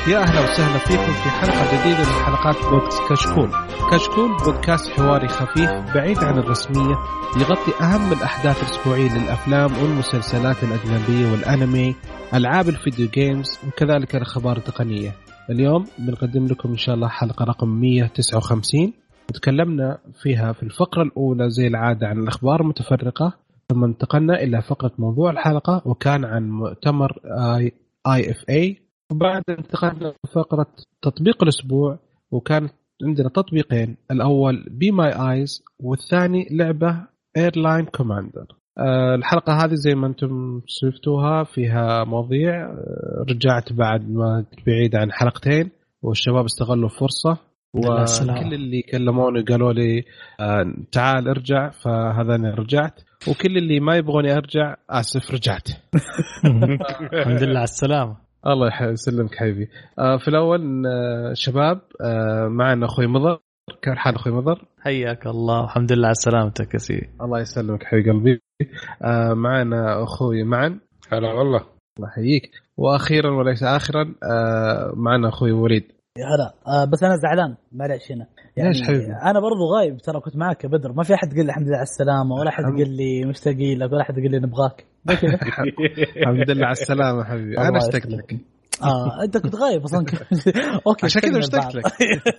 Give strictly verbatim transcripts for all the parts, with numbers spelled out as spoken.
يا أهلا وسهلا فيكم في حلقة جديدة من حلقات بودكاست كشكول. كشكول بودكاست حواري خفيف بعيد عن الرسمية، يغطي أهم الأحداث الأسبوعية للأفلام والمسلسلات الأجنبية والأنمي، ألعاب الفيديو جيمز، وكذلك الأخبار التقنية. اليوم بنقدم لكم إن شاء الله حلقة رقم مية وتسعة وخمسين، وتكلمنا فيها في الفقرة الأولى زي العادة عن الأخبار المتفرقة، ثم انتقلنا إلى فقرة موضوع الحلقة وكان عن مؤتمر آي إف إيه، وبعد انتقلنا لفقرة تطبيق الأسبوع وكان عندنا تطبيقين، الأول بي ماي آيز والثاني لعبة إيرلاين كوماندر. أه الحلقة هذه زي ما أنتم شفتوها فيها مواضيع. أه رجعت بعد ما بعيد عن حلقتين والشباب استغلوا فرصة، وكل اللي كلموني قالوا لي أه تعال ارجع، فهذا أنا رجعت، وكل اللي ما يبغوني أرجع آسف رجعت. الحمد لله على السلامة. الله يسلمك حبيبي. آه في الأول آه شباب آه معنا أخوي مضر. كيف حال أخوي مضر؟ حياك الله. الحمد لله على سلامتك يا سيدي. الله يسلمك حبيب قلبي. آه معنا أخوي معن. هلا والله. الله يحييك. وأخيرا وليس آخرا آه معنا أخوي وليد. يا هلا. آه بس أنا زعلان معلش هنا يعني. أنا برضو غايب ترى، كنت معك يا بدر، ما في أحد قال لي الحمد لله على السلامة، ولا أحد قال لي مشتاقين لك، ولا أحد قال لي نبغاك. الحمد لله على السلامة حبيبي. أنا اشتقت لك. آه أنت كنت غايب أصلاً. أوكي عشان كذا اشتقت لك.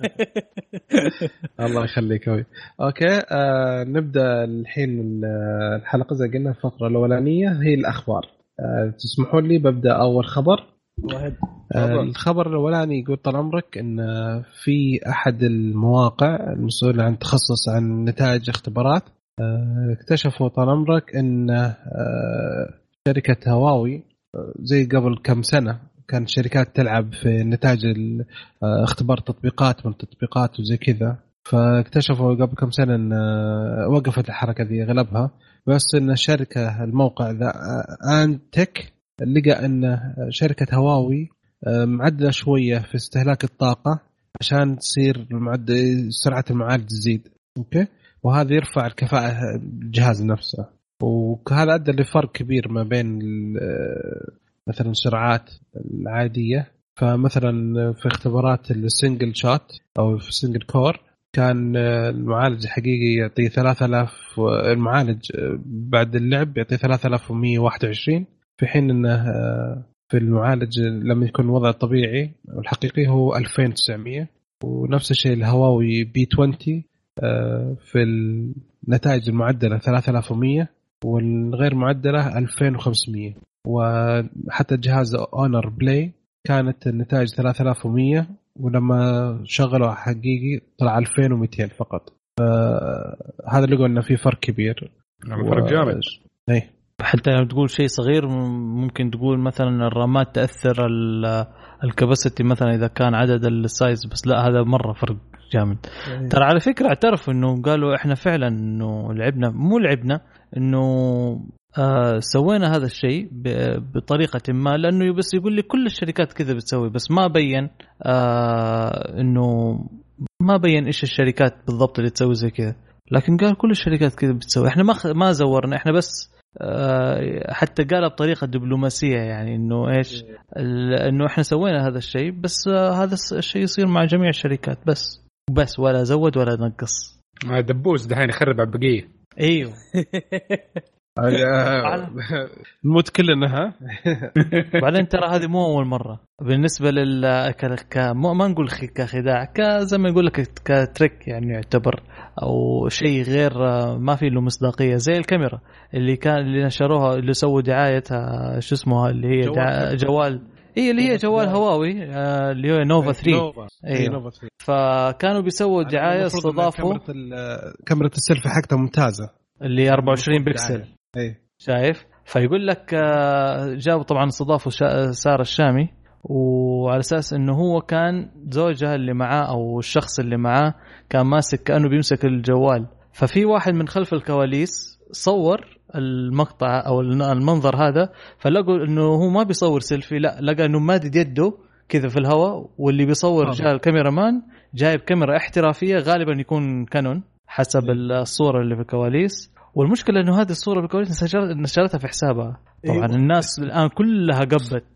الله يخليك أوي. أوكي آه نبدأ الحين الحلقة زي قلنا. الفقرة الأولانية هي الأخبار. آه تسمحوا لي ببدأ أول خبر. واحد. آه الخبر الأولاني يقول طال عمرك إن في أحد المواقع المسؤولة عن تخصص عن نتائج اختبارات آه اكتشفوا طال عمرك إن آه شركة هواوي زي قبل كم سنة كان شركات تلعب في نتائج اختبار تطبيقات من تطبيقات وزي كذا، فاكتشفوا قبل كم سنة ان وقفت الحركة دي اغلبها، بس ان الشركة الموقع ذا أنتك لقى ان شركة هواوي معدلة شوية في استهلاك الطاقة عشان تصير المعدل سرعة المعالج تزيد. اوكي، وهذا يرفع الكفاءة الجهاز نفسه، وهذا أدى لفرق كبير ما بين مثلا السرعات العادية. فمثلا في اختبارات السنجل شوت أو في السنجل كور كان المعالج الحقيقي يعطي ثلاثة آلاف، المعالج بعد اللعب يعطي ثلاثة آلاف ومية وواحد وعشرين، في حين أنه في المعالج لما يكون الوضع الطبيعي والحقيقي هو ألفين وتسعمية. ونفس الشيء الهواوي بي عشرين في النتائج المعدلة ثلاثة آلاف ومية والغير معدلة ألفين وخمسمية. وحتى جهاز اونر بلاي كانت النتائج ثلاثة آلاف ومية ولما شغلوا حقيقي طلع ألفين ومئتين فقط. فهذا اللي قلنا فيه فرق كبير. نعم فرق جامد. اي حتى لو تقول شيء صغير ممكن تقول مثلا الرامات تأثر الكباسيتي مثلا إذا كان عدد السايز، بس لا هذا مرة فرق جامد. ترى على فكرة اعترفوا إنه قالوا إحنا فعلا إنه لعبنا مو لعبنا إنه آه سوينا هذا الشيء بطريقة ما، لأنه بس يقول لي كل الشركات كذا بتسوي، بس ما بين آه إنه ما بين إيش الشركات بالضبط اللي تسوي زي كذا، لكن قال كل الشركات كذا بتسوي. إحنا ما ما زورنا، إحنا بس آه حتى قالها بطريقة دبلوماسية، يعني إنه إيش إنه إحنا سوينا هذا الشيء، بس آه هذا الشيء يصير مع جميع الشركات بس بس ولا زود ولا نقص. ما دبوس دحين يخرب على البقية. ايوه الموت كلنا. بعدين ترى هذه مو اول مره بالنسبه لل ك ما نقول كخداع، كزي ما يقول لك كتريك يعني يعتبر، او شيء غير ما في له مصداقيه، زي الكاميرا اللي كان اللي نشروها اللي سووا دعايتها شو اسمها اللي هي جوال, جوال. إيه اللي هي جوال هواوي آه اللي هو نوفا ثري. أيوة. فكانوا بيسووا دعاية استضافوا كاميرا السيلفي حقتها ممتازة اللي أربعة وعشرين بكسل. أي. شايف؟ فيقول لك آه جابوا طبعا استضافوا سارة الشامي، وعلى أساس إنه هو كان زوجها اللي معاه أو الشخص اللي معاه كان ماسك كأنه بيمسك الجوال، ففي واحد من خلف الكواليس صور المقطع أو المنظر هذا، فلقوا إنه هو ما بيصور سيلفي، لا لقى إنه مادد يده كذا في الهواء، واللي بيصور جاء الكاميرامان جايب كاميرا احترافية غالبا يكون كانون حسب الصورة اللي في الكواليس. والمشكلة إنه هذه الصورة بالكواليس نشرتها في حسابها طبعا. الناس الآن كلها قبت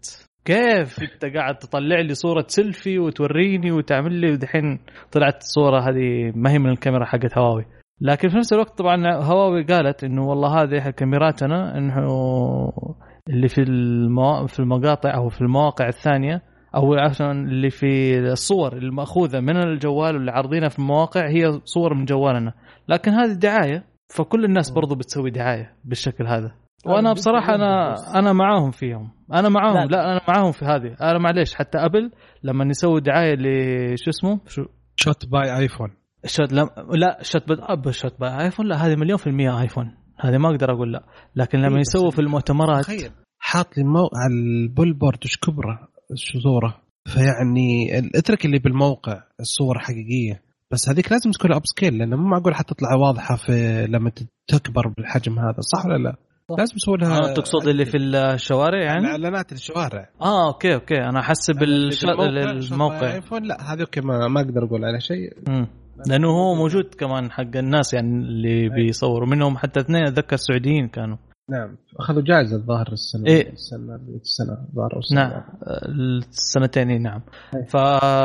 كيف انت قاعد تطلع لي صوره سيلفي وتوريني وتعمل لي، ودحين طلعت الصوره هذه ما هي من الكاميرا حقت هواوي. لكن في نفس الوقت طبعا هواوي قالت انه والله هذه كاميراتنا انه اللي في المو... في المقاطع او في المواقع الثانيه او عشان اللي في الصور المأخوذه من الجوال واللي عارضينها في المواقع هي صور من جوالنا، لكن هذه دعايه، فكل الناس برضو بتسوي دعايه بالشكل هذا. وانا بصراحه انا انا معاهم فيهم، انا معاهم لا, لا انا معاهم في هذه. انا معليش حتى ابل لما يسوي دعايه لشو اسمه شو شوت باي ايفون شوت لا لا شوت باي اب شوت باي ايفون لا هذه مليون في المية ايفون، هذه ما اقدر اقول لا. لكن لما يسووا في المؤتمرات تخيل حاط لي مو... على البولبورد وش كبره شو صوره، فيعني اترك اللي بالموقع الصور حقيقيه، بس هذيك لازم تكون اب سكيل لانه مو معقول حتى تطلع واضحه في لما تكبر بالحجم هذا، صح ولا لا؟ لازم نسوي لها. آه تقصد اللي في الشوارع يعني اعلانات الشوارع. اه اوكي اوكي انا احسب الش... الموقع ايفون لا هذا اوكي ما, ما اقدر اقول على شيء م. لانه هو موجود كمان حق الناس يعني اللي بيصوروا منهم حتى اثنين اتذكر سعوديين كانوا. نعم اخذوا جائزه الظاهر السنه إيه؟ السنه السنه الظاهر نعم السنتين نعم. ف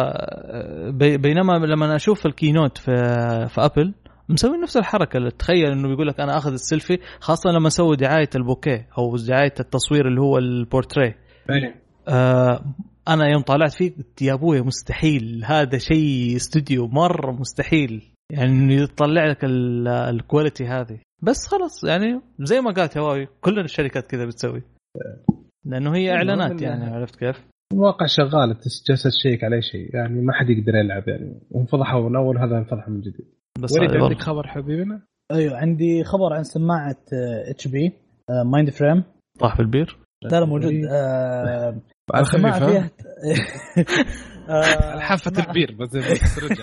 بينما لما اشوف الكينوت في في ابل مسوي نفس الحركه اللي تخيل انه بيقول لك انا اخذ السيلفي، خاصه لما سووا دعايه البوكيه او دعايه التصوير اللي هو البورتريه. آه انا يوم طالعت فيه قلت يا ابويا مستحيل، هذا شيء استوديو مره مستحيل يعني يطلع لك الكواليتي هذه. بس خلاص يعني زي ما قالت هواوي كل الشركات كذا بتسوي لانه هي اعلانات يعني عرفت كيف الواقع شغال تجلس تشيك على شيء يعني ما حد يقدر يلعب يعني وانفضحوا من اول هذا انفضح من جديد. بس عندك خبر حبيبنا؟ ايوه عندي خبر عن سماعه اتش بي مايند فريم طاح في البير. لا موجود آه السماعه فيها حافه البير بس رجع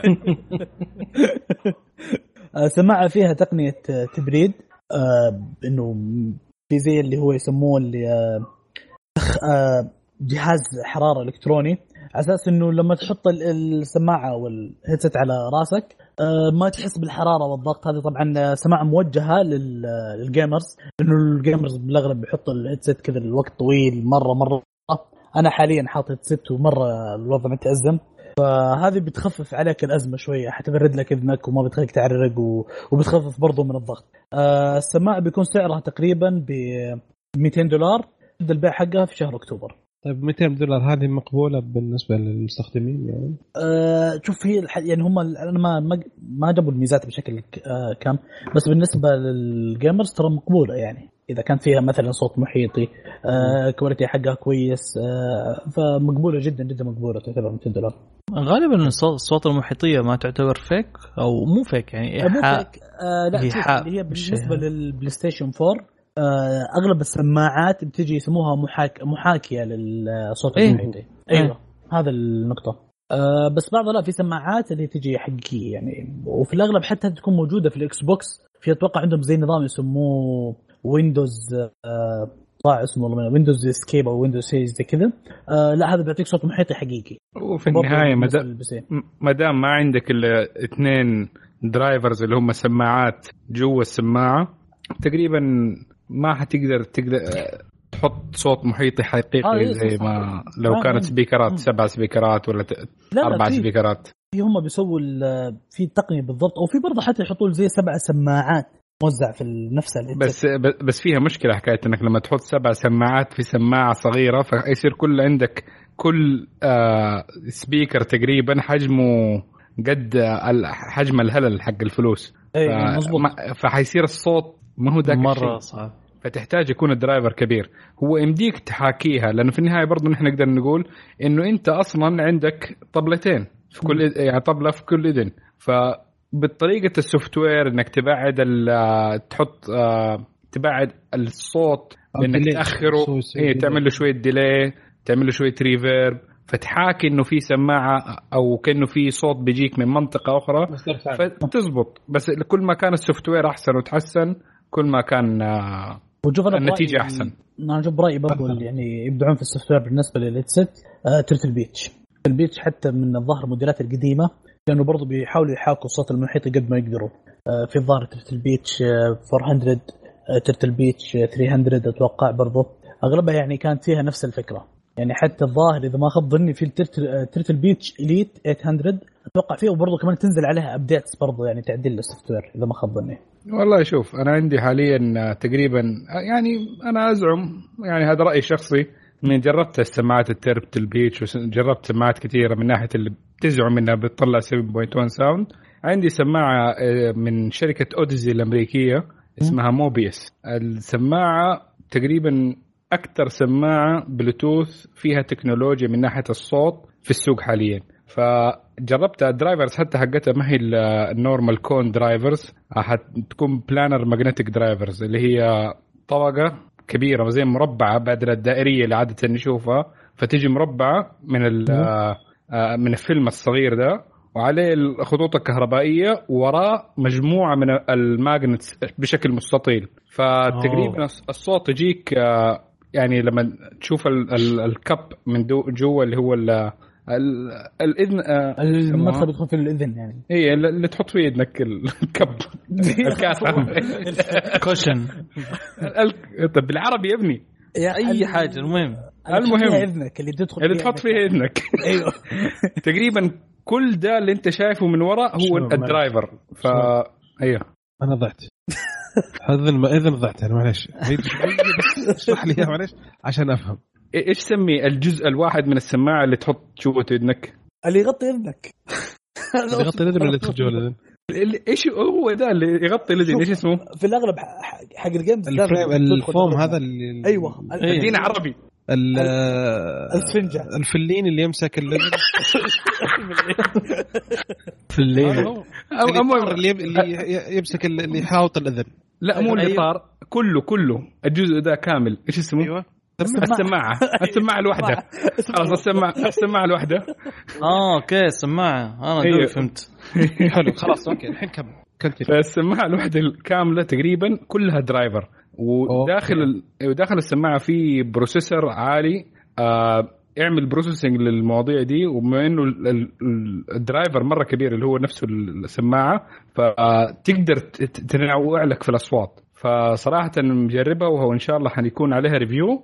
سماعه فيها تقنيه تبريد آه انه في زي اللي هو يسموه اللي آه جهاز حراره الكتروني على اساس انه لما تحط السماعه او الهيدسет على راسك ما تحس بالحراره والضغط. هذه طبعا سماعه موجهه للجيمرز لانه الجيمرز بالاغلب بيحطوا الهيدسет كذا الوقت طويل مره مره. انا حاليا حاط هيدسет ومره الوضع متأزم، فهذه بتخفف عليك الازمه شويه، حتبرد لك اذنك وما بتخليك تعرق وبتخفف برضو من الضغط. السماعه بيكون سعرها تقريبا ب مئتين دولار، تبدا البيع حقها في شهر اكتوبر. طيب مئتين دولار هذه مقبولة بالنسبة للمستخدمين يعني؟ أه شوف هي الح... يعني هم أنا ما ما جابوا الميزات بشكل أه كام، بس بالنسبة للجيمرز ترى مقبولة يعني إذا كان فيها مثلا صوت محيطي أه كواليتي حقها كويس أه فمقبولة جدا جدا مقبولة تعتبر مئتين دولار. غالبا الصوت المحيطية ما تعتبر فيك أو مو فيك يعني إيحاء. مو فيك أه لا شوف اللي هي بالنسبة للبلاي ستيشن فور اغلب السماعات بتجي يسموها محاك محاكيه للصوت إيه؟ المحيطي. ايوه إيه؟ هذا النقطه. أه بس بعضها لا في سماعات اللي تجي حقيقيه يعني، وفي الاغلب حتى تكون موجوده في الاكس بوكس. في اتوقع عندهم زي نظام يسموه ويندوز أه طاع اسمه ويندوز اسكيب او ويندوز سيريز زي كذا. أه لا هذا بيعطيك صوت محيطي حقيقي. وفي النهايه ما دام ما عندك الا اثنين درايفرز اللي هم سماعات جوا السماعه تقريبا ما حتقدر تقدر تحط صوت محيطي حقيقي زي ما لو آه كانت سبيكرات سبع سبيكرات ولا أربع سبيكرات. هم بيسووا في تقنية بالضبط، أو في برضه حتى يحطوا زي سبع سماعات موزع في نفس بس بس فيها مشكلة حكاية إنك لما تحط سبع سماعات في سماعة صغيرة فيصير كل عندك كل آه سبيكر تقريبا حجمه قد حجم الهلل حق الفلوس. فحيصير الصوت ما هو ذاك مرة صعب، فتحتاج يكون الدرايفر كبير. هو يمديك تحاكيها لأنه في النهاية برضو نحن نقدر نقول إنه أنت أصلا عندك طبلتين في كل يعني طبلة في كل إذن، فبالطريقة السوفت وير إنك تبعد تحط تبعد الصوت بإنك تأخره إيه تعمل له شوية ديلي تعمل له شوية ريفيرب فتحاكي إنه في سماعة أو كأنه في صوت بيجيك من منطقة أخرى فتزبط. بس كل ما كان السوفت وير أحسن وتحسن كل ما كان النتيجة أحسن. أنا أشوف رأيي برضو يعني يبدعون في السوفت وير بالنسبة للهيدسет آه ترتل بيتش. البيتش حتى من الظاهر الموديلات القديمة لأنه برضو بيحاولوا يحاكوا الصوت المحيطي قد ما يقدروا. آه في الظاهر ترتل بيتش آه أربعمية آه ترتل بيتش آه ثلاثمية أتوقع برضو أغلبها يعني كانت فيها نفس الفكرة. يعني حتى الظاهر اذا ما خاب ظني في الترتل ترتل بيتش اليت ثمانمية اتوقع فيه، وبرضه كمان تنزل عليها ابديتس برضه يعني تعديل للسوفت وير اذا ما خاب ظني. والله شوف انا عندي حاليا تقريبا يعني انا ازعم يعني هذا رايي الشخصي اني جربت السماعات الترتل بيتش وجربت سماعات كثيره من ناحيه اللي بتزعم انها بتطلع سبعة فاصلة واحد ساوند. عندي سماعه من شركه اوديزي الامريكيه اسمها موبيس. السماعه تقريبا اكثر سماعه بلوتوث فيها تكنولوجيا من ناحيه الصوت في السوق حاليا. فجربت الدرايفرز حتى حقتها ما هي النورمال كون درايفرز، حتكون بلانر ماجنتيك درايفرز اللي هي طبقه كبيره زي مربعه بدل الدائريه اللي عاده نشوفها، فتيجي مربعه من من الفيلم الصغير ده وعليه الخطوط الكهربائيه وراء مجموعه من الماجنتس بشكل مستطيل. فتقريبا الصوت يجيك يعني لما تشوف الكب من جوا اللي هو الاذن المدخل بيدخل في الاذن يعني هي اللي تحط فيه اذنك الكب الكاسه كوشن. طب بالعربي يا ابني اي حاجه المهم المهم اذنك اللي تدخل اللي تحط فيه اذنك. ايوه تقريبا كل ده اللي انت شايفه من وراء هو الدرايفر. ف ايوه انا ضعت هذا ما اذن ضعت انا معلش اشرح لي معلش عشان افهم. ايش سمي الجزء الواحد من السماعه اللي تحط جوه اذنك؟ اللي يغطي اذنك. اللي يغطي الاذن ولا تحط جوه الاذن؟ ايش هو ده اللي يغطي الاذن؟ ايش اسمه في الاغلب حق الجيمز الفريم الفوم هذا اللي ايوه ادينا عربي. الفنجة الفلين اللي يمسك الاذن. فلين او اللي يمسك اللي يحاوط الاذن. لا مو الاطار كله كله الجزء ده كامل. ايش اسمه؟ ايوه السماعه السماعه الواحده. خلاص السماعه السماعه الواحده. اه اوكي السماعه انا دوي فهمت. حلو خلاص اوكي الحين كمل كنت. فالسماعه الواحده الكامله تقريبا كلها درايفر، وداخل وداخل السماعه في بروسيسور عالي آه يعمل بروسيسنج للمواضيع دي، وبما انه الدرايفر مره كبير اللي هو نفسه السماعه فتقدر تنوع لك في الاصوات. فصراحه مجربها وان شاء الله حنكون عليها ريفيو،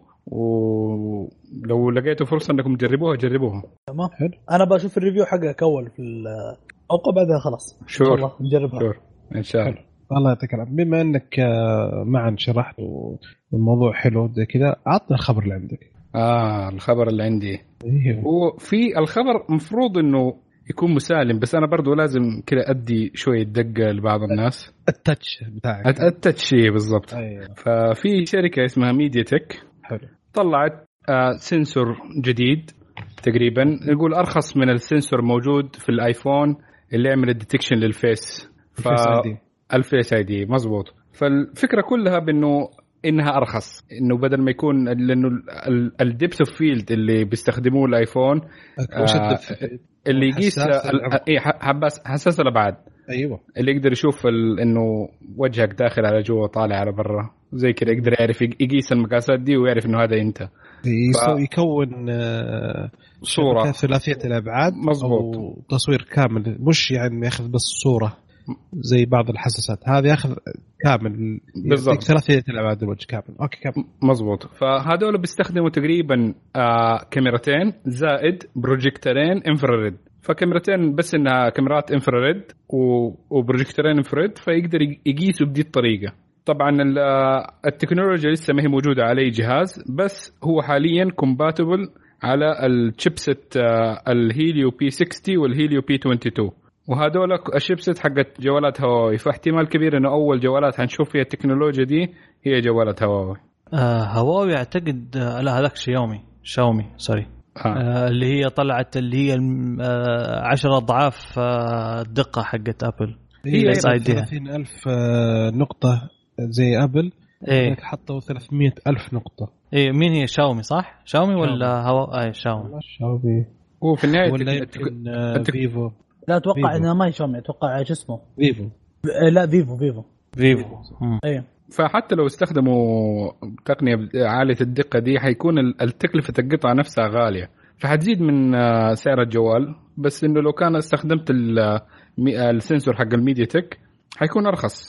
ولو لقيتوا فرصه انكم تجربوها جربوها. تمام انا بشوف الريفيو حقك اول في الاوقات بعدها خلاص ان شاء الله نجربها شور. ان شاء الله. الله يعطيك العافيه. بما انك معا شرحت والموضوع حلو زي كذا، عطنا الخبر اللي عندك. اه الخبر اللي عندي ايوه وفي الخبر مفروض انه يكون مسالم، بس انا برضو لازم كده ادي شويه دقه لبعض الناس. التاتش بتاعك التاتش بالضبط. أيوة. ففي شركه اسمها ميديا تك حلو طلعت آه سنسور جديد تقريبا يقول ارخص من السنسور موجود في الايفون اللي يعمل الديتكشن للفيس. ف الفيس اي دي مزبوط. فالفكره كلها بانه انها ارخص، انه بدل ما يكون لانه الديبث اوف فيلد اللي بيستخدموه الايفون آه اللي يقيس اي حساس الابعاد. ايوه اللي يقدر يشوف انه وجهك داخل على جوا طالع على برا زي كده، يقدر يعرف يقيس المقاسات دي ويعرف انه هذا انت. ف... يكون صوره ثلاثيه الابعاد مزبوط، او تصوير كامل، مش يعني ياخذ بس صوره زي بعض الحساسات. هذه ياخذ كامل بالضبط ثلاثيه الابعاد الوجه كامل. اوكي كامل مزبوط. فهذول بيستخدموا تقريبا آه كاميرتين زائد بروجيكتورين انفراريد. فكاميرتين بس انها كاميرات انفراريد وبروجيكتورين انفراريد، فيقدر يقيسوا بدي الطريقه. طبعا التكنولوجيا لسه ما هي موجوده على اي جهاز، بس هو حاليا كومباتبل على الشيبسيت الهيليو بي ستين والهيليو بي اثنين وعشرين، وهذول الشيبسيت حقت جوالات هواوي. فاحتمال كبير انه اول جوالات هنشوف فيها التكنولوجيا دي هي جوالات هواوي. آه هواوي اعتقد آه لا هذاك شاومي شاومي سوري آه اللي هي طلعت اللي هي آه عشرة اضعاف آه الدقه حقت ابل. هي ثلاثين ألف آه نقطه زي ابل. ايه حطوا ثلاثمية ألف نقطه. ايه مين هي شاومي صح؟ شاومي ولا هوا اي شاومي شاومي هو في النهايه ولا يمكن آه فيفو. لا اتوقع انها ما يشومي، اتوقع ايش اسمه فيفو. لا فيفو فيفو فيفو ايوه. فحتى لو استخدموا تقنيه عاليه الدقه دي حيكون التكلفه القطعه نفسها غاليه، فحتزيد من سعر الجوال. بس انه لو كان استخدمت السنسور حق الميديا تك حيكون ارخص،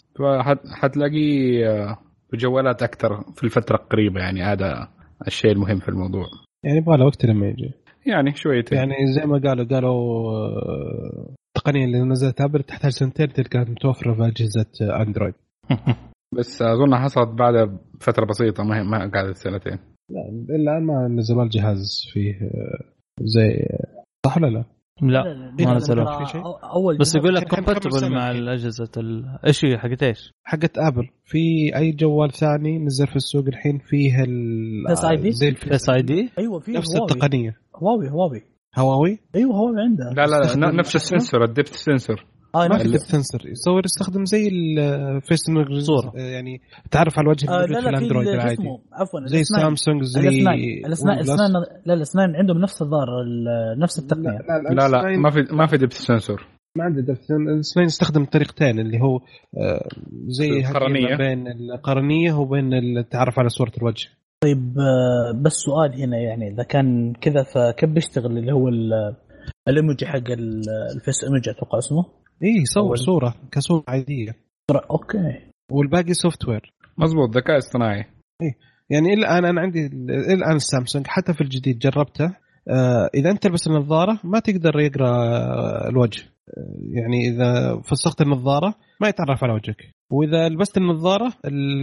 فحتلاقي جوالات اكثر في الفتره القريبه. يعني هذا الشيء المهم في الموضوع. يعني يبغى له وقت لما يجي يعني شويتين. يعني زي ما قالوا قالوا التقنيه اللي نزلت ابل تحتاج سنتين تلقى متوفره في اجهزه اندرويد. بس اظن حصلت بعد فتره بسيطه، ما ما قعدت سنتين. لا الان ما نزل الجهاز فيه زي صح ولا لا؟ لا ما نزلوا اول بس يقول لك كومباتبل مع الاجهزه ال... ايش هي حقت ايش حقت ابل. في اي جوال ثاني نزل في السوق الحين فيه ال زي الفيس اي دي. ايوه فيه نفس هواوي. التقنيه. هواوي هواوي هواوي ايوه هواوي عنده. لا لا, لا نفس السنسور الدبت سنسور. آه ما في دبت سنسور يصور يستخدم زي الفيس صورة يعني تعرف على الوجه آه لا في الاندرويد العادي عفوا زي سامسونج زي الاسنان الاسنان الاسنان عندهم نفس الظاهر نفس التقنيه. لا لا, لا, لا ما في ما في دبت سنسور. ما عنده دبت سنسور. يستخدم طريقتين اللي هو زي القرنية بين القرنيه وبين التعرف على صوره الوجه. طيب بس سؤال هنا يعني اذا كان كذا فكيف بيشتغل اللي هو الايموجي حق الفيس ايموجي اتوقع اسمه؟ ايه يصور صوره كصوره عاديه. اوكي والباقي سوفت وير مزبوط ذكاء اصطناعي. ايه يعني الان انا عندي الان السامسونج حتى في الجديد جربته. آه اذا انت تلبس النظاره ما تقدر يقرا الوجه يعني اذا فسخت النظاره ما يتعرف على وجهك واذا لبست النظاره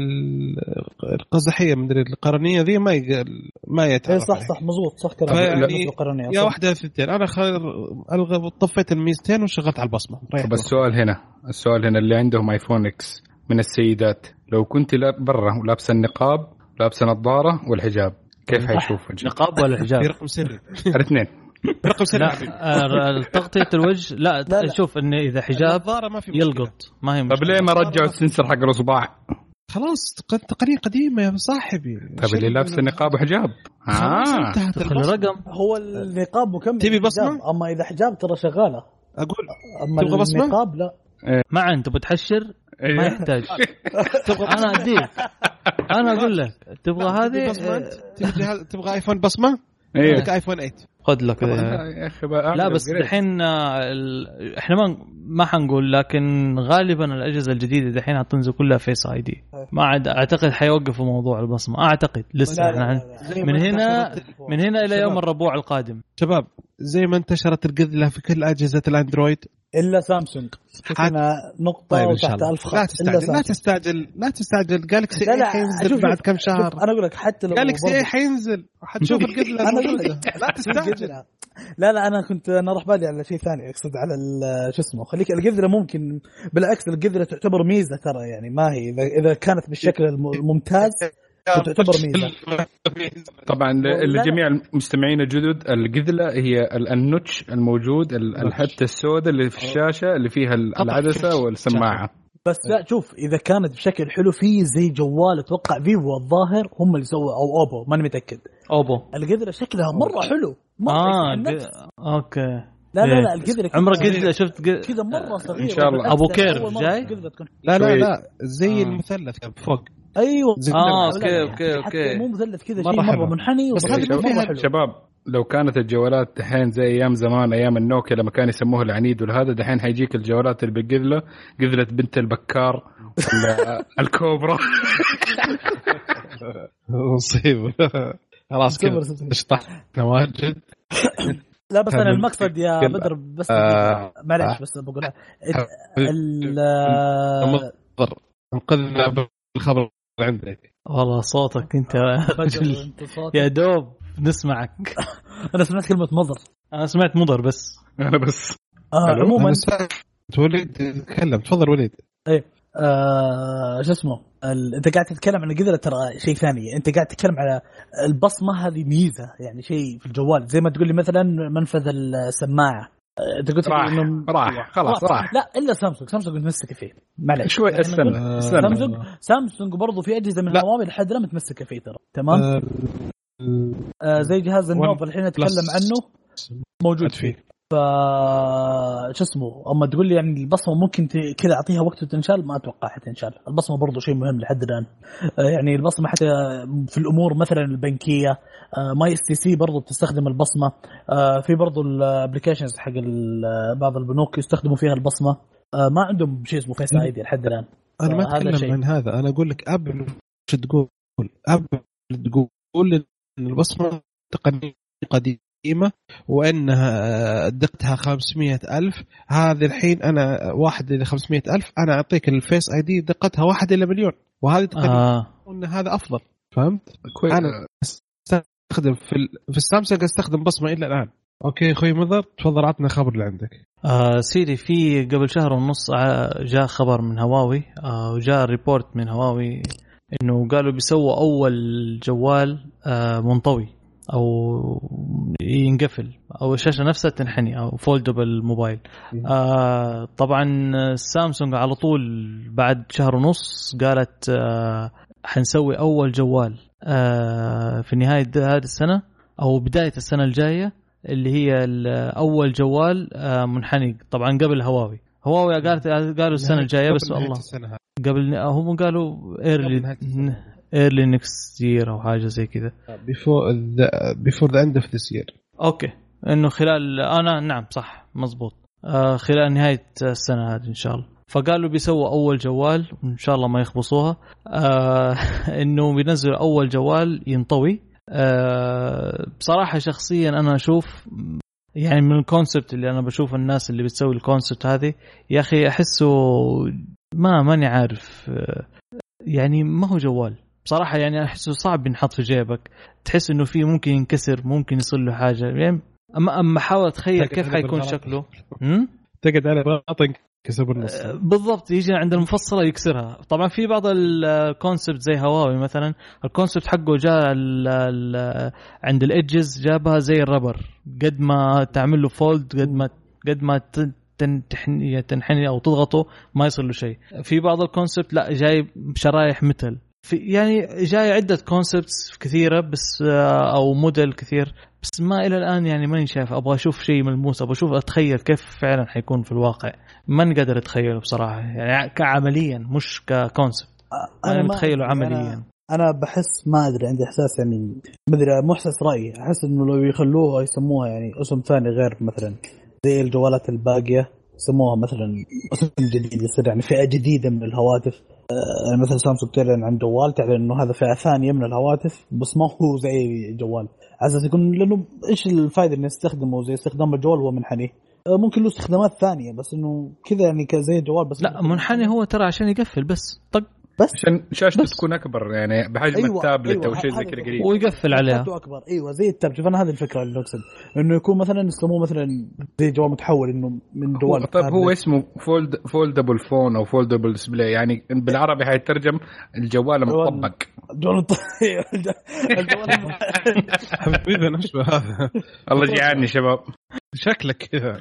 القزحيه من القرنيه ذي ما يقل ما يتعرف. صح صح مزبوط صح كلام يعني القرنيه يا واحده اثنتين انا خير الغى طفيت الميزتين وشغلت على البصمه. طب السؤال هنا السؤال هنا اللي عندهم ايفون اكس من السيدات لو كنت برا ولابسه النقاب لابسه نظاره والحجاب كيف حيشوف وجهك؟ نقاب ولا حجاب؟ في رقم سري الاثنين رقم سري. لا تغطيه الوجه لا, لا, لا. شوف ان اذا حجاب ما في يلقط ما هي مشكلة. طب ليه ما رجعوا السنسر حق الاصبع؟ خلاص تقنيه قديمه يا صاحبي. طب اللي لابس نقاب وحجاب اه تدخل رقم. هو النقاب مكمل تبي بصمه اما اذا حجاب ترى شغاله. اقول اما تبغى بصمه النقاب لا ما انت بتحشر ما يحتاج. انا اديك انا اقول لك تبغى هذه تبغى تبغى ايفون بصمه لك ايفون ثمانية خذ لك يا اخي. لا بس الحين احنا ما ما حنقول لكن غالبا الاجهزه الجديده الحين حتنزل كلها فيس اي دي. ما عاد اعتقد حيوقفوا موضوع البصمه اعتقد لسه احنا من هنا من هنا الى يوم الربوع القادم. شباب زي ما انتشرت القذله في كل اجهزه الاندرويد الا سامسونج هنا نقطه طيب وتحت ألف خط. لا تستعجل لا تستعجل لا تستعجل جالكسي اي حينزل بعد كم شهر. انا اقول لك حتى لو جالكسي اي حينزل حتشوف القذله. انا اقول لك لا تستعجل. لا لا انا كنت انا راح بالي على شيء ثاني اقصد على شو اسمه خليك القذله ممكن بالعكس القذله تعتبر ميزه ترى يعني ما هي اذا اذا كانت بالشكل الممتاز تعتبر ميزه. طبعا لجميع المستمعين الجدد القذله هي النوتش الموجود الحته السوداء اللي في الشاشه اللي فيها العدسه والسماعه. بس لا شوف اذا كانت بشكل حلو في زي جوال اتوقع فيفو الظاهر هم اللي سووا او اوبو ماني متاكد. اوبو القذله شكلها مره حلو مرة اه اوكي. لا لا لا القذله عمرك قذله شفت كذا مره صغيره ان شاء الله. ابو كيرف جاي لا لا لا زي آه. المثلث فوق. ايوه اه اوكي اوكي اوكي مو مثلث كذا شيء مره منحني. بس هذه فيها شباب لو كانت الجوالات دحين زي ايام زمان ايام النوكيا لما كان يسموه العنيد والهذا دحين حيجيك الجوالات اللي بالقذله قذله بنت البكار الكوبرا مصيبه خلاص كده اشطح واجد. لا بس انا المقصد يا بدر بس آه معلش بس بقول المضر انقذنا بالخبر عندك. والله صوتك انت يا دوب نسمعك. انا سمعت كلمه مضر. انا سمعت مضر بس انا بس آه عموما وليد تكلم تفضل وليد. ايه آه شو اسمه انت قاعد تتكلم عن القذله ترى شيء ثاني. انت قاعد تتكلم على البصمه هذه ميزه يعني شيء في الجوال زي ما تقول لي مثلا منفذ السماعه انت قلت راح انه راح خلاص راح. لا الا سامسونج سامسونج متمسكه فيه معلش شوي يعني استنى آه سامسونج سامسونج برضو في اجهزه من الهواوي لحد الان متمسكه فيه ترى تمام. آه آه زي جهاز النوف الحين نتكلم عنه موجود فيه. ف شو اسمه اما تقول لي يعني البصمه ممكن كذا اعطيها وقت وتنشال ما اتوقع حتنشال. البصمه برضو شيء مهم لحد الان يعني البصمه حتى في الامور مثلا البنكيه ماي اس تي سي برضو بتستخدم البصمه. في برضو الابلكيشنز حق بعض البنوك يستخدموا فيها البصمه. ما عندهم شيء اسمه فيس اي دي لحد الان. انا ما اتكلم عن هذا انا اقول لك ابل شو تقول ابل تقول ان البصمه تقنيه قديمة وأنها دقتها خمسمية ألف. هذه الحين أنا واحد إلى خمسمية ألف، أنا أعطيك الفيس آي دي دقتها واحد إلى مليون، وهذه تقريبا آه. أن هذا أفضل. فهمت؟ كويس. أنا أستخدم في ال... في السامسونج أستخدم بصمة إلى الآن. أوكي أخوي مضر، تفضل عطنا خبر اللي عندك. آه سيدي، في قبل شهر ونص جاء خبر من هواوي، آه وجاء ريبورت من هواوي إنه قالوا بيسووا أول جوال آه منطوي أو ينقفل أو الشاشة نفسها تنحني أو فولدبل موبايل. آه طبعا سامسونج على طول بعد شهر ونص قالت آه حنسوي أول جوال آه في نهاية هذه السنة أو بداية السنة الجاية، اللي هي أول جوال آه منحني. طبعا قبل هواوي هواوي قالت قالوا السنة الجاية، بس والله قبل هم قالوا early early next year أو حاجة زي كذا before the before the end of this year. أوكي، إنه خلال أنا نعم صح مزبوط آه خلال نهاية السنة هذه إن شاء الله. فقالوا بيسووا أول جوال وإن شاء الله ما يخبصوها، آه إنه بينزلوا أول جوال ينطوي. آه بصراحة شخصيا أنا أشوف يعني من الكونسبت اللي أنا بشوف الناس اللي بتسوي الكونسبت هذه، يا أخي أحسه ما ماني عارف آه يعني ما هو جوال بصراحة. يعني أحسه صعب ينحط في جيبك، تحس إنه فيه ممكن ينكسر، ممكن يصير له حاجة. يعني أما أما حاول أتخيل كيف حيكون شكله. تقعد على باطن كسب النص بالضبط، يجي عند المفصلة يكسرها. طبعا في بعض الكونسبت زي هواوي مثلا، الكونسبت حقه جاء عند الإدجز جابها زي الربر، قد ما تعمل له فولد قد ما قد ما تنحني تنحني أو تضغطه ما يصير له شيء. في بعض الكونسبت لا جاي بشرايح مثل في يعني جاي عدة كونسبتس كثيرة بس أو موديل كثير، بس ما إلى الآن يعني ماني شايف. أبغى أشوف شيء ملموس، أبغى أشوف أتخيل كيف فعلا حيكون في الواقع. ما نقدر أتخيله بصراحة يعني كعمليا مش ككونسبت. أنا متخيله عمليا. أنا, أنا بحس ما أدري، عندي إحساس يعني ما أدري، مو إحساس رأيي، أحس إنه لو يخلوها يسموها يعني اسم ثاني غير مثلا زي الجوالات الباقية، يسموها مثلا اسم جديد، يصير يعني فئة جديدة من الهواتف. يعني مثلا سامسونج تعلن عن جوال، تعلن انه هذا فئة ثانية من الهواتف بس ما هو زي جوال، عزيز يكون لانه ايش الفائدة انه يستخدمه زي استخدام الجوال هو منحني؟ ممكن له استخدامات ثانية بس انه كذا يعني كزي الجوال بس لا منحني هو ترى عشان يقفل بس طق بس عشان شاشته تكون اكبر يعني بحجم أيوة التابلت أيوة او شيء زي كذا قريب ويقفل عليها اكبر. ايوه زي التاب. شوف انا هذه الفكره اللي اقصد انه يكون مثلا يسموه مثلا زي جوال متحول، انه من جوال. طيب هو اسمه فولد فولدبل فون او فولدبل ديسبلاي، يعني بالعربي حيترجم الجوال المطبق. جوال الجوال حبيبي نشبه هذا. الله يجعلني شباب شكلك كذا.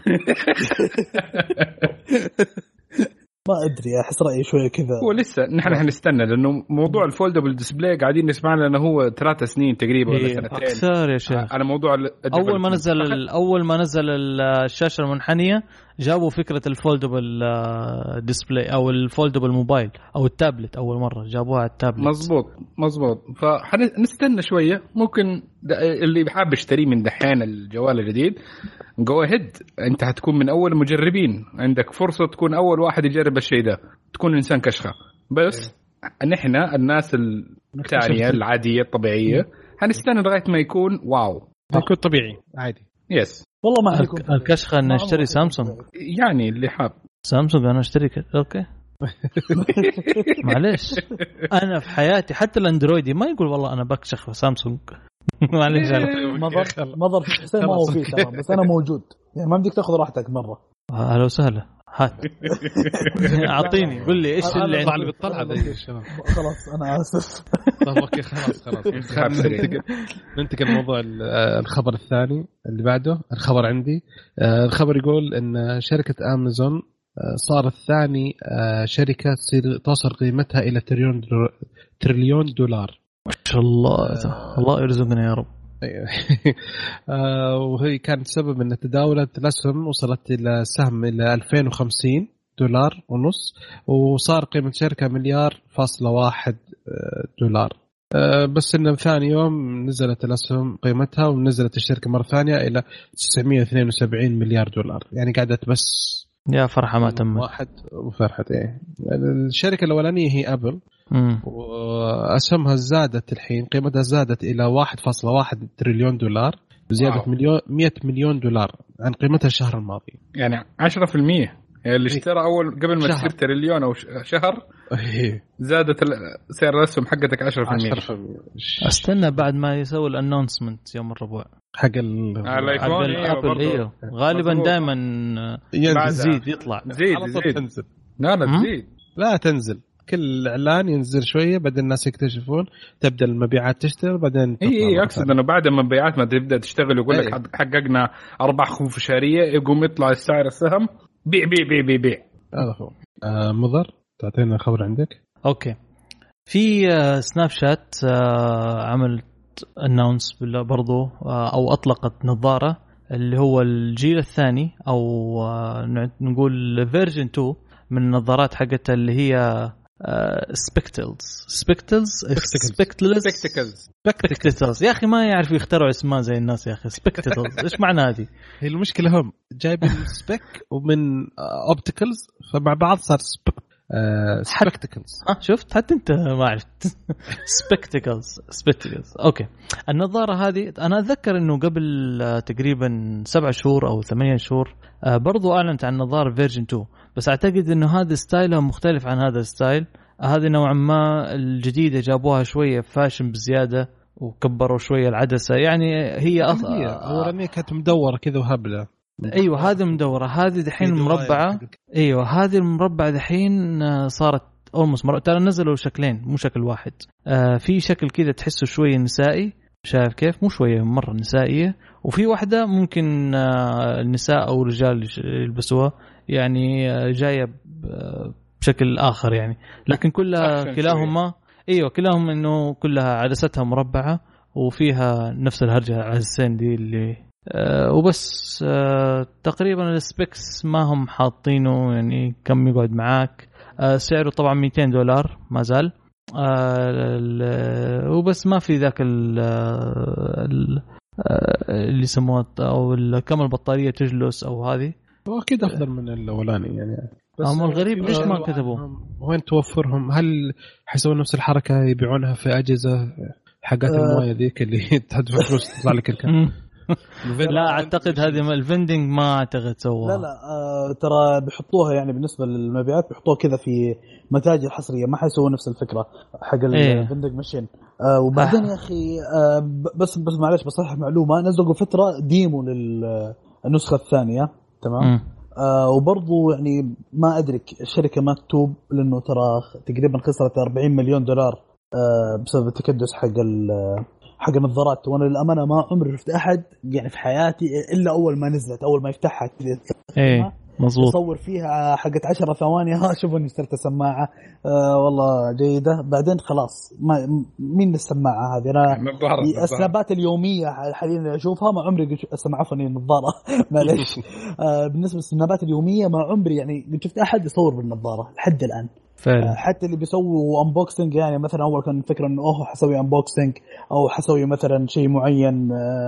ما أدري، أحس رأيي شوية كذا. هو لسه نحن هنستنى لأنه موضوع الفولدبل ديسبلاي قاعدين نسمع لأنه هو ثلاثة سنين تقريبا ولا سنتين أكثر يا شيخ. على موضوع أول ما نزل أول ما نزل الشاشة المنحنية جابوا فكرة الفولدبل ديسبلاي أو الفولدبل موبايل أو التابلت، أول مرة جابوها على التابلت. مزبوط مزبوط. فحنستنى شوية، ممكن اللي بحاب يشتري من دحين الجوال الجديد جو هيد، انت هتكون من اول مجربين، عندك فرصة تكون اول واحد يجرب الشيء ده، تكون انسان كشخة. بس نحن الناس الثانية العادية الطبيعية هنستنى لغاية ما يكون واو، يكون طبيعي عادي. يس والله ما عليكم الكشخة ان اشتري سامسونج، يعني اللي حاب سامسونج انا اشتري ك... اوكي معليش انا في حياتي حتى الاندرويدي ما يقول والله انا بكشخ في سامسونج. معليش مضر مضر في حسين ما هو فيه تمام، بس انا موجود يعني ما بدك تاخذ راحتك مره. اهلا وسهلا، هات اعطيني قول لي ايش اللي عندي بالطلعه ذي الشباب. خلاص انا اسف. طيب اوكي خلاص خلاص ننتقل ننتقل لموضوع الخبر الثاني اللي بعده. الخبر عندي الخبر يقول ان شركه امازون صارت ثاني شركه تصل قيمتها الى تريليون تريليون دولار. ما شاء الله، الله يرزقنا يا رب. وهي كانت سبب ان تداولت الاسهم وصلت الى سهم الى ألفين وخمسين دولار ونص، وصار قيمه الشركه مليار فاصلة واحد دولار. بس انه ثاني يوم نزلت الاسهم قيمتها ونزلت الشركه مره ثانيه الى تسعمية واثنين وسبعين مليار دولار. يعني قعدت بس يا فرحه ما تم واحد وفرحه. ايه الشركه الاولانيه هي ابل، وأسهمها زادت الحين قيمتها زادت إلى واحد فاصلة واحد تريليون دولار، بزياده مليون مئة مليون دولار عن قيمتها الشهر الماضي. يعني عشرة في المية يعني اللي اشترى اول قبل ما تصير تريليون او شهر زادت سعر الاسهم حقتك عشرة في المية. استنى بعد ما يسوي الانونسمنت يوم الربع حق الايفون الابل. ايوه غالبا دائما يزيد يطلع زيد زيد تنزل. لا لا تزيد لا تنزل كل اعلان ينزل شويه بعدين الناس يكتشفون تبدا المبيعات تشتغل بعدين اي اي اقصد انه بعد ما المبيعات ما تبدا تشتغل يقول لك أيه. حققنا ارباح خفاشيه يقوم يطلع السعر السهم بيع بيع بيع بيع بيع. هذا هو. آه مضر تعطينا خبر عندك. اوكي في آه سناب شات آه عملت اناونس برضو آه او اطلقت نظاره اللي هو الجيل الثاني او آه نقول فيرجن اثنين من النظارات حقتها اللي هي سبيكتلز سبيكتلز سبيكتلز سبيكتلز يا اخي ما يعرفوا يخترعوا اسماء زي الناس يا اخي. سبيكتلز ايش معنى هذه؟ هي المشكله هم جايبين سبيك ومن اوبتيكلز فمع بعض صار سبيكتلز. ها شفت حتى انت ما عرفت. سبيكتلز سبيكتلز اوكي. النظاره هذه انا اتذكر انه قبل تقريبا سبع شهور او ثمانية شهور برضو اعلنت عن نظاره فيرجن اثنين بس اعتقد انه هذا ستايلها مختلف عن هذا الستايل. هذه نوعا ما الجديدة جابوها شوية فاشن بزيادة وكبروا شوية العدسة. يعني هي أص... أولانية كانت مدورة كذا وهبلة. أيوة هذه مدورة هذه دحين مربعة. أيوة هذه المربعة دحين صارت أولموس مرة. ترى نزلوا شكلين مو شكل واحد. آه في شكل كذا تحسه شوية نسائي شايف كيف مو شوية مرة نسائية وفي واحدة ممكن آه النساء أو الرجال يلبسوها يعني جاية بشكل آخر يعني لكن كلها كلاهما أيوة كلاهم إنه كلها عدستها مربعة وفيها نفس الهرجة عدسين دي اللي أه وبس. أه تقريبا السبيكس ما هم حاطينه يعني كم يقعد معاك. أه سعره طبعا مئتين دولار ما زال. أه وبس ما في ذاك ال ال اللي يسموه أو كم البطارية تجلس أو هذه أكيد أفضل من الأولاني يعني. هم الغريب ليش ما كتبوا وين توفرهم؟ هل حيسوون نفس الحركة يبيعونها في أجهزة حقات المويه ذيك اللي تدفع فلوس تطلع لك الكام؟ لا اعتقد هذه الفندنج ما اعتقد سووها. لا لا آه ترى بيحطوها يعني بالنسبه للمبيعات بيحطوها كذا في متاجر حصريه ما حيسووا نفس الفكره حق الفندنج ماشين. آه وبعدين يا اخي آه بس بس معلش بصحح معلومه نزلوا فتره ديمو للنسخه الثانيه تمام. آه وبرضو يعني ما أدرك الشركة ما تتوب لأنه ترى تقريبا خسرت أربعين مليون دولار آه بسبب التكدس حق حق النظارات. وأنا للأمانة ما عمري شفت أحد يعني في حياتي إلا أول ما نزلت أول ما يفتحها كذا إيه مظبوط يصور فيها حقت عشرة ثواني ها شوفوا إني اشتريت سماعة آه والله جيدة بعدين خلاص ما مين السماعة هذه. أنا السنابات اليومية حاليا أشوفها ما عمري أسمع عفوا النظارة معلش آه بالنسبة للسنابات اليومية ما عمري يعني شفت أحد يصور بالنظارة لحد الآن. فعلا. حتى اللي بيسووا انبوكسنج يعني مثلا اول كان الفكره انه اوه حسوي انبوكسنج او حسوي مثلا شيء معين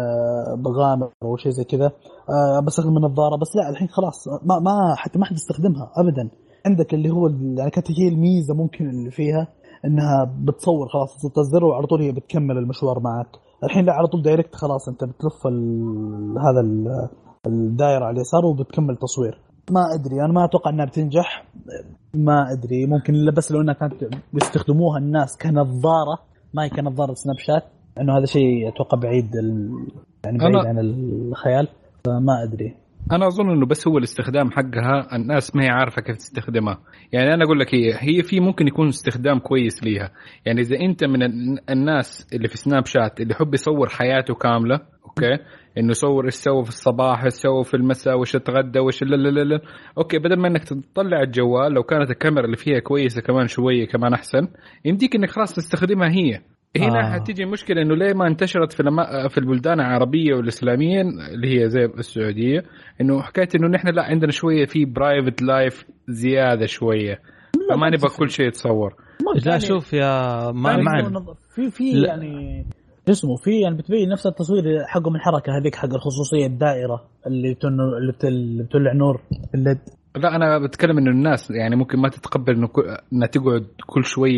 بغامر او شيء زي كذا بستخدم النظاره بس لا الحين خلاص ما ما حتى ما حد يستخدمها ابدا. عندك اللي هو يعني كانت هي الميزه ممكن اللي فيها انها بتصور خلاص تنزله وعلى طول هي بتكمل المشوار معك. الحين لا على طول دايركت خلاص انت بتلف هذا الدائره على اليسار وبتكمل تصوير. ما أدري أنا ما أتوقع أنها بتنجح ما أدري ممكن بس لو أنها كانت بيستخدموها الناس كنظارة ما هي كنظارة سناب شات إنه هذا شيء أتوقع بعيد ال... يعني بعيد عن الخيال فما أدري. أنا أظن إنه بس هو الاستخدام حقها الناس ما هي عارفة كيف تستخدمها. يعني أنا أقول لك هي هي في ممكن يكون استخدام كويس ليها. يعني إذا أنت من الناس اللي في سناب شات اللي يحب يصور حياته كاملة أوكي انه يصور ايش سوى في الصباح ايش سوى في المساء وش اتغدى وش لا لا لا اوكي بدل ما انك تطلع الجوال لو كانت الكاميرا اللي فيها كويسه كمان شويه كمان احسن يمديك انك خلاص تستخدمها هي. هنا آه. هتيجي المشكله انه ليه ما انتشرت في لما في البلدان العربيه والاسلاميه اللي هي زي السعوديه انه حكايه انه نحن لا عندنا شويه في برايفت لايف زياده شويه فما نبغى كل شيء يتصور. لا شوف يا ما معنا في في يعني اسمه في يعني بتبين نفس التصوير حقه من الحركه هذيك حق الخصوصيه الدائره اللي بتن... اللي, بتل... اللي بتولع نور الليد. لا انا بتكلم انه الناس يعني ممكن ما تتقبل انه انها تقعد كل شويه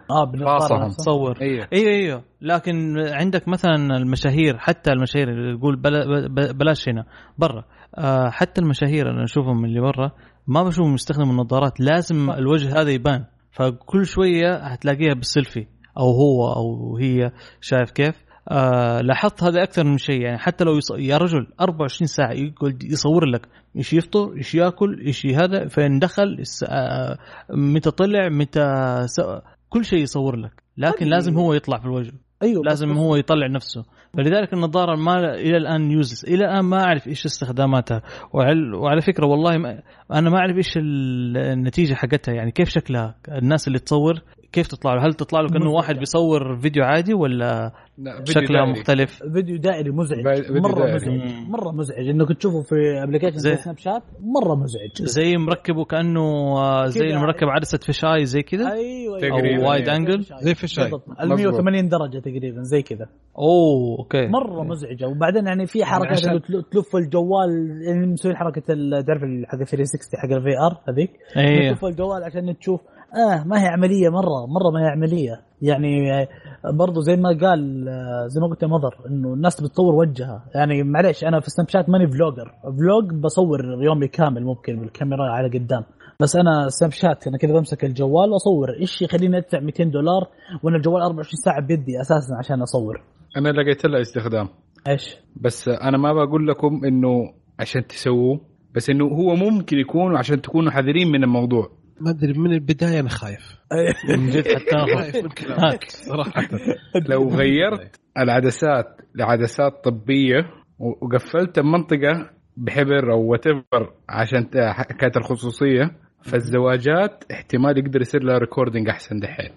اه بالنظاره تصور ايوه ايوه ايوه لكن عندك مثلا المشاهير حتى المشاهير اللي يقول بلا بلاش هنا برا آه حتى المشاهير انا اشوفهم اللي برا ما بشوفهم يستخدموا النظارات لازم الوجه هذا يبان فكل شويه هتلاقيها بالسيلفي او هو او هي شايف كيف آه لاحظت هذا اكثر من شيء يعني حتى لو يص... يا رجل أربعة وعشرين ساعه يقول يصور لك ايش يفطر ايش ياكل ايش هذا فين دخل آه متى طلع متى س... كل شيء يصور لك لكن لازم هو يطلع في الوجه أيوه لازم هو يطلع نفسه فلذلك النظاره ما الى الان يوزلس الى الان ما اعرف ايش استخداماتها وعلى, وعلى فكره والله ما... انا ما اعرف ايش النتيجه حقتها يعني كيف شكلها الناس اللي تصور كيف تطلع له هل تطلع له كأنه واحد بيصور فيديو عادي ولا شكله مختلف فيديو دائري مزعج مره دائري. مزعج مره مزعج انك تشوفه في ابلكيشن زي سناب شات مره مزعج زي مركبه كانه زي المركب عدسه فيشاي زي كذا ايوه او وايد انجل زي فيشاي مية وثمانين درجه تقريبا زي كذا اوه اوكي مره مزعجه وبعدين يعني في حركه عشان... تلف الجوال يعني مسوي حركه تعرف حق ثلاثمية وستين حق الفي ار هذيك تلف الجوال عشان تشوف اه ما هي عمليه مره مره ما هي عمليه يعني برضو زي ما قال زي ما قلت يا مضر انه الناس بتصور وجهها يعني معليش انا في سناب شات ماني فلوجر فلوج بصور يومي كامل ممكن بالكاميرا على قدام بس انا سناب شات انا كذا بمسك الجوال واصور ايش يخليني ادفع مئتين دولار وانا الجوال أربعة وعشرين ساعه بيدي اساسا عشان اصور انا لقيت له استخدام ايش بس انا ما بقول لكم انه عشان تسووه بس انه هو ممكن يكون عشان تكونوا حذرين من الموضوع ما ادري من البدايه انا خايف من جد حتى خايف من كلامك صراحه لو غيرت العدسات لعدسات طبيه وقفلت المنطقه بحبر او واتيفر عشان حكايه الخصوصيه فالزواجات احتمال يقدر يصير له ريكوردينج احسن دحين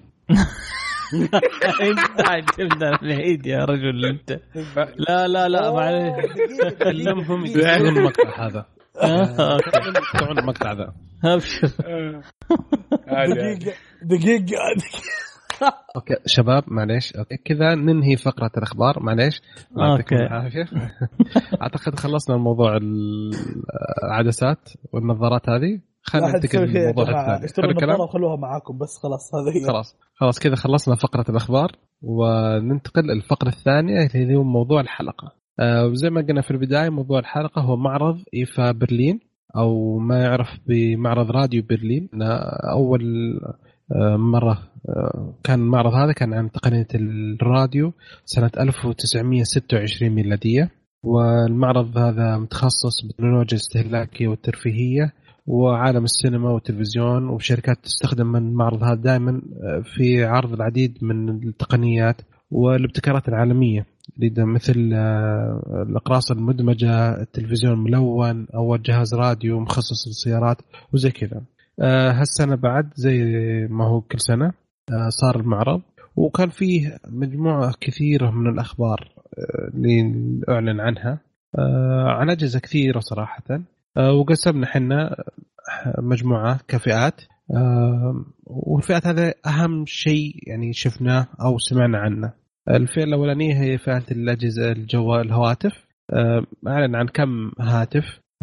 انت تبدا العيد يا رجل انت لا لا لا معليش كلمهم يقولون المقطع هذا يقولون المقطع ذا ابشر دقيقه دقيقه اوكي شباب معليش كذا ننهي فقره الاخبار معليش اوكي اعتقد خلصنا الموضوع العدسات والنظارات هذه خلينا ننتقل للموضوع الثاني اشتروا النظاره وخلوها معاكم بس خلاص هذه خلاص خلاص كذا خلصنا فقره الاخبار وننتقل للفقره الثانيه اللي هو موضوع الحلقه وزي ما قلنا في البدايه موضوع الحلقه هو معرض إيفا برلين او ما يعرف بمعرض راديو برلين. اول مره كان المعرض هذا كان عن تقنيه الراديو سنه ألف وتسعمية وستة وعشرين ميلاديه والمعرض هذا متخصص بالتكنولوجيا الاستهلاكيه والترفيهيه وعالم السينما والتلفزيون وشركات تستخدم المعرض هذا دائما في عرض العديد من التقنيات والابتكارات العالمية مثل الأقراص المدمجة التلفزيون الملون أو جهاز راديو مخصص للسيارات وزي كذا. هالسنة بعد زي ما هو كل سنة صار المعرض وكان فيه مجموعة كثيرة من الأخبار اللي أعلن عنها عن أجهزة كثيرة صراحة وقسمنا حنا مجموعة كفئات والفئات هذا أهم شيء يعني شفناه أو سمعنا عنه. الفئة الأولانية هي فئة الأجهزة الجوال الهواتف أعلن عن كم هاتف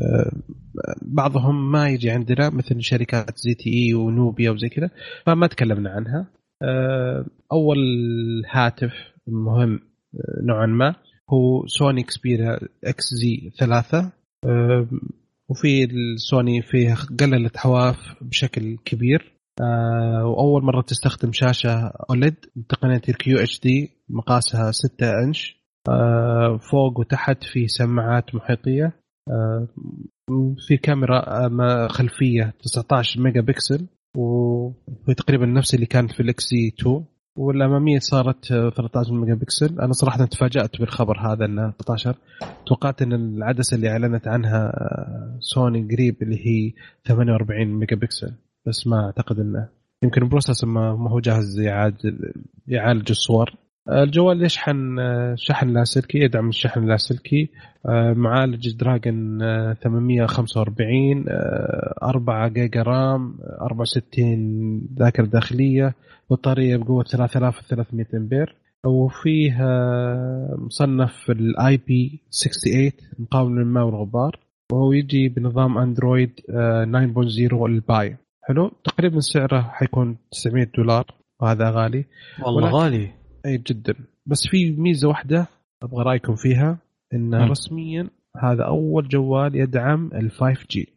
بعضهم ما يجي عندنا مثل شركات زي تي إي ونوبيا وزي كذا فما تكلمنا عنها. أول هاتف مهم نوعا ما هو سوني إكسبيريا إكس زي ثلاثة وفي السوني فيه قللة حواف بشكل كبير وأول مرة تستخدم شاشة أوليد بتقنية الكيو اتش دي مقاسها ستة إنش فوق وتحت في سماعات محيطية في كاميرا خلفية تسعة عشر ميجا بكسل وهي تقريبا نفس اللي كان في الإكسي تو والأمامية صارت ثلاثة عشر ميجا بكسل. أنا صراحة تفاجأت بالخبر هذا أنها ثلاثة عشر توقعت أن العدسة اللي أعلنت عنها سوني قريب اللي هي ثمانية وأربعين ميجا بكسل بس ما أعتقد أنه يمكن البروسيس ما هو جاهز يعالج الصور. الجوال يشحن شحن لاسلكي يدعم الشحن اللاسلكي معالج دراجون ثمانمية وخمسة وأربعين أربعة جيجا رام أربعة وستين ذاكرة داخلية بطارية بقوة ثلاثة آلاف وثلاثمية أمبير وفيها مصنف الاي بي ثمانية وستين مقاوم للماء والغبار وهو يجي بنظام اندرويد تسعة نقطة صفر الباي. حلو تقريبا سعره حيكون تسعمية دولار وهذا غالي والله غالي اي جدا. بس في ميزه واحده ابغى رايكم فيها، ان م. رسميا هذا اول جوال يدعم ال فايف جي.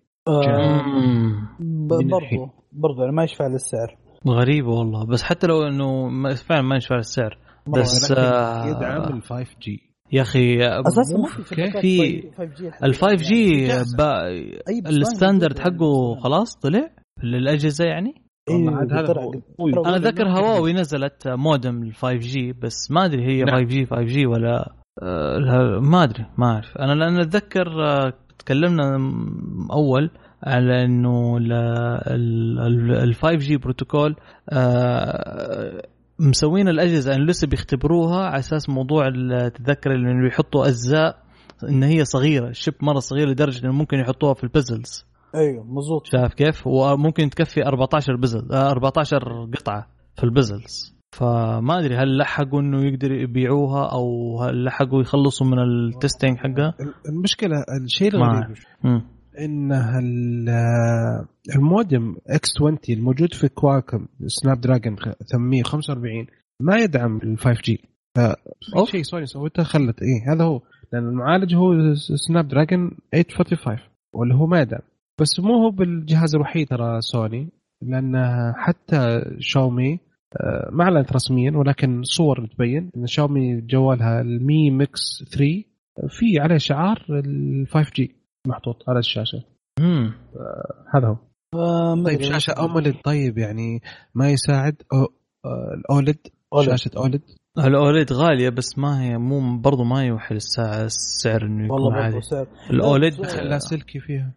برضو برضو يعني ما يشفع للسعر. غريبه والله، بس حتى لو انه فعلا ما يشفع للسعر بس آه يدعم ال فايف جي يا اخي. اساسا ما في في ال فايف جي الستاندرد حقه خلاص طلع للاجهزه يعني. والله عاد هذا انا ذكر هواوي نزلت مودم ال فايف جي، بس ما ادري هي فايف جي فايف جي ولا آه ما ادري ما اعرف انا، لان اتذكر آه تكلمنا اول على انه ال فايف جي بروتوكول آه مسوين الاجهزه ان لسه بيختبروها على اساس موضوع تتذكر انه يحطوا اجزاء ان هي صغيره، الشيب مره صغيره لدرجه انه ممكن يحطوها في البازلز. ايوه مزبوط. شايف كيف؟ وممكن تكفي أربعتاشر بزل أربعتاشر قطعه في البازلز. فما ادري هل لحقوا انه يقدر يبيعوها او هل لحقوا يخلصوا من التستينج حقها. المشكله الشيء الغريب ان المودم إكس عشرين الموجود في كواكم سناب دراجون ثمانمية وخمسة وأربعين ما يدعم ال فايف جي. ففي شيء سوني سويته خلت ايه هذا هو، لان المعالج هو سناب دراجون ثمانمية وخمسة وأربعين واللي هو ما يدعم. بس مو هو بالجهاز الوحيد ترى سوني، لان حتى شاومي ما اعلنت رسميا ولكن صور تبين ان شاومي جوالها المي ميكس ثري في عليه شعار ال فايف جي محطوط على الشاشه. امم هذا هو. طيب شاشه أموليد طيب يعني ما يساعد الاوليد شاشه اوليد. الاوليد غاليه بس ما هي مو برضو ما يوحي الساعه السعر انه يكون عالي. الاوليد اللاسلكي فيها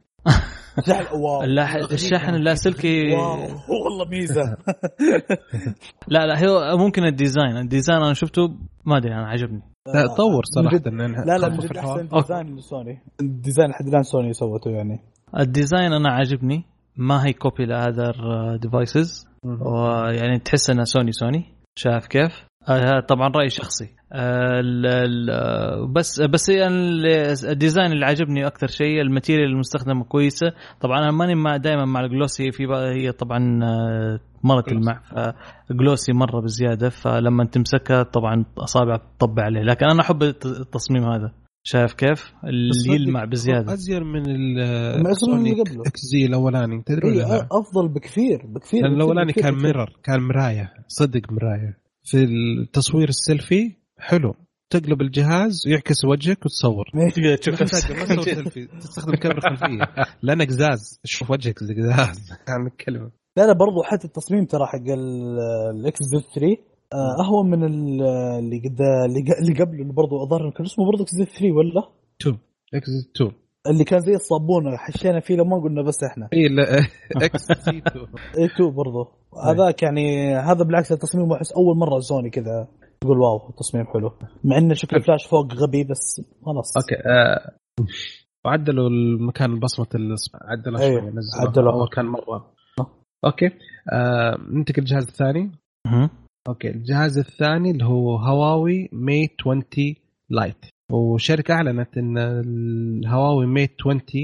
الشاحن اللاسلكي والله ميزه. لا لا هو ممكن الديزاين الديزاين انا شفته ما ادري انا عجبني. لا تطور صراحه. لا لا من احسن ديزاين لسوني، الديزاين لحد الان سوني سوته يعني. الديزاين انا عجبني، ما هي كوبي لهذا ديفايسز ويعني تحس انها سوني سوني. شايف كيف؟ هذا طبعا رأي شخصي. بس بس الديزاين اللي عجبني أكثر شيء الماتيريال المستخدمة كويسة. طبعا أنا ماني مع دائما مع الجلوسي، في هي طبعا مرة تلمع جلوسي مرة بزيادة، فلما تمسكها طبعا أصابع تطبع عليه، لكن أنا أحب التصميم هذا. شايف كيف اللي يلمع بزيادة أزير من السوني إكس زي الأولاني تدرون إيه أفضل بكثير بكثير. الأولاني كان ميرر كان مراية صدق مراية في التصوير السيلفي حلو، تقلب الجهاز ويعكس وجهك وتصور. تشوف نفسك ما تصور سيلفي تستخدم كاميرا خلفية لأنك قزاز تشوف وجهك زي قزاز عن الكلمة. لا لا برضو حتى التصميم ترى حق الإكس زد ثري أهون من اللي قد اللي قبله اللي برضو أظهر كان اسمه برضو إكس زد ثري ولا تو إكس زد تو اللي كان زي الصابونة حشينا فيه لما قلنا بس إحنا إيه لا إكس زد تو إيه تو برضو هذاك يعني. هذا بالعكس التصميم أحس أول مرة سوني كذا تقول واو التصميم حلو، مع إنه شكل فلاش فوق غبي بس خلاص. أوكي آه. وعدلوا المكان بصمة الإصبع عدلوا أيوه. شوية نزلوا أول كان مرة. أوكي آه. ننتقل الجهاز الثاني. أه. أوكي الجهاز الثاني اللي هو هواوي ميت عشرين لايت، وشركة أعلنت إن الهواوي ميت عشرين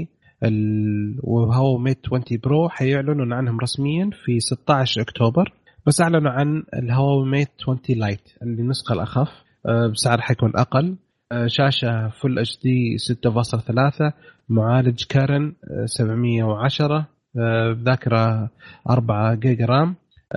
وهواوي ميت عشرين برو حيعلنون عنهم رسميا في ستة عشر أكتوبر، بس أعلنوا عن الهواوي ميت عشرين لايت اللي النسخة الأخف بسعر حيكون أقل. شاشة فل اتش دي ستة فاصلة ثلاثة، معالج كارن سبعمية وعشرة، ذاكرة أربعة جيجا رام،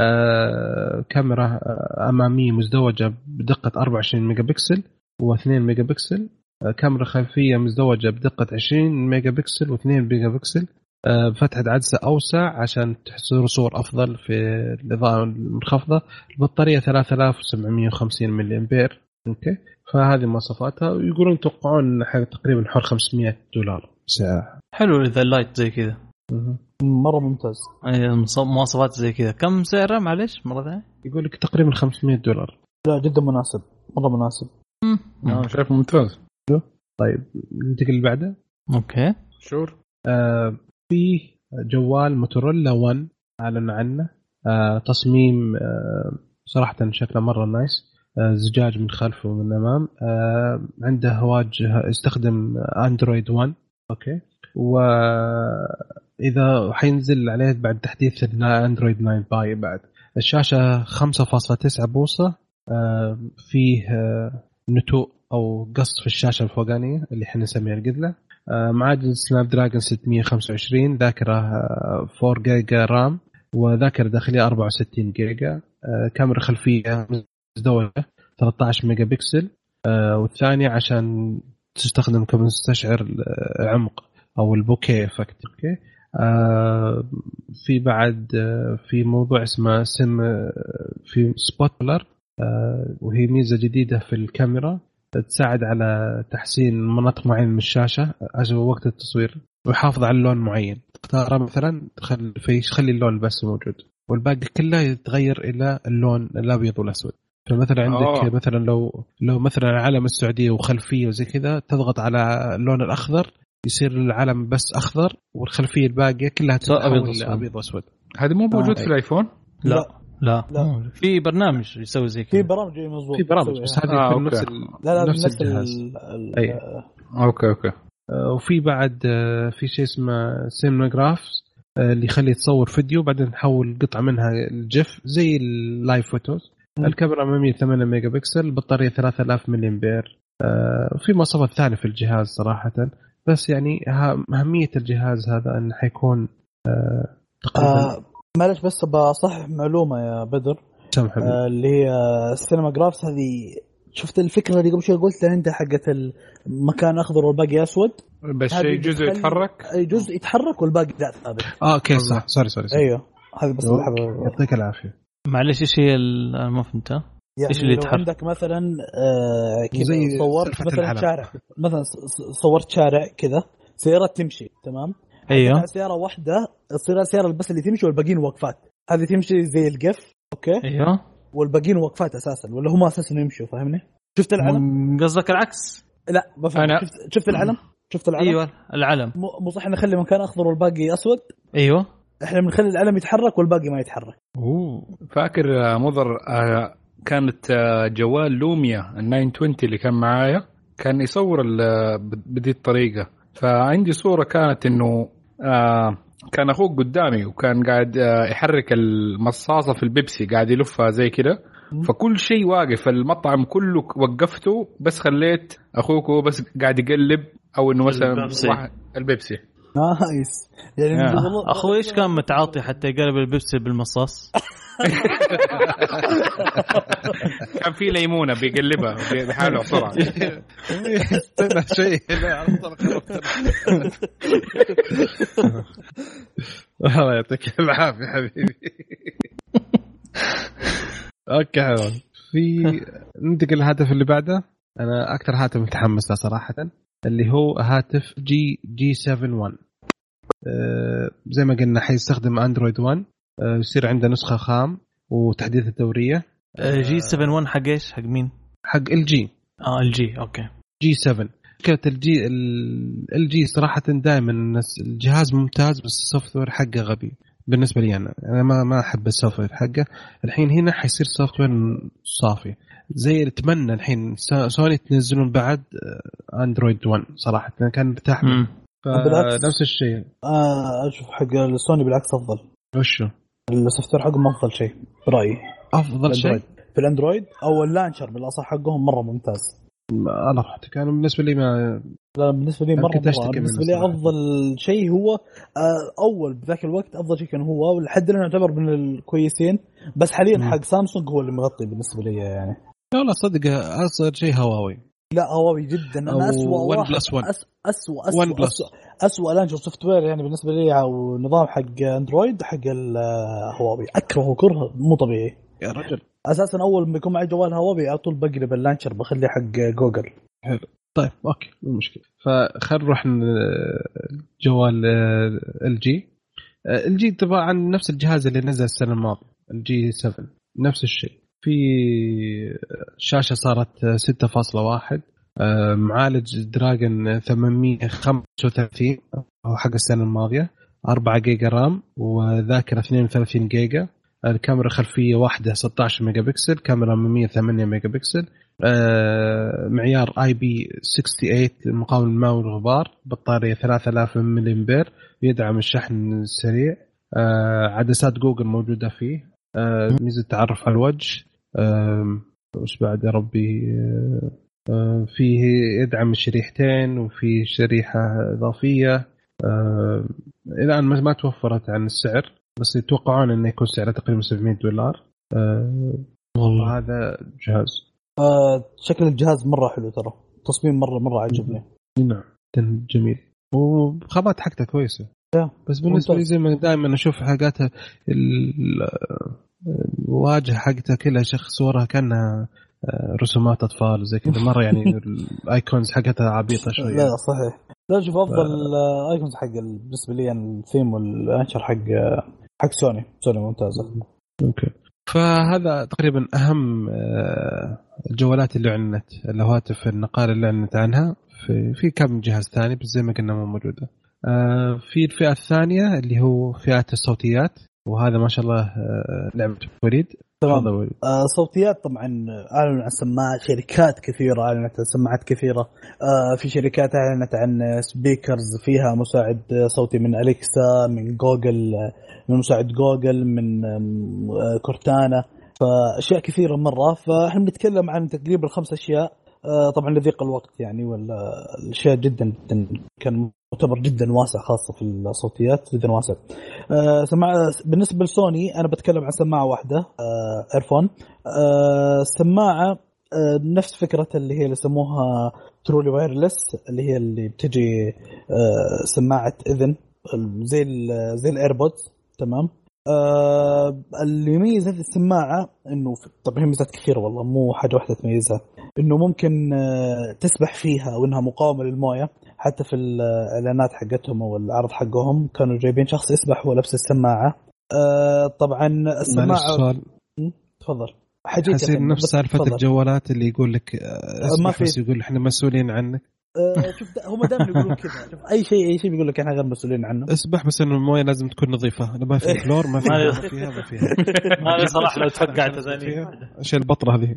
كاميرا أمامية مزدوجة بدقة أربعة وعشرين ميجا بكسل واثنين ميجا بكسل، كاميرا خلفية مزدوجة بدقة عشرين ميجا بكسل واثنين ميجا بكسل، بفتحة عدسة أوسع عشان تحصل صور أفضل في الإضاءة المنخفضة، البطارية ثلاثة آلاف وسبعمية وخمسين ملي أمبير. أوكي فهذه مواصفاتها، ويقولون يتوقعون حاجة تقريبا حول خمسمية دولار سعر. حلو إذا اللايت زي كذا مرة ممتاز. أي مواصفات زي كذا. كم سعره معلش مرة ثانية؟ يقول لك تقريبا خمسمية دولار. لا جدا مناسب مرة مناسب. أنا شايفه ممتاز. طيب ننتقل اللي بعده. أوكي شور. آه في جوال موتورولا ون أعلن عنه. آه تصميم آه صراحة شكله مرة نايس، آه زجاج من خلف ومن أمام، آه عنده واجهة استخدم أندرويد ون. أوكي وإذا حينزل عليه بعد تحديث أندرويد ناين باي بعد. الشاشة خمسة فاصلة تسعة بوصة، فيه نتوء أو قص في الشاشة الفوقانية اللي احنا نسميها القذلة، معالج سناب دراجون ستمية وخمسة وعشرين، ذاكرة أربعة جيجا رام، وذاكرة داخلية أربعة وستين جيجا، كاميرا خلفية مزدوجة ثلاثة عشر ميجا بكسل، والثانية عشان تستخدم كمستشعر عمق أو البوكيه إفكت. أوكي. آه في بعد آه في موضوع اسمه سم آه في سبوتلر، آه وهي ميزة جديدة في الكاميرا تساعد على تحسين مناطق معينة من الشاشة عشان وقت التصوير، ويحافظ على اللون معين تختاره، مثلا تخلي في خلي اللون بس موجود والباقي كله يتغير إلى اللون الأبيض والأسود. فمثلا عندك أوه. مثلا لو لو مثلا علم السعودية وخلفية وزي كذا، تضغط على اللون الأخضر يصير العلم بس أخضر، والخلفية الباقية كلها تتحول أبيض وأسود. هذا مو موجود آه. في الآيفون؟ لا لا, لا. لا. في برنامج يسوي زي كذا، في برامج مظبوط، في برامج بس هذه آه. نفس لا لا نفس نفس الجهاز. ال... أي. أوكي أوكي. آه وفي بعد آه في شيء اسمه سينماغرافز آه اللي يخلي تصور فيديو بعدين تحول قطعة منها الجيف زي اللايف فوتوز. الكاميرا مية وثمانية ميجا بكسل، البطارية ثلاثة آلاف ملي أمبير. آه وفي مواصفات ثانية في الجهاز صراحة، بس يعني أهمية الجهاز هذا أنه حيكون آه تقريبا آه معلش بس بصحح معلومة يا بدر، آه اللي هي السينماغرافز هذه، شفت الفكرة اللي قبل شوي قلت لها أنت حقة المكان أخضر والباقي أسود، بس شيء جزء يتحرك، أي جزء يتحرك والباقي لا ثابت. آه أوكي صح، سوري سوري أيوه هذه بس اللي حابب. يعطيك العافية. معلش إيش هي ما فهمتها؟ يعني إيش اللي يتحرك؟ عندك مثلا آه كذا صورت مثلا شارع، مثلا صورت شارع كذا سيارات تمشي تمام، ايوه سياره واحده تصير سياره بس اللي تمشي والباقيين وقفات، هذه تمشي زي القف. اوكي ايوه، والباقيين وقفات اساسا ولا هم اساسا يمشوا، فاهمني؟ شفت العلم؟ قصدك العكس؟ لا بفهم. أنا... شفت شفت العلم شفت العلم ايوه العلم مو صح نخلي مكان اخضر والباقي اسود. ايوه احنا بنخلي العلم يتحرك والباقي ما يتحرك. اوه فاكر مضر كانت جوال لوميا التسعمية وعشرين اللي كان معايا كان يصور بدي الطريقة، فعندي صورة كانت إنه آه كان أخوك قدامي وكان قاعد آه يحرك المصاصة في البيبسي قاعد يلفها زي كده، فكل شيء واقف، المطعم كله وقفته بس خليت أخوك بس قاعد يقلب، أو إنه مثلا البيبسي, البيبسي. نايس يعني آه. أخوي إيش كان متعاطي حتى يقلب البيبسي بالمصاص؟ كان في ليمونة بيقلبها بحاله بسرعة. استنى شيء الله يعطيك العافية حبيبي. اوكي حيوان. في ننتقل للهاتف اللي بعده، انا اكثر هاتف متحمس له صراحة، اللي هو هاتف جي جي سبعة واحد. أه زي ما قلنا حيستخدم اندرويد واحد، أه يصير عنده نسخة خام وتحديث الدورية. أه جي سبعة واحد حق ايش؟ حق مين؟ حق ال جي. اه ال جي اوكي. جي سبعة كانت الجي ال جي صراحة دائما الجهاز ممتاز بس السوفت وير حقه غبي بالنسبة لي أنا أنا ما ما أحب السوفت وير حقه. الحين هنا حيصير سوفت وير صافي، زي أتمنى الحين سوني تنزلون بعد أندرويد واحد صراحة كان مرتاح. فنفس الشيء آه أشوف حق السوني بالعكس أفضل. وشو السوفت وير حقهم أفضل شيء برأيي، أفضل شيء في الأندرويد أو اللانشر بالأصح حقهم مرة ممتاز. أنا رحت كان بالنسبة لي ما لا بالنسبة لي مرة, مرة. بالنسبة لي أفضل شيء هو أول بذاك الوقت أفضل شيء كان هو، ولحد الآن يعتبر من الكويسين، بس حاليا م. حق سامسونج هو اللي مغطي بالنسبة لي يعني. لا لا صدق أصغر شيء هواوي. لا هواوي جدا أنا أسوأ واحد أسوأ أسوأ أسوأ, أسوأ, أسوأ لانشر سوفت وير يعني بالنسبة لي، أو نظام حق أندرويد حق الهواوي أكرهه كره مو طبيعي يا رجل. أساسا أول ما يكون معي جوال هواوي على طول بقلب اللانشر بخليه حق جوجل. حلو طيب اوكي مو مشكله. فخل نروح جوال ال جي. ال جي طبعا نفس الجهاز اللي نزل السنه الماضيه الجي سبعة، نفس الشيء، في شاشه صارت ستة فاصلة واحد، معالج دراجون ثمانمية وخمسة وثلاثين هو حق السنه الماضيه، أربعة جيجا رام وذاكره اثنين وثلاثين جيجا، الكاميرا خلفيه واحده ستة عشر ميجا بكسل، كاميرا مية وثمانية ميجا بكسل، آه معيار آي بي ثمانية وستين مقاوم للماء والغبار، بطارية ثلاثة آلاف ملي أمبير، يدعم الشحن السريع، آه عدسات جوجل موجودة فيه، آه ميزه تعرف على الوجه. آه وش بعد يا ربي؟ آه آه فيه يدعم الشريحتين وفي شريحه اضافيه. آه الان ما ما توفرت عن السعر، بس يتوقعون انه يكون سعره تقريبا سبعمية دولار. آه والله هذا جهاز. آه شكل الجهاز مره حلو، ترى تصميم مره مره عجبني. نعم جميل، وخامات حقته كويسه. بس بالنسبه لي زي ما دائما اشوف حاجاتها الواجهه حقتها كلها شخص صورها كانها رسومات اطفال زي كذا مره، يعني الايكونز حقتها عبيطه شويه. لا صحيح، لا شوف افضل ف... ايكونز حق بالنسبه لي يعني الثيم والانشر حق حق سوني سوني ممتازه. اوكي، فهذا تقريبا اهم الجوالات اللي اعلنت، الهواتف النقال اللي اعلنت عنها. في في كم جهاز ثاني بس زي ما قلنا مو موجوده. في الفئه الثانيه اللي هو فئات الصوتيات، وهذا ما شاء الله لعبه وليد. تمام. آه صوتيات طبعا اعلنوا عن سماعات، شركات كثيره اعلنت عن سماعات كثيره. آه في شركات اعلنت عن سبيكرز فيها مساعد صوتي من اليكسا، من جوجل، من مساعد جوجل، من آه كورتانا، فاشياء كثيره مره. فاحنا بنتكلم عن تقريبا خمس اشياء. آه طبعا لضيق الوقت يعني، ولا الاشياء جدا جدا كان معتبر جدا واسع، خاصه في الصوتيات جدا واسع. آه سماعه بالنسبه لسوني انا بتكلم عن سماعه واحده، آه ايرفون. آه سماعه آه نفس فكره اللي هي اللي يسموها ترولي وايرلس، اللي هي اللي بتجي آه سماعه اذن زي زي الايربودز. تمام. آه اللي يميز هذه السماعه انه طبعا هي ميزات كثيره والله، مو حاجه واحده تميزها، انه ممكن آه تسبح فيها وانها مقاومه للمويه. حتى في الاعلانات حقتهم او العرض حقهم كانوا جايبين شخص يسبح ولبس السماعه. آه طبعا السماعه تفضل حسين نفس سالفه الجوالات اللي يقول لك اسبح بس يقول احنا مسؤولين عنك. آه شوف هم دائما يقولون كذا، اي شيء اي شيء بيقول لك احنا غير مسؤولين عنه. اسبح بس انه المويه لازم تكون نظيفه، ما في كلور ما فيها ما فيها ما صراحه لو تفقعت ثاني عشان البطره هذه.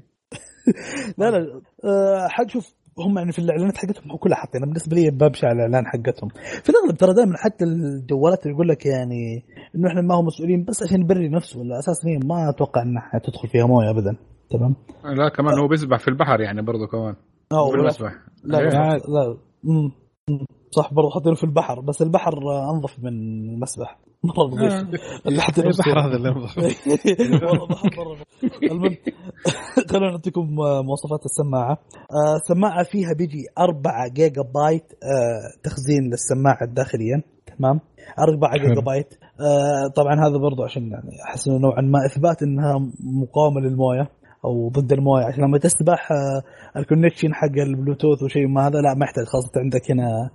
لا لا آه حد شوف هم يعني في الاعلانات حقتهم كلها حاطين، بالنسبه لي بمشي على الاعلان حقتهم في الاغلب ترى دائما، حتى الجوالات اللي يقول لك يعني انه احنا ما هم مسؤولين بس عشان يبري نفسه، ولا اساسا هي ما اتوقع انها تدخل فيها مويه ابدا. تمام. لا كمان هو بيسبح في البحر يعني برضه كمان بالمسبح. لا لا, لا, لا. مم. صح برضه حاطينه في البحر، بس البحر انظف من المسبح مره نظيف. اللي حتى البحر هذا اللي انظف والله بحر مره. المهم خلونا نعطيكم مواصفات السماعه. السماعه فيها بيجي أربعة جيجا بايت تخزين للسماعه الداخليا. تمام. أربعة جيجا بايت. طبعا هذا برضه عشان يعني احس انه نوعا ما اثبات انها مقاومه للمويه او ضد المويه، عشان لما تسبح الكونكشن حق البلوتوث وشيء ما هذا لا محتاج، خاصه عندك هنا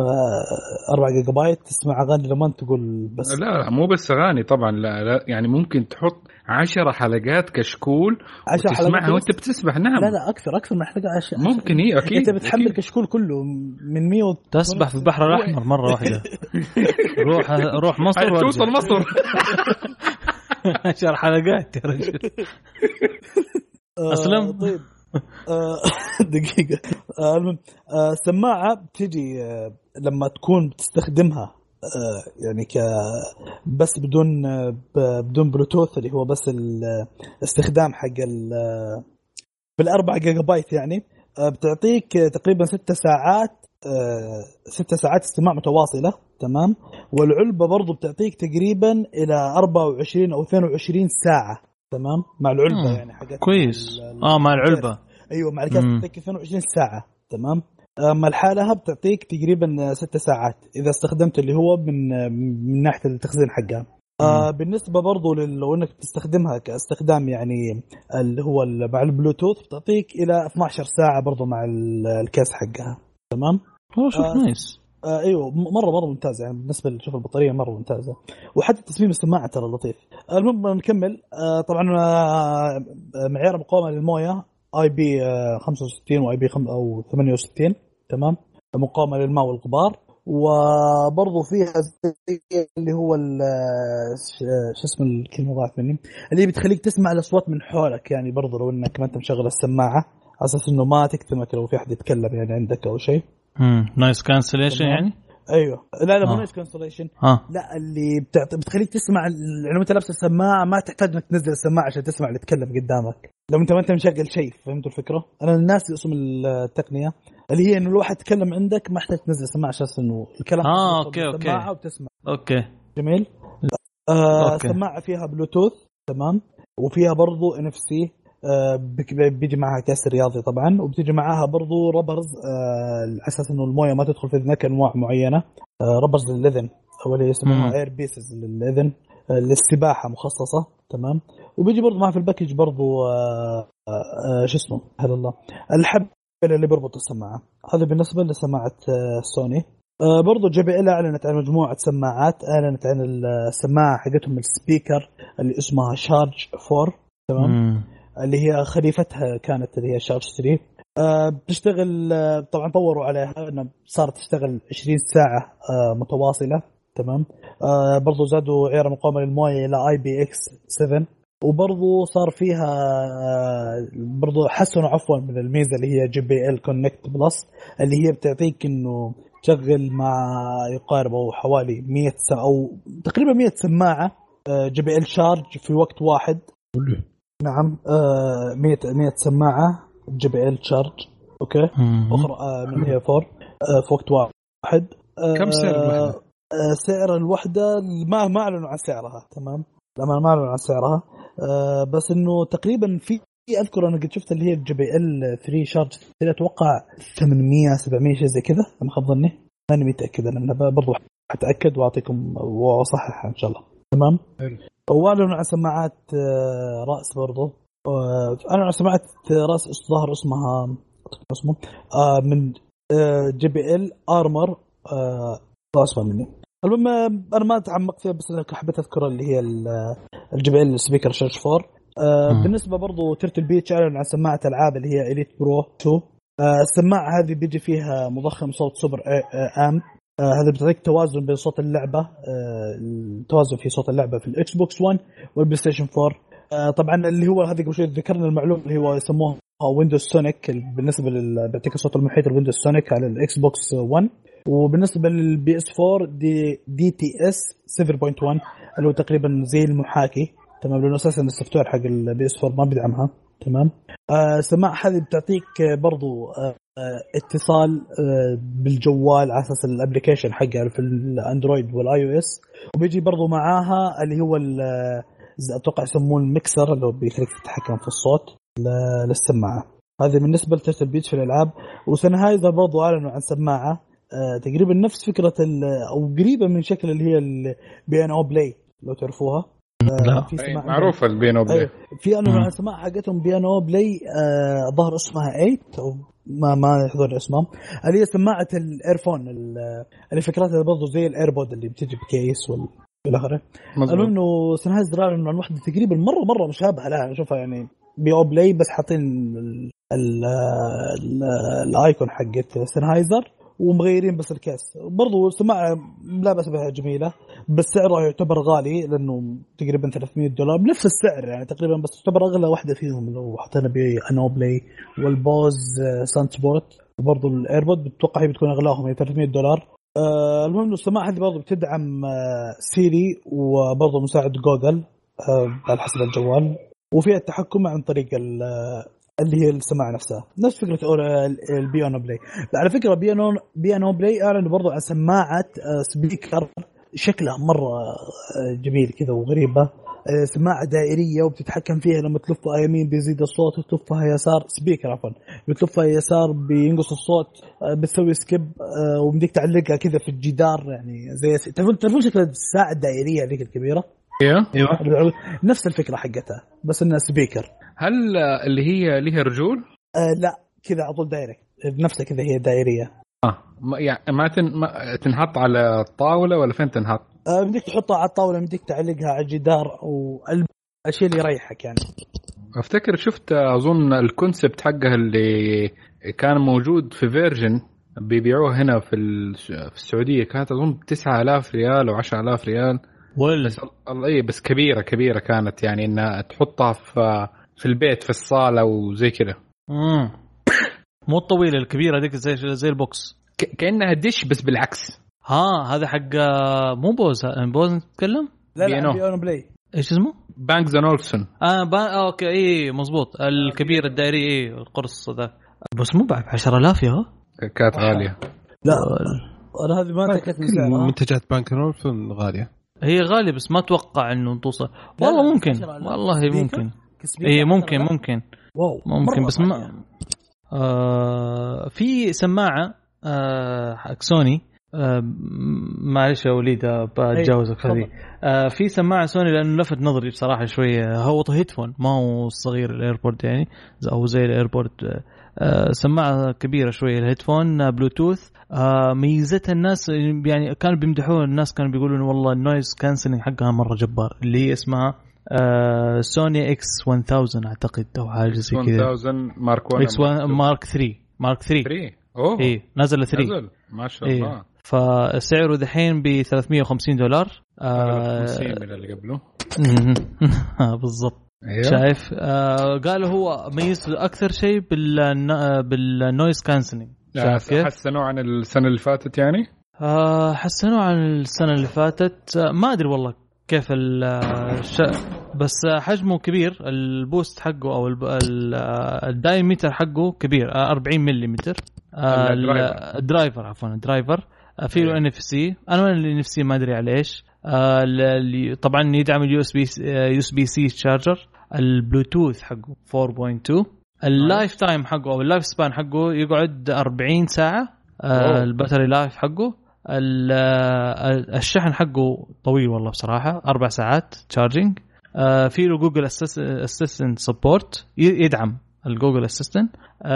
أربعة جيجا بايت تسمع اغاني لما تقول بس. لا مو بس اغاني طبعا، لا, لا يعني ممكن تحط عشرة حلقات كشكول وتسمعها وانت بتسبح. نعم لا لا اكثر اكثر من حلقه عشر ممكن. هي اكيد انت بتحمل أكيد. كشكول كله من مية و... تسبح في البحر الاحمر مره واحده. روح روح مصر توصل مصر عشر حلقات يا رجل. أسلم. طيب دقيقة. المهم السماعة بتجي لما تكون بتستخدمها يعني ك بس بدون بدون بلوتوث، اللي هو بس الاستخدام حق بالأربعة جيجا بايت يعني، بتعطيك تقريبا ستة ساعات ستة ساعات استماع متواصلة. تمام. والعلبة برضو بتعطيك تقريبا إلى أربعة وعشرين أو اثنين وعشرين ساعة. تمام مع العلبة مم. يعني حاجات كويس. اه مع العلبة ايوه مع الكاس بتعطيك اثنين وعشرين ساعة. تمام. اما الحالة بتعطيك تقريبا ستة ساعات اذا استخدمت اللي هو من من ناحية التخزين حقها. آه بالنسبة برضو لو انك تستخدمها كاستخدام يعني اللي هو مع البلوتوث بتعطيك الى اثنتي عشرة ساعة برضو مع الكاس حقها. تمام. هو شوف آه نايس. آه ايوه مره مره ممتازه يعني بالنسبه لشوف البطاريه مره ممتازه، وحتى تصميم السماعه ترى لطيف. المهم نكمل. آه طبعا آه معيار مقاومه للمويه اي بي خمسة وستين واي بي خم او ثمانية وستين. تمام. مقاومه للماء والغبار، وبرضه فيها اللي هو شو اسمه الكلمه ضاعت مني، اللي بتخليك تسمع الاصوات من حولك يعني، برضه لو انك ما انت مشغل السماعه على اساس انه ما تكتمك لو في احد يتكلم يعني عندك او شيء. امم نايس كانسليشن يعني. ايوه لا لا مو آه. نويز كانسليشن ها لا اللي بتعطي بتخليك تسمع ال- لو انت لابس السماعه ما تحتاج انك تنزل السماعه عشان تسمع اللي يتكلم قدامك لو انت ما انت مشغل شيء. فهمتوا الفكره؟ انا الناس اسم التقنيه اللي هي انه الواحد يتكلم عندك ما يحتاج تنزل السماعه عشان انه الكلام اه يوصل اوكي للسماعة اوكي وتسمع. اوكي جميل. آه أوكي. سماعه فيها بلوتوث تمام وفيها برضو ان اف سي بيجي معها كاس رياضي طبعا وبتيجي معها برضو ربرز آه على اساس انه المويه ما تدخل في اذنك انواع معينه آه ربرز للاذن او اللي يسموها اير بيسز للاذن آه للسباحه مخصصه تمام. وبيجي برضو معها في الباكج برضو آه آه شو اسمه هذا الله الحبل اللي بيربط السماعه. هذا بالنسبه لسماعه آه سوني. آه برضو جي بي إل اعلنت عن مجموعه سماعات. اعلنت عن السماعه حقتهم السبيكر اللي اسمها شارج فور تمام مم. اللي هي خليفتها كانت اللي هي شارج ثري. آه بتشتغل آه طبعا طوروا عليها انها صارت تشتغل عشرين ساعه آه متواصله تمام. آه برضو زادوا عيار مقاومه للمويه الى اي بي اكس سبعة وبرضو صار فيها آه برضو حسنوا عفوا من الميزه اللي هي جي بي إل كونكت بلس اللي هي بتعطيك انه تشغل مع يقارب او حوالي مية او تقريبا مية سماعه آه جي بي إل شارج في وقت واحد. نعم آه مية مية سماعة جي بي إل شارج أوكي مم. أخرى آه من هي فور آه في وقت واحد. آه كم سعر الوحدة؟ آه سعر الوحدة ما ما أعلنوا عن سعرها تمام. لما ما أعلنوا عن سعرها آه بس إنه تقريبا في أذكر أنا قد شفت اللي هي الجي بي إل ثري شارج أتوقع ثمانمية سبعمية شيء زي كذا لما خاب ظني ماني متأكد أنا برضو حتأكد وأعطيكم وأصحح إن شاء الله تمام. وأعلنوا عن سماعات رأس برضو. أنا عن سماعات رأس ظهر اسمها اسمه من جي بي إل أرمر اسمه مني. المهم أنا ما تعمقت فيها بس أنا حبيت أذكر اللي هي الجي بي إل سبيكر شارج فور. بالنسبة برضو تيرتل بيتش أعلنوا عن سماعة ألعاب اللي هي إليت برو تو. السماعة هذه بيجي فيها مضخم صوت سوبر آم آه هذا بتعطيك توازن بين صوت اللعبة آه التوازن في صوت اللعبة في الإكس بوكس ون والبلاي ستيشن فور. آه طبعا اللي هو هذا قبل شوي ذكرنا المعلومة اللي هو يسموها ويندوز سونيك بالنسبة لل بيعطيك الصوت المحيط الويندوز سونيك على الإكس بوكس ون. وبالنسبة للبي اس فور دي دي تي اس سبعة نقطة واحد اللي هو تقريبا زي المحاكي تمام لأنه أساسا السوفت وير حق البي اس فور ما بيدعمها تمام. آه سماعة هذه بتعطيك برضو آه اتصال بالجوال على اساس الابلكيشن حقها في الاندرويد والاي او اس. وبيجي برضو معاها اللي هو اتوقع يسمونه الميكسر اللي هو بيخليك تتحكم في الصوت للسماعه. هذه بالنسبه لتيرتل بيتش في الالعاب. وسنهايزر برضو اعلنوا عن سماعه تقريبا نفس فكره او قريبه من شكل اللي هي البي ان او بلاي لو تعرفوها. لا معروفه البيانو بلاي. في انه على سماعه حقتهم بيانو بلاي آه ظهر اسمها ثمانية او ما ما يحضر اسمها اللي هي سماعه الايرفون اللي فكرتها برضو زي الايربود اللي بتيجي بكيس والاخره. قالوا انه سنهايزر انه الوحده تقريبا مره مره مشابهه لها نشوفها يعني بيانو بلاي بس حاطين الايكون حقت سنهايزر ومغيرين بس الكاس. برضو سماعة لا بس بها جميلة بس سعرها يعتبر غالي لأنه تقريبا ثلاثمية دولار بنفس السعر يعني تقريبا بس تعتبر أغلى واحدة فيهم لو حطينا بأنو بلاي والبوز سانسبوت. وبرضو الإيربود بتوقع هي بتكون أغلاهم هي ثلاثمية دولار. آه المهم السماعة هذه برضو بتدعم آه سيري وبرضو مساعد جوجل آه على حسب الجوال وفيها التحكم عن طريق اللي هي السماعة نفسها نفس فكرة البيانو بلاي. على فكرة بيانو بيانو بلاي أعلن برضو عن سماعة سبيكر شكلها مرة جميل كذا وغريبة. سماعة دائرية وبتتحكم فيها لما تلفها يمين بيزيد الصوت وتلفها يسار سبيكر عفوا بتلفها يسار بينقص الصوت بتسوي سكيب وبدك تعلقها كذا في الجدار يعني زي تعرفون تعرفون شكل الساعة الدائرية هذيك الكبيرة. ايوه نفس الفكرة حقتها بس انها سبيكر. هل اللي هي لها رجول؟ آه لا كذا على طول دايرة بنفسها كذا هي دائرية. اه يعني ما, تن... ما تنحط على الطاولة ولا فين تنحط؟ آه بدك تحطها على الطاولة بدك تعلقها على الجدار او الشيء اللي يريحك يعني. افتكر شفت اظن الكونسبت حقها اللي كان موجود في فيرجن بيبيعوه هنا في في السعودية كانت اظن تسعة آلاف ريال او عشرة آلاف ريال ولا بس الله بس كبيرة كبيرة كانت يعني انها تحطها في في البيت في الصالة وزي كده. امم مو الطويلة الكبيرة ديك زي زي البوكس ك... كأنها ديش بس بالعكس ها هذا حق مو بوز بوز نتكلم لا لا بيانو. بيانو بلاي. ايش اسمه؟ بانكس اند اولسون. اه با... آه اوكي اي مزبوط الكبير الدائري اي القرص ذا بس مو بعد عشرة آلاف يا كانت غاليه. لا انا هذه ما تكلت من سعرها. منتجات بانك نولفن غاليه. هي غاليه بس ما اتوقع انه توصل والله ممكن والله ممكن اي ممكن ممكن واو ممكن بس ما آه في سماعه آه حق سوني آه معلش يا وليد بتجاوزك هذه آه في سماعه سوني لانه لفت نظري بصراحه شويه هو هيدفون ما هو صغير الايربورت يعني او زي الايربورت آه سماعه كبيره شويه الهيدفون بلوتوث آه ميزتها الناس يعني كانوا بيمدحوها الناس كانوا بيقولوا انه والله النويز كانسلنج حقها مره جبار اللي هي اسمها آه سوني اكس ألف اعتقد او حاجه زي كذا ألف مارك واحد اكس مارك ثري مارك ثري اوه اي نزل ثري نزل ما شاء الله إيه. فسعره دحين ب ثلاثمية وخمسين دولار آه من اللي قبله بالضبط أيوه. شايف آه قالوا هو ميزته اكثر شيء بال بالنويز كانسلينج حسنوا عن السنه اللي فاتت يعني آه حسنوا عن السنه اللي فاتت آه ما ادري والله كيف الش... بس حجمه كبير البوست حقه او الدايمتر حقه كبير أربعين ملم الدرايفر عفوا الدرايفر في له ان اف سي انا اللي نفسي ما ادري على ايش اللي طبعا يدعم اليو اس بي يو اس بي سي تشارجر البلوتوث حقه أربعة فاصلة اثنين اللايف تايم حقه او اللايف سبان حقه يقعد أربعين ساعه الباتري لايف حقه الشحن حقه طويل والله بصراحه أربع ساعات تشارجينج في له جوجل اسيستنت سبورت يدعم الجوجل اسيستنت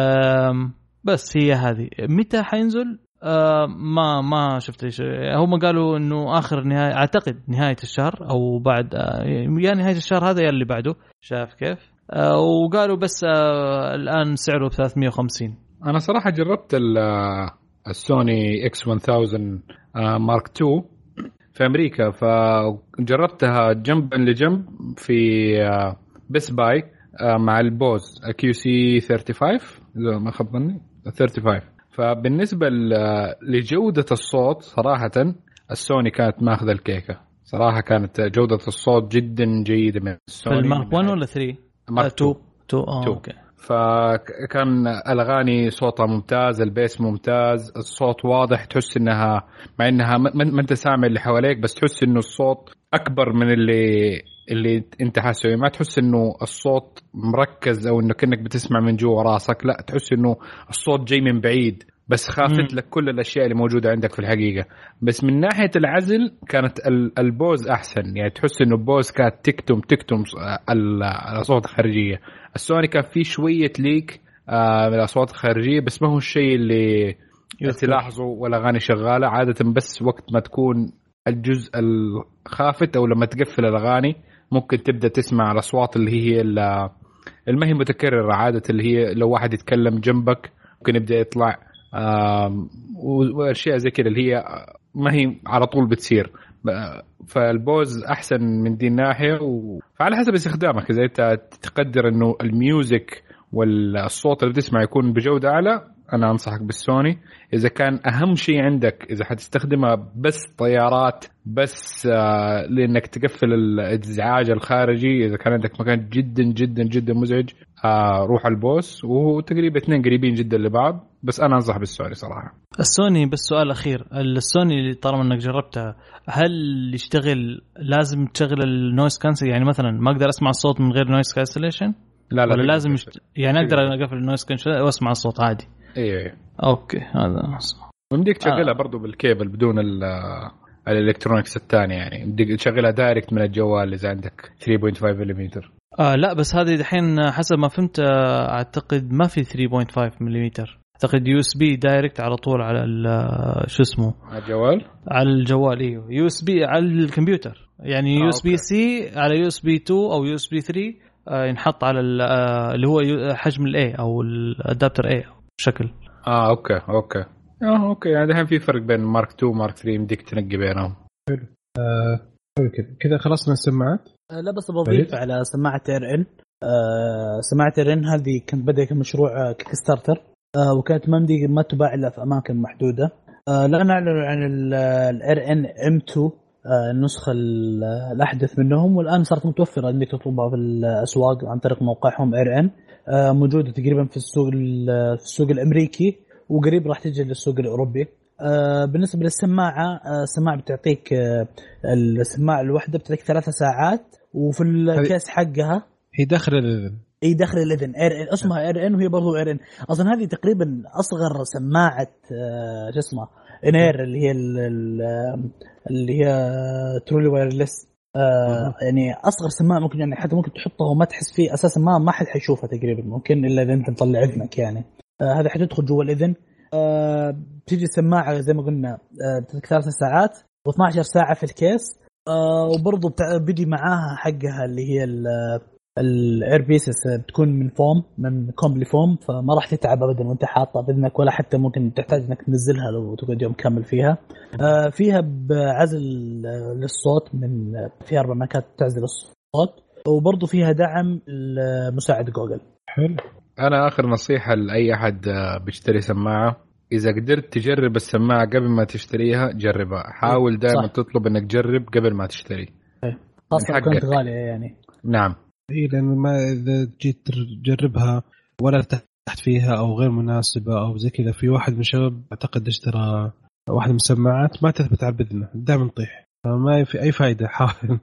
بس هي هذه متى حينزل ما ما شفت ايش هم قالوا انه اخر نهايه اعتقد نهايه الشهر او بعد يا نهايه الشهر هذا يا اللي بعده شايف كيف وقالوا بس الان سعره ب ثلاثمية وخمسين. انا صراحه جربت السوني اكس ألف مارك اثنين في امريكا فجربتها جنبا لجنب في بيست باي مع البوز كيو سي خمسة وثلاثين اذا ما خاب ظني خمسة وثلاثين. فبالنسبه لجوده الصوت صراحه السوني كانت ماخذه الكيكه صراحه كانت جوده الصوت جدا جيده من السوني. المارك واحد ولا ثلاثة؟ مارك اثنين اه اوكي. فكان الأغاني صوتها ممتاز البيس ممتاز الصوت واضح تحس إنها مع إنها ما أنت سامع اللي حواليك بس تحس إنه الصوت أكبر من اللي اللي أنت حاسه ما تحس إنه الصوت مركز أو إنه كأنك بتسمع من جوا راسك لا تحس إنه الصوت جاي من بعيد بس خافت لك كل الأشياء اللي موجودة عندك في الحقيقة. بس من ناحية العزل كانت البوز أحسن يعني تحس إنه البوز كانت تكتم تكتم الأصوات الخارجية. السوني كان فيه شوية ليك آه من الأصوات الخارجية بس ما هو الشيء اللي تلاحظه ولا أغاني شغالة عادة بس وقت ما تكون الجزء الخافت أو لما تقفل الأغاني ممكن تبدأ تسمع الأصوات اللي هي اللي هي متكررة عادة اللي هي لو واحد يتكلم جنبك ممكن يبدأ يطلع آه وأشياء زي كده اللي هي ما هي على طول بتصير. فالبوز أحسن من دي الناحية وعلى حسب استخدامك إذا أنت تقدر إنه الميوزك والصوت اللي بتسمع يكون بجودة أعلى أنا أنصحك بالسوني. إذا كان أهم شيء عندك إذا حتستخدمها بس طيارات بس آه لأنك تقفل الإزعاج الخارجي إذا كان عندك مكان جدا جدا جدا مزعج آه روح البوس وهو تقريبا اثنين قريبين جدا لبعض بس أنا أنصح بالسوني صراحة. السوني بس سؤال أخير السوني اللي طالما أنك جربتها هل يشتغل لازم تشغل النويز كانسل يعني مثلا ما أقدر أسمع الصوت من غير نويز كانسليشن لا لا ولا لازم يشت... يعني أقدر أقفل النويز كانسل وأسمع الصوت عادي؟ إيه أوكي هذا ومديك تشغلها آه. برضو بالكيبل بدون الالكترونيكس الثاني يعني بدك تشغلها دايركت من الجوال إذا عندك ثلاثة فاصلة خمسة ملم. آه لا بس هذه دحين حسب ما فهمت أعتقد ما في ثلاثة فاصلة خمسة ملم أعتقد يو اس بي دايركت على طول على شو اسمه على الجوال على الجوال ايوه يو اس بي على الكمبيوتر يعني يو اس بي سي على يو اس بي اثنين أو يو اس بي ثلاثة آه ينحط على اللي هو حجم الاي او الادابتر اي شكل. اه اوكي اوكي اه اوكي يعني دحين في فرق بين مارك اثنين ومارك ثلاثة بدك تنقي بينهم. حلو آه كذا كذا خلصنا السماعات. آه لا بس بضيف على سماعه اير ان آه سماعه اير ان هذه كنت بدأ كمشروع كيك ستارتر آه وكانت ما مدي ما تباع الا في اماكن محدوده آه لا نعلن عن الار ان ام تو النسخة الأحدث منهم، والآن صارت متوفرة إنك تطلبها في الأسواق عن طريق موقعهم ار ان. آه موجودة تقريبا في السوق في السوق الأمريكي، وقريب راح تجي للسوق الأوروبي. آه بالنسبة للسماعة، آه السماعة بتعطيك آه السماعة الواحدة بتعطيك ثلاثة ساعات، وفي الكيس حقها هي داخل الإذن اي داخل الاذن ار اسمها ار ان، وهي برضو ار ان. اصلا هذه تقريبا اصغر سماعه آه شو اسمها انير، اللي هي اللي هي ترولي وايرلس. آه يعني اصغر سماعه ممكن، يعني حتى ممكن تحطها وما تحس فيه اساسا، ما ما حد حيشوفها تقريبا، ممكن الا اذا انت تطلع اذنك يعني. آه هذا حتدخل جوا الاذن. آه بتيجي السماعه زي ما قلنا آه بتدك ثلاث ساعات و12 ساعه في الكيس. آه وبرضو بدي معاها حقها اللي هي الاير بيسز بتكون من فوم، من كومبلي فوم، فما راح تتعب ابدا وانت حاطه باذنك، ولا حتى ممكن تحتاج انك تنزلها لو تقعد يوم كامل فيها. آه فيها بعزل للصوت، من فيها اربع مكات تعزل الصوت، وبرضه فيها دعم لمساعد جوجل. حلو. انا اخر نصيحه لاي احد بيشتري سماعه، اذا قدرت تجرب السماعه قبل ما تشتريها جربها. حاول دائما تطلب انك تجرب قبل ما تشتري، خاصه لو كانت غاليه يعني. نعم إيه، لأن ما إذا جيت تجربها ولا تحت فيها أو غير مناسبة أو زي كذا. في واحد من الشباب أعتقد اشترى واحد من السماعات ما تثبت على بذنه، دائما نطيح، فما في أي فائدة. حاول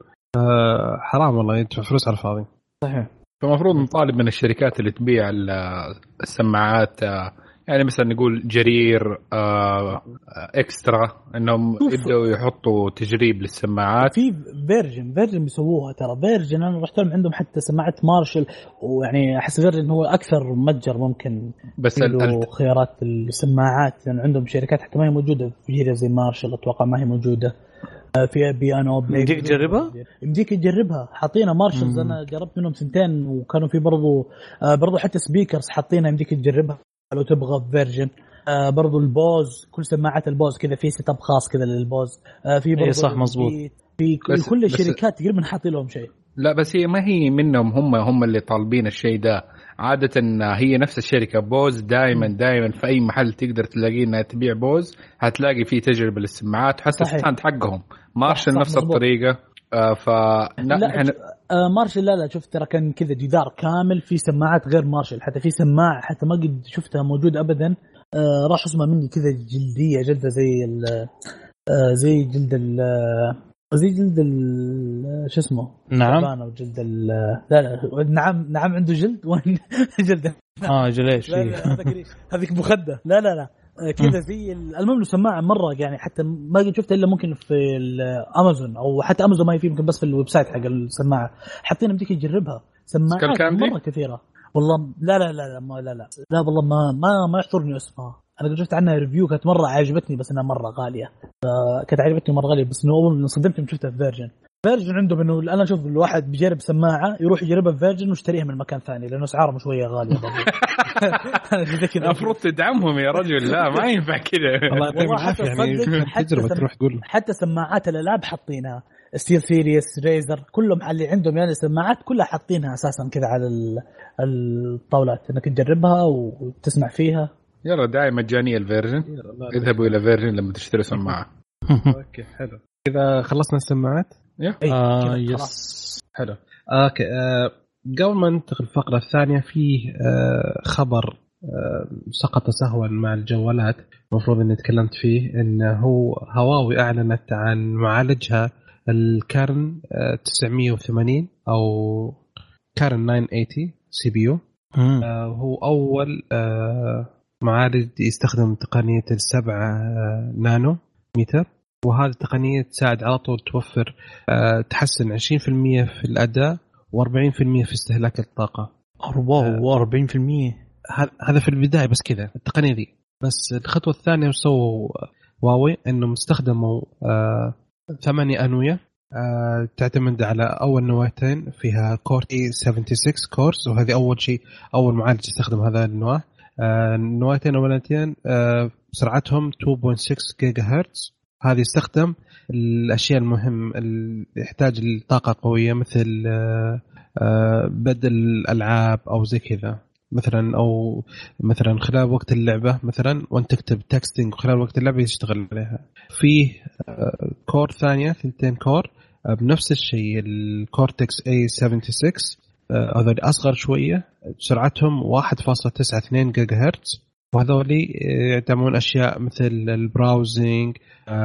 حرام والله يدفع فلوس على الفاضي. صحيح. فمفروض نطالب من الشركات اللي تبيع السماعات، يعني مثلا نقول جرير آه اكسترا، انهم يبداوا يحطوا تجريب للسماعات. في فيرجن فيرجن بيسووها ترى. فيرجن انا رحت لهم عندهم حتى سماعه مارشل، ويعني احس فيرجن هو اكثر متجر ممكن بس ال... خيارات السماعات، لان يعني عندهم شركات حتى ما هي موجوده في زي مارشل، اتوقع ما هي موجوده. في بيانو بلاي. يمديك تجربها؟ يمديك تجربها. حاطينها مارشلز، انا جربت منهم سنتين، وكانوا في برضو برضو حتى سبيكرز حاطينها يمديك تجربها لو تبغى فيرجن. آه برضو البوز، كل سماعات البوز كذا في سيت اب خاص كذا للبوز. آه في برضو صح مظبوط. في كل الشركات تقريبا حاطين لهم شيء. لا بس هي ما هي منهم هم هم اللي طالبين الشيء ده. عادة هي نفس الشركة بوز دائما دائما في أي محل تقدر تلاقي إنها تبيع بوز هتلاقي فيه تجربة للسماعات، حتى الستاند حقهم. مارشل نفس مزبوط. الطريقة. آه ف لا حن... آه مارشل لا لا شفت ترى كان كذا جدار كامل في سماعات غير مارشل، حتى في سماعة حتى ما قد شفتها موجودة أبدا. آه راح اسمها مني كذا جلدية جلدة زي ال آه زي جلد ال زي جلد ال شو اسمه نعم وجلد ال لا لا نعم نعم عنده جلد وين جلده اه جليش هذيك مخدة لا لا لا كذا زي المهم له سماعة مرة يعني حتى ما قد شفتها إلا ممكن في الأمازون، أو حتى أمازون ما يفي يمكن بس في الويب سايت حق السماعة حاطين بديك تجربها. سماعات مرة كثيرة والله. لا لا لا لا ما لا لا لا والله ما ما ما يحضرني اسمها. أنا قد شفت عنها ريفيو كانت مرة عجبتني، بس أنها مرة غالية. كانت عجبتني مرة غالية، بس إنه أول صدمت من شفتها في فيرجن. فيرجن عندهم إنه أنا أشوف الواحد بيجرب سماعة يروح يجربها في فيرجن ويشتريها من مكان ثاني، لأنه أسعارهم شوية غالية. المفروض تدعمهم يا رجل. لا ما ينفع كذا والله. حتى يعني حتى, تروح تقول حتى سماعات الألعاب حاطينها، ستيل سيريس ريزر كلهم اللي عندهم يعني سماعات كلها حاطينها أساسا كذا على الطاولات إنك تجربها وتسمع فيها. يلا دائما مجانية الفيرجن، اذهبوا إلى فيرجن لما تشتري سماعة. أوكي حلو. إذا خلصنا السماعات آه يس حلو. أوكي آه قبل ما ننتقل الفقرة الثانية، فيه آه خبر آه سقط سهوا مع الجوالات المفروض أني تكلمت فيه، إنه هو هواوي أعلنت عن معالجها الكارن آه تسعمية وثمانين أو كارن تسعمية وثمانين سي بي يو. آه هو أول آه معالج يستخدم تقنية السبعة آه نانو متر، وهذه التقنية تساعد على طول توفر أه تحسن عشرين بالمئة في الأداء وأربعين بالمئة في استهلاك الطاقة. أربعة أربعين بالمئة هذا في البداية بس كذا التقنية دي. بس الخطوة الثانية وسووا هواوي إنهم استخدموا أه ثمانية أنوية أه تعتمد على أول نواتين فيها كور إي ستة وسبعين كورس، وهذه أول شيء أول معالج يستخدم هذا النواة. أه النواتين أولانتين أه سرعتهم اثنين فاصلة ستة جيجا هرتز. هذا يستخدم الأشياء المهم اللي يحتاج الطاقة قوية مثل بدل الألعاب أو زي كذا. مثلا او مثلا خلال وقت اللعبه مثلا وانت تكتب تكستنج خلال وقت اللعبه يشتغل عليها. في كور ثانيه ثنتين كور بنفس الشيء الكورتكس إيه سبعة وسبعين هذول اصغر شويه سرعتهم واحد فاصلة تسعة اثنين جيجا هرتز وهذول يعتمدون اشياء مثل البراوزنج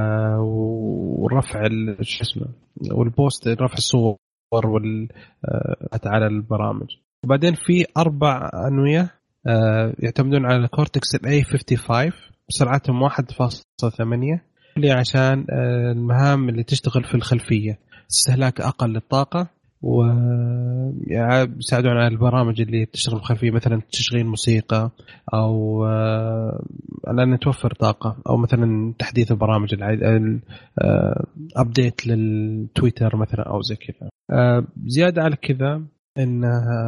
ورفع شو اسمه والبوست رفع الصور وال على البرامج. وبعدين في اربع انويه يعتمدون على الكورتكس إيه خمسة وخمسين سرعتهم واحد فاصلة ثمانية اللي عشان المهام اللي تشتغل في الخلفيه استهلاك اقل للطاقه ويساعدون على البرامج اللي تشتغل الخلفيه مثلا تشغيل موسيقى او لأن توفر طاقه او مثلا تحديث البرامج الابديت للتويتر مثلا او زي كذا. زياده على كذا ان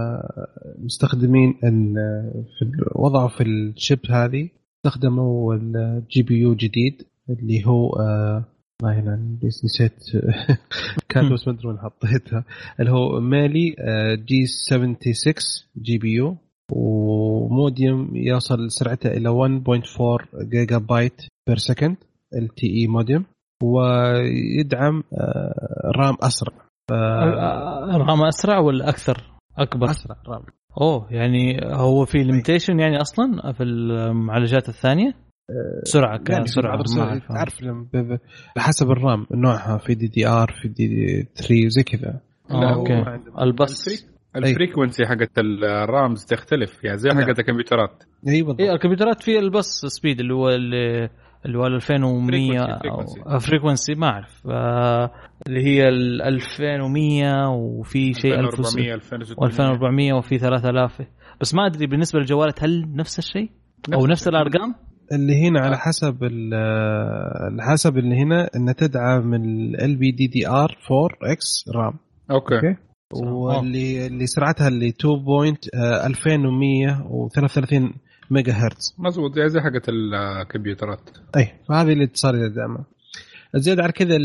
مستخدمين ان في وضعوا في الشيب هذه استخدموا الجي بي يو جديد اللي هو ما هنا نسيت كان بس ما ادري وين حطيتها اللي هو مالي جي سبعة وسبعين جي بي يو وموديوم يصل سرعته الى واحد فاصلة أربعة جيجا بايت بير سكند ال تي اي موديوم ويدعم رام اسرع. رام اسرع ولا اكثر اكبر؟ اسرع رام. اوه يعني هو في ليميتيشن يعني اصلا في المعالجات الثانيه سرعه كان سرعه تعرف بحسب الرام نوعها في دي دي ار في دي دي ثلاثة زي كذا. اوكي البس الفريكونسي حقت الرامز تختلف يعني زي حقت الكمبيوترات. اي بالضبط. اي الكمبيوترات في البس سبيد اللي هو اللي هو ألفين ومية فريكونسي ما اعرف آه اللي هي ال ألفين ومية وفي شيء ألف وألفين وأربعمية وفي ثلاثة آلاف بس ما ادري بالنسبه للجوالات هل نفس الشيء او نفس الارقام اللي هنا على حسب على حسب اللي هنا ان تدعم ال بي دي دي ار أربعة إكس رام. اوكي, أوكي. واللي اللي سرعتها اللي اثنين بوينت ألفين ومية وثلاثة وثلاثين ميجا هرتز مزبوط زي حقت الكمبيوترات. اي فهذه اللي صار يدعمها. زيادة على كذا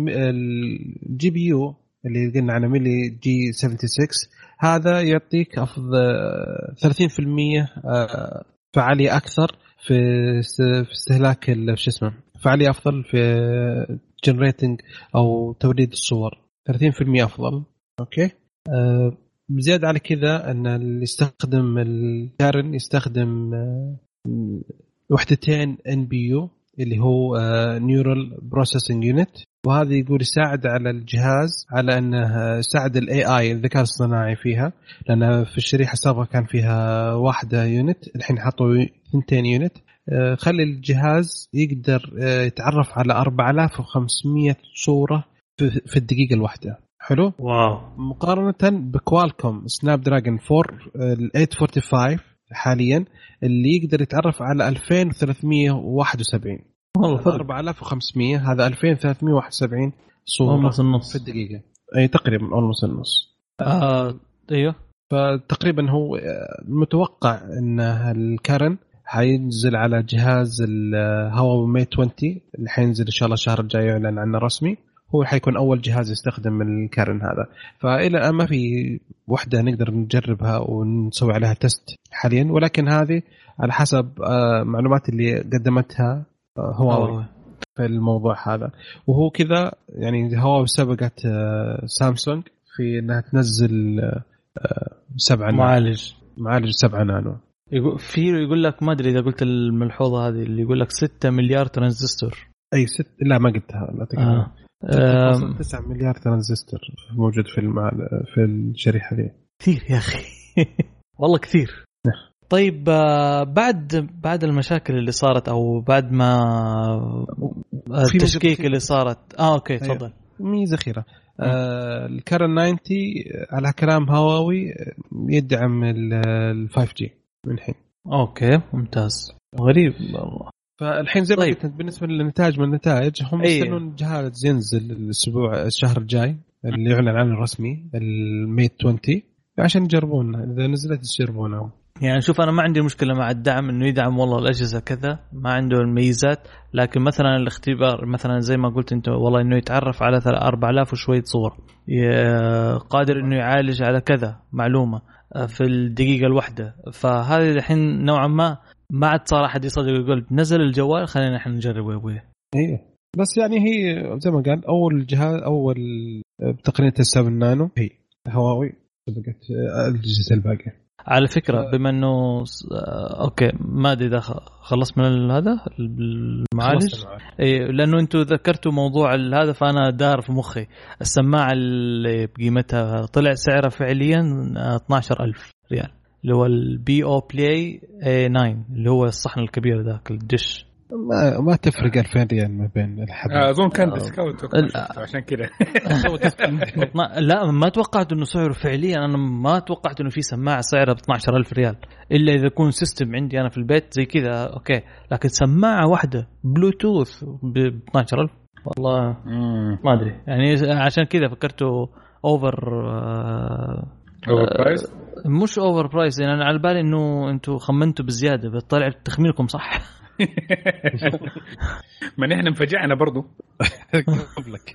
الجي بي يو اللي قلنا عنه ميلي جي سبعة وسبعين هذا يعطيك افضل ثلاثين بالمية فعالية اكثر في استهلاك شو اسمه فعالية افضل في جنريتنج او توليد الصور ثلاثين بالمية افضل. اوكي أه زيادة على كذا ان اللي يستخدم الكارن يستخدم وحدتين ان بي يو اللي هو نيورال بروسيسنج يونت وهذا يقول يساعد على الجهاز على انه يساعد الاي اي الذكاء الصناعي فيها لان في الشريحه السابقه كان فيها واحده يونت الحين حطوا اثنتين يونت خلي الجهاز يقدر يتعرف على أربعة آلاف وخمسمية صوره في الدقيقه الواحده. حلو واو. مقارنه بكوالكوم سناب دراجون أربعة ثمانية خمسة وأربعين حاليا اللي يقدر يتعرف على ألفين وثلاثمية وواحد وسبعين والله أربعة آلاف وخمسمية هذا ألفين وثلاثمية وواحد وسبعين صورة في الدقيقة اي تقريبا almost النص. آه ايوه فتقريبا هو متوقع ان الكارن حينزل على جهاز الهواوي ميت عشرين اللي حينزل ان شاء الله الشهر الجاي يعلن عنه رسمي هو حيكون اول جهاز يستخدم الكارن هذا. فإلى الآن ما في وحدة نقدر نجربها ونسوي عليها تست حاليا ولكن هذه على حسب معلومات اللي قدمتها هواوي في الموضوع هذا. وهو كذا يعني هواوي سبقت سامسونج في انها تنزل سبعة معالج معالج سبعة نانو. يقول في يقول لك ما ادري اذا قلت الملحوظه هذه اللي يقول لك ستة مليار ترانزستور. اي ست لا ما قلتها لا تقرأ. آه. تسعة مليار ترانزستور موجود في المعال... في الشريحه دي. كثير يا اخي والله كثير. طيب بعد بعد المشاكل اللي صارت او بعد ما التشكيك اللي صارت اه اوكي تفضل. ميزه اخيره آه الكارن تسعين على كلام هواوي يدعم ال خمسة جي من الحين. اوكي ممتاز غريب والله. فالحين زي ما قلت طيب. بالنسبه للنتائج من النتائج هم يستنون الجهاز ينزل الاسبوع الشهر الجاي اللي يعلن عنه الرسمي الميت عشرين عشان يجربونه اذا نزلت يجربونه. يعني شوف أنا ما عندي مشكلة مع الدعم إنه يدعم والله الأجهزة كذا ما عنده الميزات لكن مثلا الاختبار مثلا زي ما قلت أنت والله إنه يتعرف على أربعة آلاف وشوية صور قادر إنه يعالج على كذا معلومة في الدقيقه الواحده. فهذه الحين نوعا ما ما عاد صار احد يصدق يقول نزل الجوال خلينا احنا نجربه ابوي. ايوه بس يعني هي زي ما قال اول جهاز اول بتقنيه السبعة نانو هي هواوي سبقت الاجهزه الباقيه. على فكره بما انه اوكي ما ادري اذا خلص من هذا المعالج اي لانه انتم ذكرتوا موضوع هذا فانا دار في مخي السماعه اللي بقيمتها طلع سعرها فعليا اثنا عشر ألف ريال اللي هو البي او بلاي تسعة اللي هو الصحن الكبير ذاك الدش. ما ما تفرق ألفين ريال ما بين الحبة. اظن كان ديسكاونت عشان كذا. لا ما توقعت انه سعره فعليا انا ما توقعت انه في سماعه سعرها ب اثنا عشر ألف ريال الا اذا يكون سيستم عندي انا في البيت زي كذا اوكي لكن سماعه واحده بلوتوث ب اثنا عشر ألف والله ما ادري يعني عشان كذا فكرته اوفر اوفر برايس. مش اوفر برايس يعني انا على بالي انه انتم خمنتوا بزياده بتطلع تخمينكم صح. ما نحن انفجعنا برضو قبلك.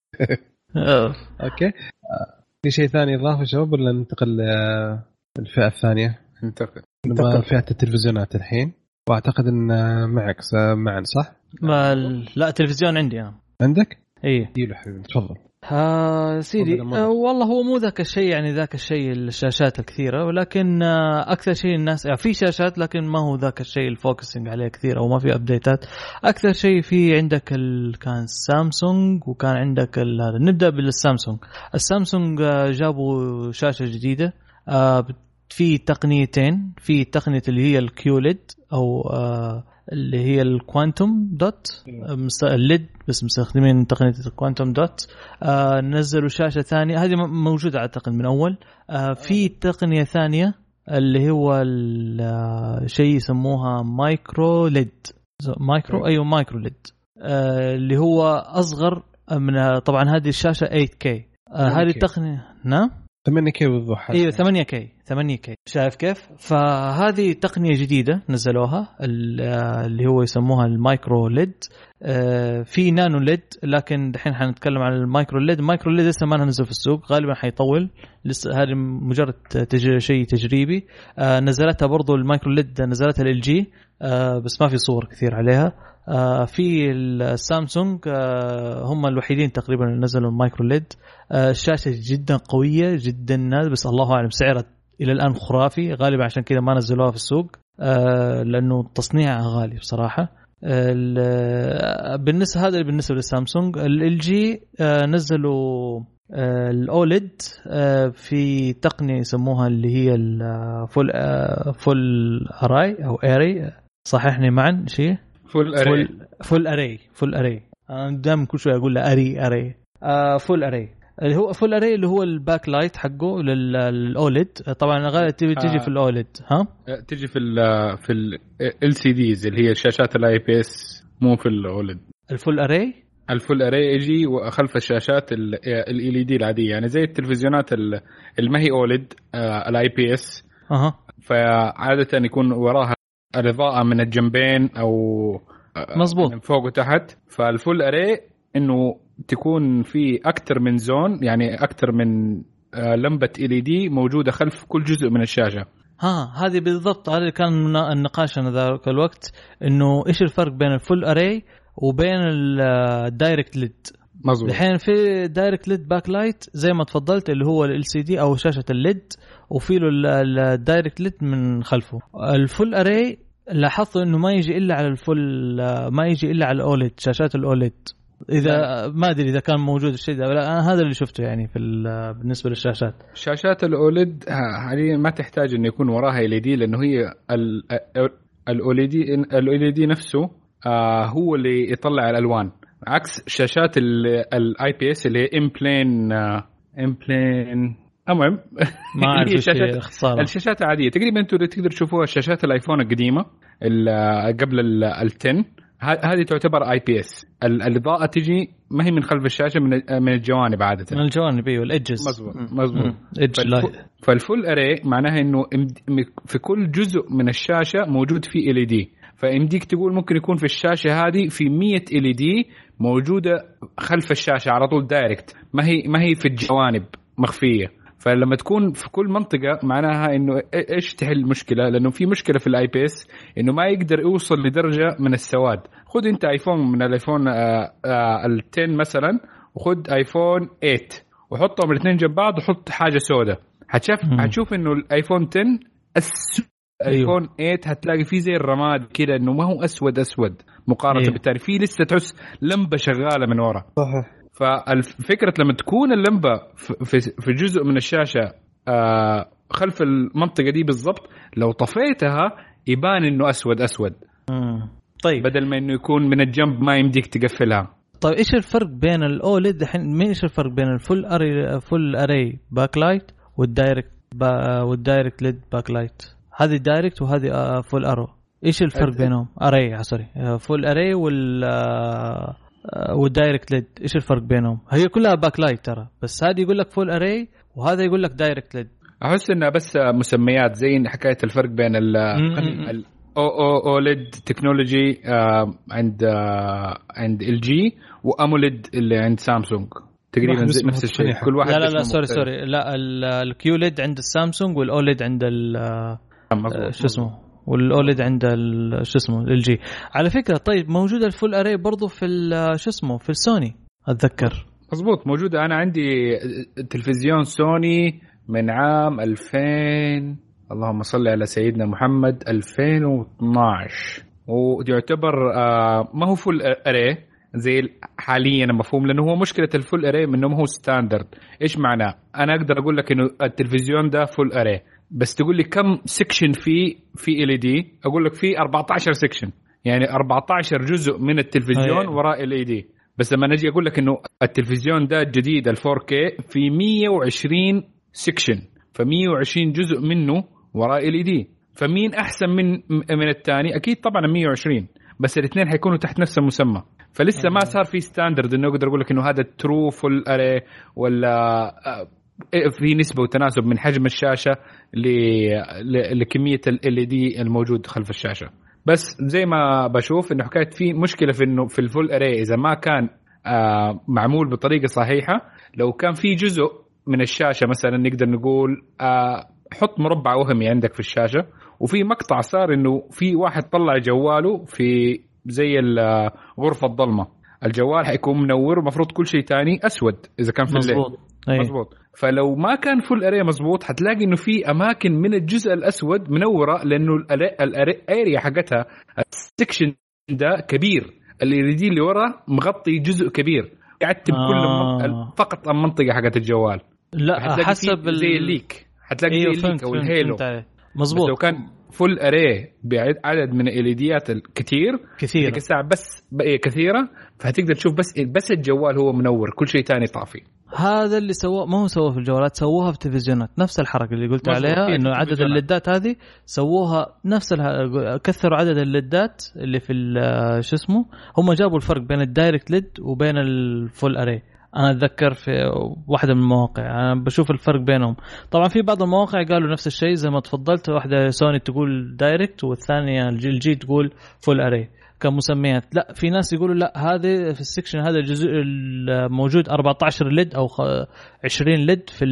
اوكي في شيء ثاني اضافه شباب ولا ننتقل للفئه الثانيه؟ ننتقل فئه التلفزيونات الحين واعتقد ان معك معا صح؟ ما لا تلفزيون عندي انا. عندك؟ ايه ديله حبيبي تفضل. ها سيدي آه والله هو مو ذاك الشيء يعني ذاك الشيء الشاشات الكثيرة ولكن آه أكثر شيء الناس يعني في شاشات لكن ما هو ذاك الشيء الفوكسنج عليه كثير أو ما في أبديتات. أكثر شيء في عندك ال... كان سامسونج وكان عندك ال... نبدأ بالسامسونج. السامسونج آه جابوا شاشة جديدة آه في تقنيتين في تقنية اللي هي الكيوليد أو آه اللي هي الكوانتوم دوت الليد بس مستخدمين تقنية الكوانتوم دوت. آه نزلوا شاشة ثانية هذه موجودة أعتقد من أول. آه في تقنية ثانية اللي هو الشيء يسموها مايكرو ليد مايكرو أيوة مايكرو ليد آه اللي هو أصغر من طبعا هذه الشاشة ثمانية كي. آه هذه التقنية نعم ثمانية كي بالضبط. ايوه ثمانية كي ثمانية كي شايف كيف. فهذه تقنيه جديده نزلوها اللي هو يسموها المايكرو ليد. في نانو ليد لكن الحين حنتكلم عن المايكرو ليد. المايكرو ليد لسه ما نزل في السوق غالبا حيطول لسه هذه مجرد تج... شيء تجريبي. نزلتها برضو المايكرو ليد نزلتها ال جي بس ما في صور كثير عليها. في السامسونج هم الوحيدين تقريبا اللي نزلوا المايكرو ليد. الشاشة جدا قوية جدا بس الله أعلم سعرها إلى الآن خرافي غالبا عشان كذا ما نزلوها في السوق لأنه تصنيعها غالي بصراحة. بالنسبة هذا بالنسبة للسامسونج. ال جي نزلوا الأوليد في تقنية يسموها اللي هي الفول فول أراي أو أري صححني معا شيء فول أري فول أري فول أري أنا دائما كل شوي أقول له أري أري فول أري اللي هو فول أري اللي هو الباك لايت حقه للأوليد. طبعا غالبا تيجي تيجي في الأوليد ها تيجي في ال في ال سي ديز اللي هي الشاشات الاي بي اس مو في الأوليد. الفول أري الفول أري يجي وخلف الشاشات ال إل دي العادية يعني زي التلفزيونات اللي هي أوليد الاي بي اس. اها فعادة يكون وراها الإضاءة من الجنبين أو مزبوط من فوق وتحت. فالفول أري إنه تكون في أكتر من زون يعني أكتر من لمبة إل دي موجودة خلف كل جزء من الشاشة. ها هذه بالضبط هذا كان النقاش أنا ذاك الوقت إنه إيش الفرق بين الفول أري وبين الدايركت ليد. مظبوط. الحين في دايركت ليد باك لايت زي ما تفضلت اللي هو ال سي دي أو شاشة الليد وفي له الدايركت ليد من خلفه. الفول أري لاحظت إنه ما يجي إلا على الفول ما يجي إلا على الأوليد شاشات الأوليد. إذا ما أدري إذا كان موجود الشيء ده ولا أنا هذا اللي شفته يعني في بالنسبة للشاشات. شاشات الأوليد هذه ما تحتاج إنه يكون وراها إل دي لأنه هي الأوليد الأوليد نفسه هو اللي يطلع الألوان عكس شاشات الاي بي اس اللي ام بلين ام بلين المهم ما اعرف الشاشات الشاشات العاديه تقريبا انتم تقدر تشوفوها شاشات الايفون القديمه قبل العشرة هذه تعتبر اي بي اس. الاضاءه تجي ما هي من خلف الشاشه من من الجوانب عاده من الجوانب ايوه الايدجز مظبوط مظبوط. فالفول, فالفول اري معناها انه في كل جزء من الشاشه موجود فيه ال دي. فإمديك تقول ممكن يكون في الشاشة هذه في مية إل دي موجودة خلف الشاشة على طول دايركت ما هي ما هي في الجوانب مخفية. فلما تكون في كل منطقه معناها انه ايش تحل المشكله، لانه في مشكله في الاي بيس انه ما يقدر يوصل لدرجه من السواد. خذ انت ايفون من الايفون العشرة مثلا وخذ ايفون ثمانية وحطهم الاثنين جنب بعض وحط حاجه سوداء، هتشوف هتشوف انه الايفون عشرة أسود. ايفون ثمانية هتلاقي فيه زي الرماد كده، انه ما هو اسود اسود مقارنه أيوه. بالتالي فيه لسه تحس لمبه شغاله من ورا. صحيح. فالفكره لما تكون اللمبه في في جزء من الشاشه آه خلف المنطقه دي بالضبط، لو طفيتها يبان انه اسود اسود. مم. طيب بدل ما انه يكون من الجنب ما يمديك تقفلها. طيب ايش الفرق بين الاوليد الحين؟ ايش الفرق بين الفول اري فول اري باك لايت والدايركت با والدايركت ليد باك لايت؟ هذه دايركت وهذه فول ارو، ايش الفرق بينهم؟ اري سوري فول اري وال والدايركت ليد، ايش الفرق بينهم؟ هي كلها باك لايت ترى، بس هذه يقول لك فول اري وهذا يقول لك دايركت ليد. احس انها بس مسميات، زي حكايه الفرق بين ال ال او او اوليد تكنولوجي عند عند ال جي واموليد اللي عند سامسونج تقريبا نفس الشيء. كل واحد لا لا لا سوري سوري لا الكيوليد عند السامسونج والاوليد عند ال شو اسمه والاوليد عند شو اسمه ال جي. على فكره طيب موجوده الفول اري برضو في شو اسمه في السوني اتذكر. مزبوط موجوده. انا عندي تلفزيون سوني من عام ألفين، اللهم صل على سيدنا محمد، ألفين واثناشر، ويعتبر آه ما هو فول اري زي حاليا مفهوم، لانه هو مشكله الفول اري انه ما هو ستاندرد. ايش معناه؟ انا اقدر اقول لك انه التلفزيون ده فول اري، بس تقول لي كم سيكشن في في ال اي دي، اقول لك في أربعة عشر سيكشن، يعني أربعة عشر جزء من التلفزيون وراء ال اي دي. بس لما نجي اقول لك انه التلفزيون ده الجديد ال فور كي في مية وعشرين سيكشن، فمية وعشرين جزء منه وراء ال اي دي، فمين احسن من من الثاني؟ اكيد طبعا مية وعشرين، بس الاثنين حيكونوا تحت نفس المسمى. فلسه ما صار في ستاندرد انه اقدر اقول لك انه هذا ترو فول اري ولا في نسبه وتناسب من حجم الشاشه لكميه ال اي دي الموجود خلف الشاشه. بس زي ما بشوف انه حكايه في مشكله في انه في الفول اري اذا ما كان آه معمول بطريقه صحيحه. لو كان في جزء من الشاشه مثلا نقدر نقول آه حط مربع وهمي عندك في الشاشه، وفي مقطع صار انه في واحد طلع جواله في زي غرفه الضلمه، الجوال حيكون منور ومفروض كل شيء تاني اسود اذا كان في الليل. مزبوط. فلو ما كان فول اري مزبوط حتلاقي انه في اماكن من الجزء الاسود منوره، لانه الاريا حقتها السكشن ده كبير، اللي دي اللي ورا مغطي جزء كبير يعتب آه. كل فقط المنطقه حقت الجوال. لا حسب زي الليك حتلاقي أيوه زي الليك او الهيلو. مزبوط. لو كان فول اري بعدد من الاليديات الكثير كثيره الساعه بس كثيره، فهتقدر تشوف بس بس الجوال هو منور، كل شيء تاني طافي. هذا اللي سووه، ما هو سووه في الجوالات، سووها في التلفزيونات، نفس الحركه اللي قلت عليها انه عدد الليدات هذه سووها نفس الها... كثروا عدد الليدات اللي في شو اسمه. هم جابوا الفرق بين الدايركت ليد وبين الفول اري. انا اتذكر في واحده من المواقع انا بشوف الفرق بينهم. طبعا في بعض المواقع قالوا نفس الشيء زي ما تفضلت، واحده سوني تقول دايركت والثانيه ال جي تقول فول اري كمسميات. لا في ناس يقولوا لا هذا في السكشن هذا الجزء الموجود أربعة عشر ليد او عشرين ليد في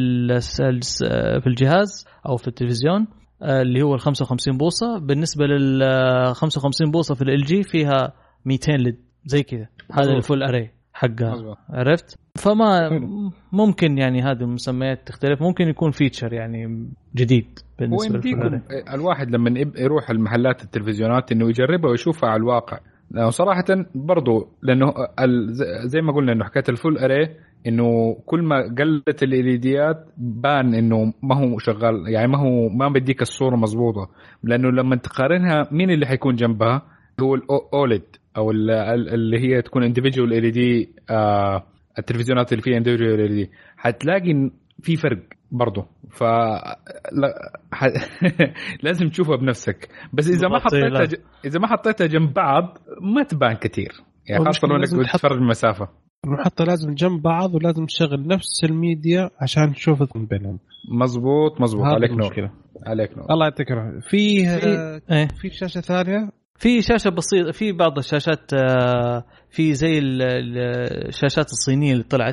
في الجهاز او في التلفزيون اللي هو ال خمسة وخمسين بوصه، بالنسبه لل خمسة وخمسين بوصه في ال جي فيها مئتين ليد زي كذا. هذا الفول اري حقها، عرفت؟ فما ممكن يعني هذه المسميات تختلف، ممكن يكون فيتشر يعني جديد بالنسبه للفول. الواحد لما يروح المحلات التلفزيونات انه يجربها ويشوفها على الواقع، لانه صراحه برضو لانه زي ما قلنا انه حكايه الفول اري انه كل ما قلت الاليديات بان انه ما هو شغال، يعني ما هو ما بديك الصوره مزبوطه، لانه لما تقارنها مين اللي حيكون جنبها هو الاوليد او اللي هي تكون individual إل إي دي. آه التلفزيونات اللي فيها individual إل إي دي حتلاقي في فرق برضو، ف ح... لازم تشوفها بنفسك. بس اذا ما حطيتها ج... اذا ما حطيتها جنب بعض ما تبان كثير، يعني خاصه لو انك تفرج المسافه. حتى لازم جنب بعض ولازم تشغل نفس الميديا عشان تشوف بينهم. مزبوط مزبوط. عليك نور، عليك نور. الله يعطيك العافيه. في في, في شاشه ثانيه، في شاشة بسيطة، في بعض الشاشات في زي الشاشات الصينية اللي طلعت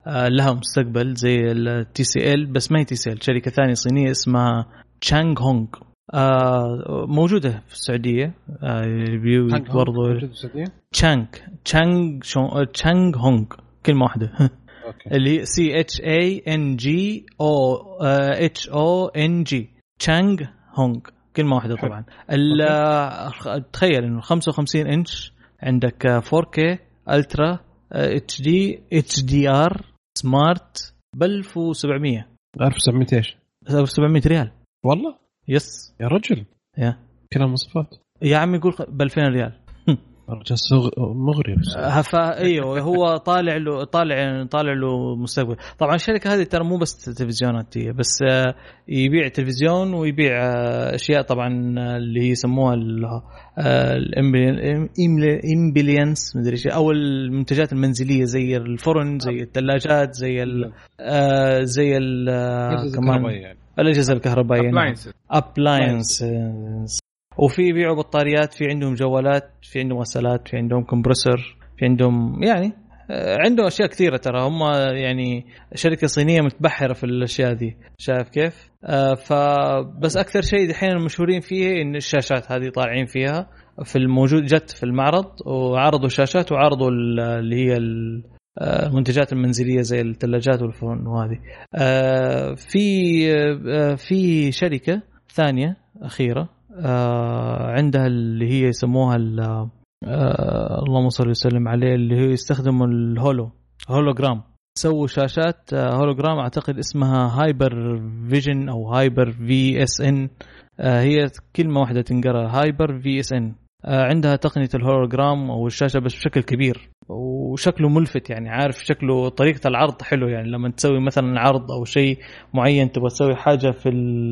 لها مستقبل زي التي سي ال، بس ما هي تي سي ال، شركة ثانية صينية اسمها تشانغ هونغ موجودة في السعودية. برضو تشانغ تشانغ تشانغ هونغ كلمة واحدة اللي سي اتش اي ان جي او اتش او ان جي تشانغ هونغ كلمة واحدة طبعا. تخيل انه خمسة وخمسين انش عندك فور كي الترا اتش دي اتش دي ار سمارت ب ألف وسبعمية ألف وسبعمية ايش ألف وسبعمية ريال والله. يس يا رجل يا كلام مواصفات يا عم يقول ب ألفين ريال رجل مغري. فا ايوه هو طالع له طالع طالع له مستقبل. طبعا الشركه هذه ترى مو بس تلفزيونات هي بس يبيع تلفزيون ويبيع اشياء طبعا اللي هي يسموها الامبلينس مدري ايش او المنتجات المنزليه زي الفرن زي الثلاجات زي ال زي ال كمان الاجهزه الكهربائيه ابلاينس. وفي يبيعوا بطاريات، في عندهم جوالات، في عندهم غسالات، في عندهم كمبرسر، في عندهم يعني عندهم أشياء كثيرة. ترى هم يعني شركة صينية متبحرة في الأشياء دي، شايف كيف؟ آه فبس أكثر شيء دحين المشهورين فيه إن الشاشات هذه طالعين فيها في الموجود جت في المعرض وعرضوا شاشات وعرضوا اللي هي المنتجات المنزلية زي الثلاجات والفرن وهذه. آه في آه في شركة ثانية أخيرة آه عندها اللي هي يسموها آه اللهم صل وسلم عليه اللي هي يستخدموا الهولو هولوجرام. سووا شاشات آه هولوجرام أعتقد اسمها هايبر فيجن أو هايبر في اس ان. آه هي كلمة واحدة تنقرأ هايبر في اس ان. آه عندها تقنية الهولوجرام أو الشاشة بس بشكل كبير وشكله ملفت، يعني عارف شكله طريقة العرض حلو. يعني لما تسوي مثلا عرض أو شيء معين تبغى تسوي حاجة في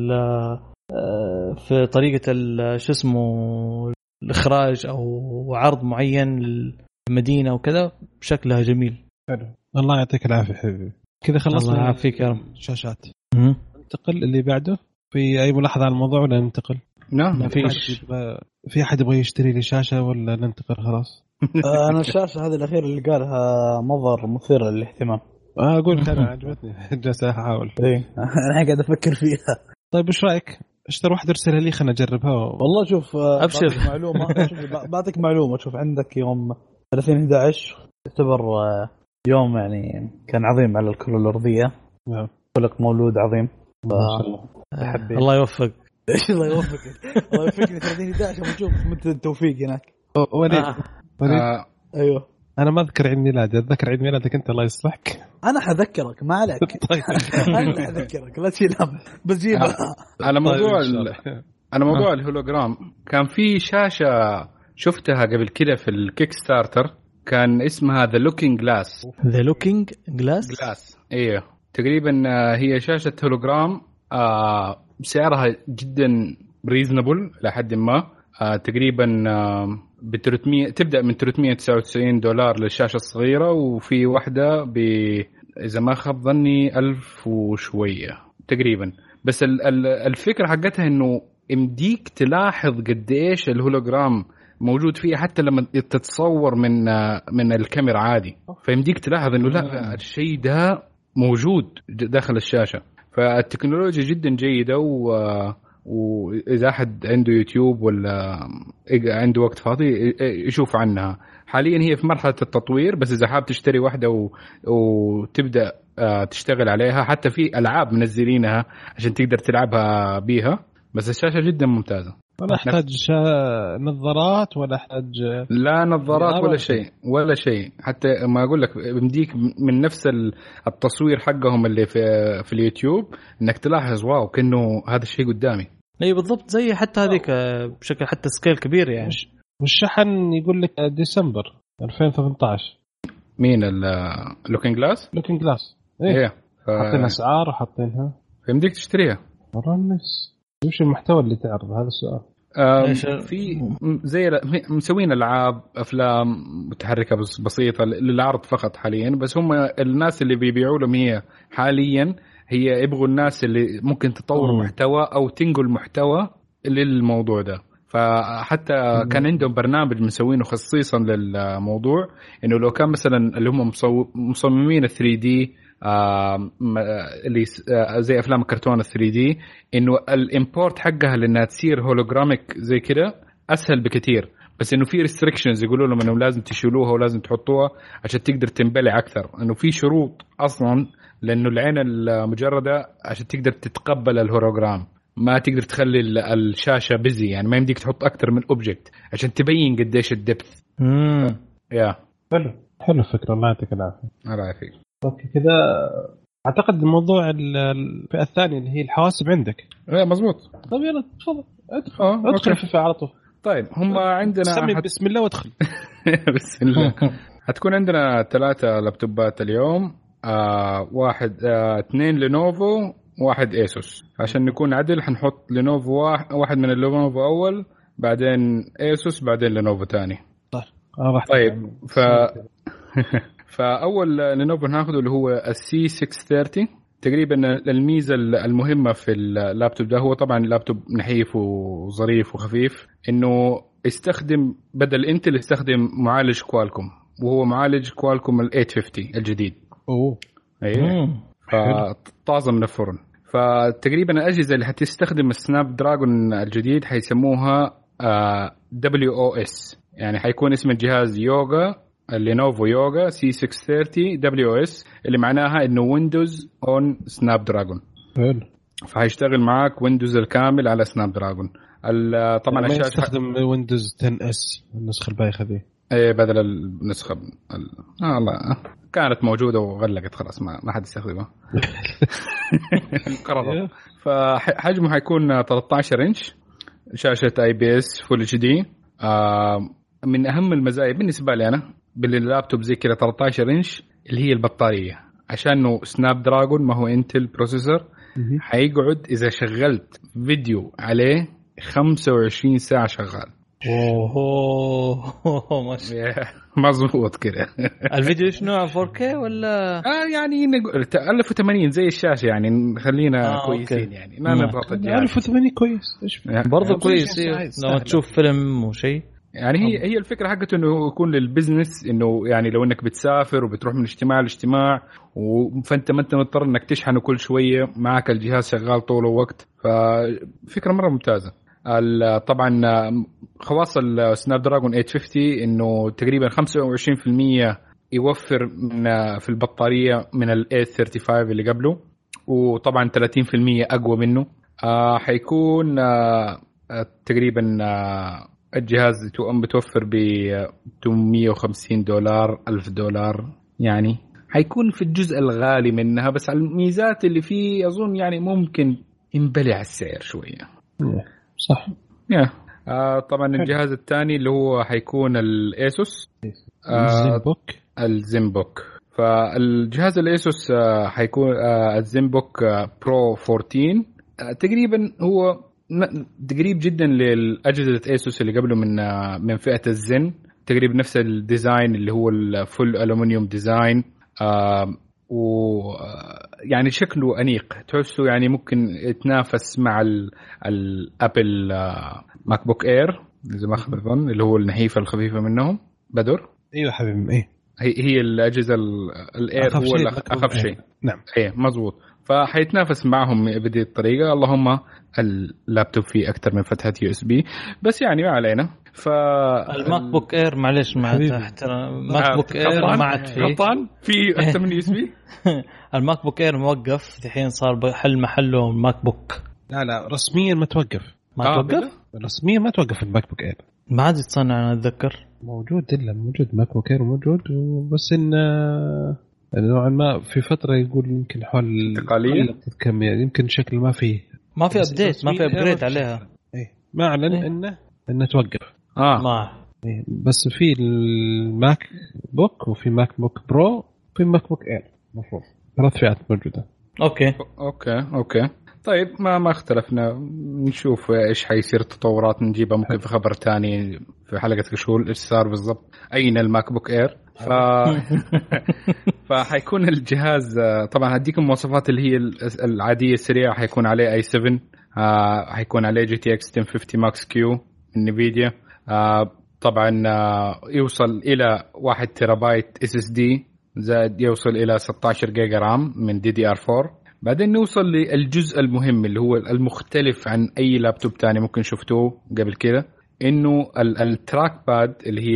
في طريقة شو اسمه الإخراج أو عرض معين للمدينة وكذا شكلها جميل. حلو الله يعطيك العافية حبيبي. كذا خلصنا. الله يعافيك يا رب. شاشات. ننتقل اللي بعده. في أي ملاحظة على الموضوع ولا ننتقل؟ نعم ما فيش. في أحد يبغى يشتري لي شاشة ولا ننتقل خلاص؟ أنا الشاشة هذه الأخيرة اللي قالها مظهر مثير للاهتمام. أقول أنا عجبتني جالس أحاول. إيه أنا قاعد أفكر فيها. طيب إيش رأيك؟ اشتري واحدة ارسلها لي خلنا نجربها. والله شوف أبشر معلومة بعطيك معلومة. شوف عندك يوم ثلاثين أحد عشر يعتبر يوم يعني كان عظيم على الكرة الأرضية. نعم. خلق مولود عظيم. ما شاء الله. آه. الله يوفق. إيش الله يوفقك. الله يوفقني ثلاثين أحد عشر ونشوف متى التوفيق هناك. وليد. آه. وليد. آه. أيوه. أنا ما أذكر عيد ميلادي، أتذكر عيد ميلادك أنت الله يصلحك. أنا حذكرك ما عليك. طيب. أنا حذكرك لا تشيل هم بس جيبها. على موضوع طيب على موضوع الهولوجرام كان في شاشة شفتها قبل كده في الكيك ستارتر كان اسمها The Looking Glass. The Looking Glass. Glass. إيه تقريبا هي شاشة هولوجرام آه سعرها جدا ريزنبل لحد ما آه تقريبا آه بثلاثمية تبدأ من ثلاثمية وتسعة وتسعين دولار للشاشة الصغيرة وفي واحدة ب إذا ما خاب ظني ألف وشوية تقريبا. بس الفكرة حقتها إنه امديك تلاحظ قد إيش الهولوجرام موجود فيها حتى لما تتصور من من الكاميرا عادي، فيمديك تلاحظ إنه لا الشيء ده موجود داخل الشاشة. فالتكنولوجيا جدا جيدة و وإذا أحد عنده يوتيوب ولا عنده وقت فاضي يشوف عنها. حاليا هي في مرحلة التطوير بس إذا حاب تشتري واحدة و... وتبدأ تشتغل عليها حتى في ألعاب منزلينها عشان تقدر تلعبها بيها. بس الشاشة جدا ممتازة. ولا أحتاج شا... نظارات ولا أحتاج لا نظارات ولا شيء ولا شيء. حتى ما أقول لك بمديك من نفس التصوير حقهم اللي في في اليوتيوب إنك تلاحظ واو كأنه هذا الشيء قدامي. أي بالضبط زي حتى هذيك بشكل حتى سكيل كبير يعني. والشحن يقول لك ديسمبر ألفين وثمانية عشر. مين اللوكينج جلاس؟ لوكينج جلاس. إيه. إيه. حاطين أسعار وحاطينها. فيمديك تشتريها. مرة الناس. وش المحتوى اللي تعرض هذا السؤال؟ في زي مسوين ألعاب أفلام متحركة بسيطة للعرض فقط حاليا. بس هم الناس اللي بيبيعوا لهم هي حاليا هي يبغوا الناس اللي ممكن تطور محتوى أو تنقل محتوى للموضوع ده. فحتى كان عندهم برنامج مسوينه خصيصا للموضوع، انه لو كان مثلا اللي هم مصممين ثري دي اللي زي افلام الكرتون ثري دي، انه الامبورت حقها لانها تصير هولوجراميك زي كده اسهل بكثير، بس انه في ريستريكشنز يقولوا لهم انه لازم تشيلوها ولازم تحطوها عشان تقدر تنبلع اكثر، انه في شروط اصلا لانه العين المجرده عشان تقدر تتقبل الهولوجرام، ما تقدر تخلي الشاشه بيزي، يعني ما يمديك تحط اكثر من اوبجكت عشان تبين قديش الدبث. امم يا حلو حلو فكره، الله يعطيك العافيه. الله يعافيك. اوكي كذا اعتقد الموضوع الفئه الثانيه اللي هي الحواسب عندك. ايه مزبوط. طيب يلا تفضل ادخل اه ادخل في على طول. طيب هم عندنا سمي حت... بسم الله وادخل. بسم الله. هتكون عندنا ثلاثة لابتوبات اليوم، آه واحد آه اثنين لينوفو واحد ايسوس، عشان نكون عدل حنحط لينوفو واحد, واحد من اللينوفو اول، بعدين ايسوس، بعدين لينوفو ثاني. طيب آه طيب ف فاول لينوفو ناخذه اللي هو السي ستمية وثلاثين. تقريبا الميزه المهمه في اللابتوب ده هو طبعا اللابتوب نحيف وظريف وخفيف، انه يستخدم بدل انتل يستخدم معالج كوالكوم، وهو معالج كوالكوم ال ثمانمية وخمسين الجديد. اوه ايوه فطازه من الفرن. فتقريبا الاجهزه اللي حتستخدم السناب دراجون الجديد حيسموها دبليو او اس، يعني حيكون اسم الجهاز يوغا، لينوفو يوغا سي ستمية وثلاثين دبليو او اس، اللي معناها انه ويندوز اون سناب دراجون. حلو. فهيشتغل معك ويندوز الكامل على سناب دراجون. طبعا الشاشه استخدم ويندوز عشرة اس النسخه البايخه دي، ايه بدل النسخه ال... آه الله كانت موجوده وغلقت خلاص، ما ما حد يستخدمها. انقرضت. فحجمه حيكون ثلاثة عشر انش، شاشه اي بي اس فول اتش دي. من اهم المزايا بالنسبه لي انا باللابتوب زي كذا ثلاثة عشر انش اللي هي البطاريه، عشانه سناب دراجون ما هو انتل بروسيسور، حيقعد اذا شغلت فيديو عليه خمسة وعشرين ساعه شغال. اوه ما شاء مظبوط كده. الفيديو ايش نوع فور كيه ولا اه يعني نقول ألف وثمانين زي الشاشه، يعني خلينا آه كويسين أوكي. يعني ما نضغط الجهاز. ألف وثمانين كويس ايش برضه كويس لو تشوف فيلم وشيء. يعني هي هي الفكره حقته انه يكون للبزنس، انه يعني لو انك بتسافر وبتروح من اجتماع لاجتماع فانت ما انت مضطر انك تشحنه كل شويه، معك الجهاز شغال طول الوقت، ففكره مره ممتازه. طبعا خواص السناب دراجون ثمانمية وخمسين انه تقريبا خمسة وعشرين بالمية يوفر من في البطاريه من ال ثمانمية وخمسة وثلاثين اللي قبله، وطبعا ثلاثين بالمية اقوى منه. آه حيكون آه تقريبا آه الجهاز بتوفر ب ثمانمية وخمسين دولار ألف دولار، يعني حيكون في الجزء الغالي منها، بس على الميزات اللي فيه أظن يعني ممكن ينبلع السعر شوية. صح. yeah. آه طبعا الجهاز الثاني اللي هو حيكون الأسوس آه الزينبوك الزينبوك فالجهاز الأسوس آه حيكون آه الزينبوك آه برو أربعتاشر. آه تقريبا هو قريب جدا للأجهزة أسوس اللي قبله من من فئة الزن، تقريبا نفس الديزاين اللي هو الفول ألومنيوم ديزاين. آه و يعني شكله أنيق، تحسه يعني ممكن يتنافس مع الأبل آه ماك بوك إير إذا ما خاب الظن، اللي هو النحيفة الخفيفة منهم. بدر ايوه حبيبي ايه هي هي الأجهزة الإير هو الأخف شيء. نعم ايه مزبوط. فحيتنافس معهم بهذه الطريقة. اللهم اللابتوب فيه أكثر من فتحة يو اس بي، بس يعني ما علينا. ف الماك بوك اير معلش مع احترام ماك بوك اير ما عاد فيه غلطان في أكثر من يو اس بي. الماك بوك اير موقف الحين، صار حل محله الماك بوك. لا لا رسميا ما توقف. ما آه توقف رسميا ما توقف الماك بوك اير، ما عاد يتصنع. انا اتذكر موجود الا موجود ماك بوك اير موجود، بس ان نوعا ما في فتره يقول يمكن حول انتقاليه كم يمكن شكل ما فيه ما في ابديت ما في ابجريد عليها. ايه ما اعلن إيه؟ انه انه توقف. اه ما إيه بس في الماك بوك وفي ماك بوك برو وفي ماك بوك اير مفروض ثلاث فئات موجوده. اوكي اوكي اوكي طيب ما ما اختلفنا. نشوف ايش حيصير التطورات نجيبها ممكن في خبر تاني في حلقه كشول ايش صار بالضبط، اين الماك بوك اير. ف فحيكون الجهاز طبعا هديك المواصفات اللي هي العاديه السريعه. حيكون عليه اي سبعة، حيكون عليه جي تي اكس مية وخمسين ماكس كيو من نفيديا. آه طبعا آه يوصل الى واحد تيرا بايت اس اس دي، زائد يوصل الى ستة عشر جيجا رام من دي دي ار أربعة. بعدين نوصل للجزء المهم اللي هو المختلف عن اي لابتوب تاني ممكن شفتوه قبل كده، انه التراك باد اللي هي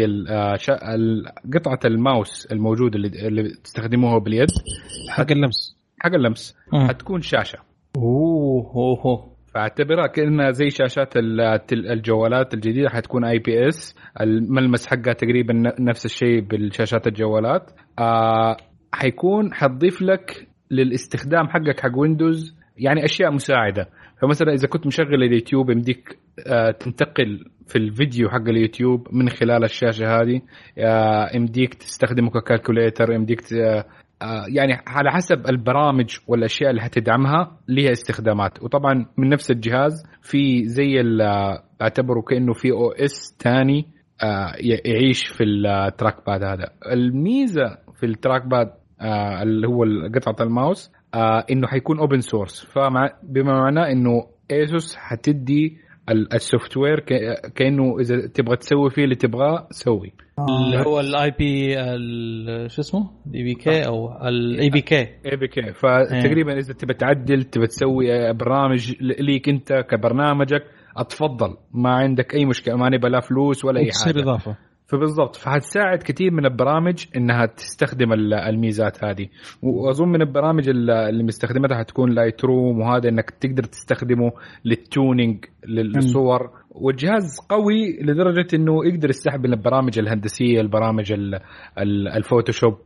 قطعه الماوس الموجوده اللي تستخدموها باليد حق اللمس حق اللمس حتكون شاشه. اوه اوه فاعتبرها كأنها زي شاشات الجوالات الجديده، حتكون اي بي اس. الملمس حقها تقريبا نفس الشيء بالشاشات الجوالات. آه حيكون حتضيف لك للاستخدام حقك حق ويندوز يعني اشياء مساعده. فمثلا اذا كنت مشغل اليوتيوب يمديك آه تنتقل في الفيديو حق اليوتيوب من خلال الشاشه هذه. آه يمديك تستخدمه كالكوليتر، يمديك آه يعني على حسب البرامج والاشياء اللي هتدعمها ليها استخدامات. وطبعا من نفس الجهاز في زي اعتبره كانه في او اس ثاني آه يعيش في التراك باد هذا. الميزه في التراك باد آه اللي هو قطعه الماوس آه انه حيكون اوبن سورس، فبما معناه انه ايسوس حتدي السوفت وير كانه اذا تبغى تسوي فيه اللي تبغاه سوي. اللي هو الاي بي شو اسمه اي بي كي او الاي بي كي اي بي كي. فتقريبا اذا تبغى تعدل تبغى تسوي برنامج ليك انت كبرنامجك اتفضل، ما عندك اي مشكله، ما نبغى لا فلوس ولا اي حاجه. اضافه فبالضبط فهتساعد كثير من البرامج انها تستخدم الميزات هذه. واظن من البرامج اللي مستخدمتها هتكون لايت روم، وهذا انك تقدر تستخدمه للتونينج للصور. والجهاز قوي لدرجه انه يقدر يستحمل البرامج الهندسيه، البرامج الفوتوشوب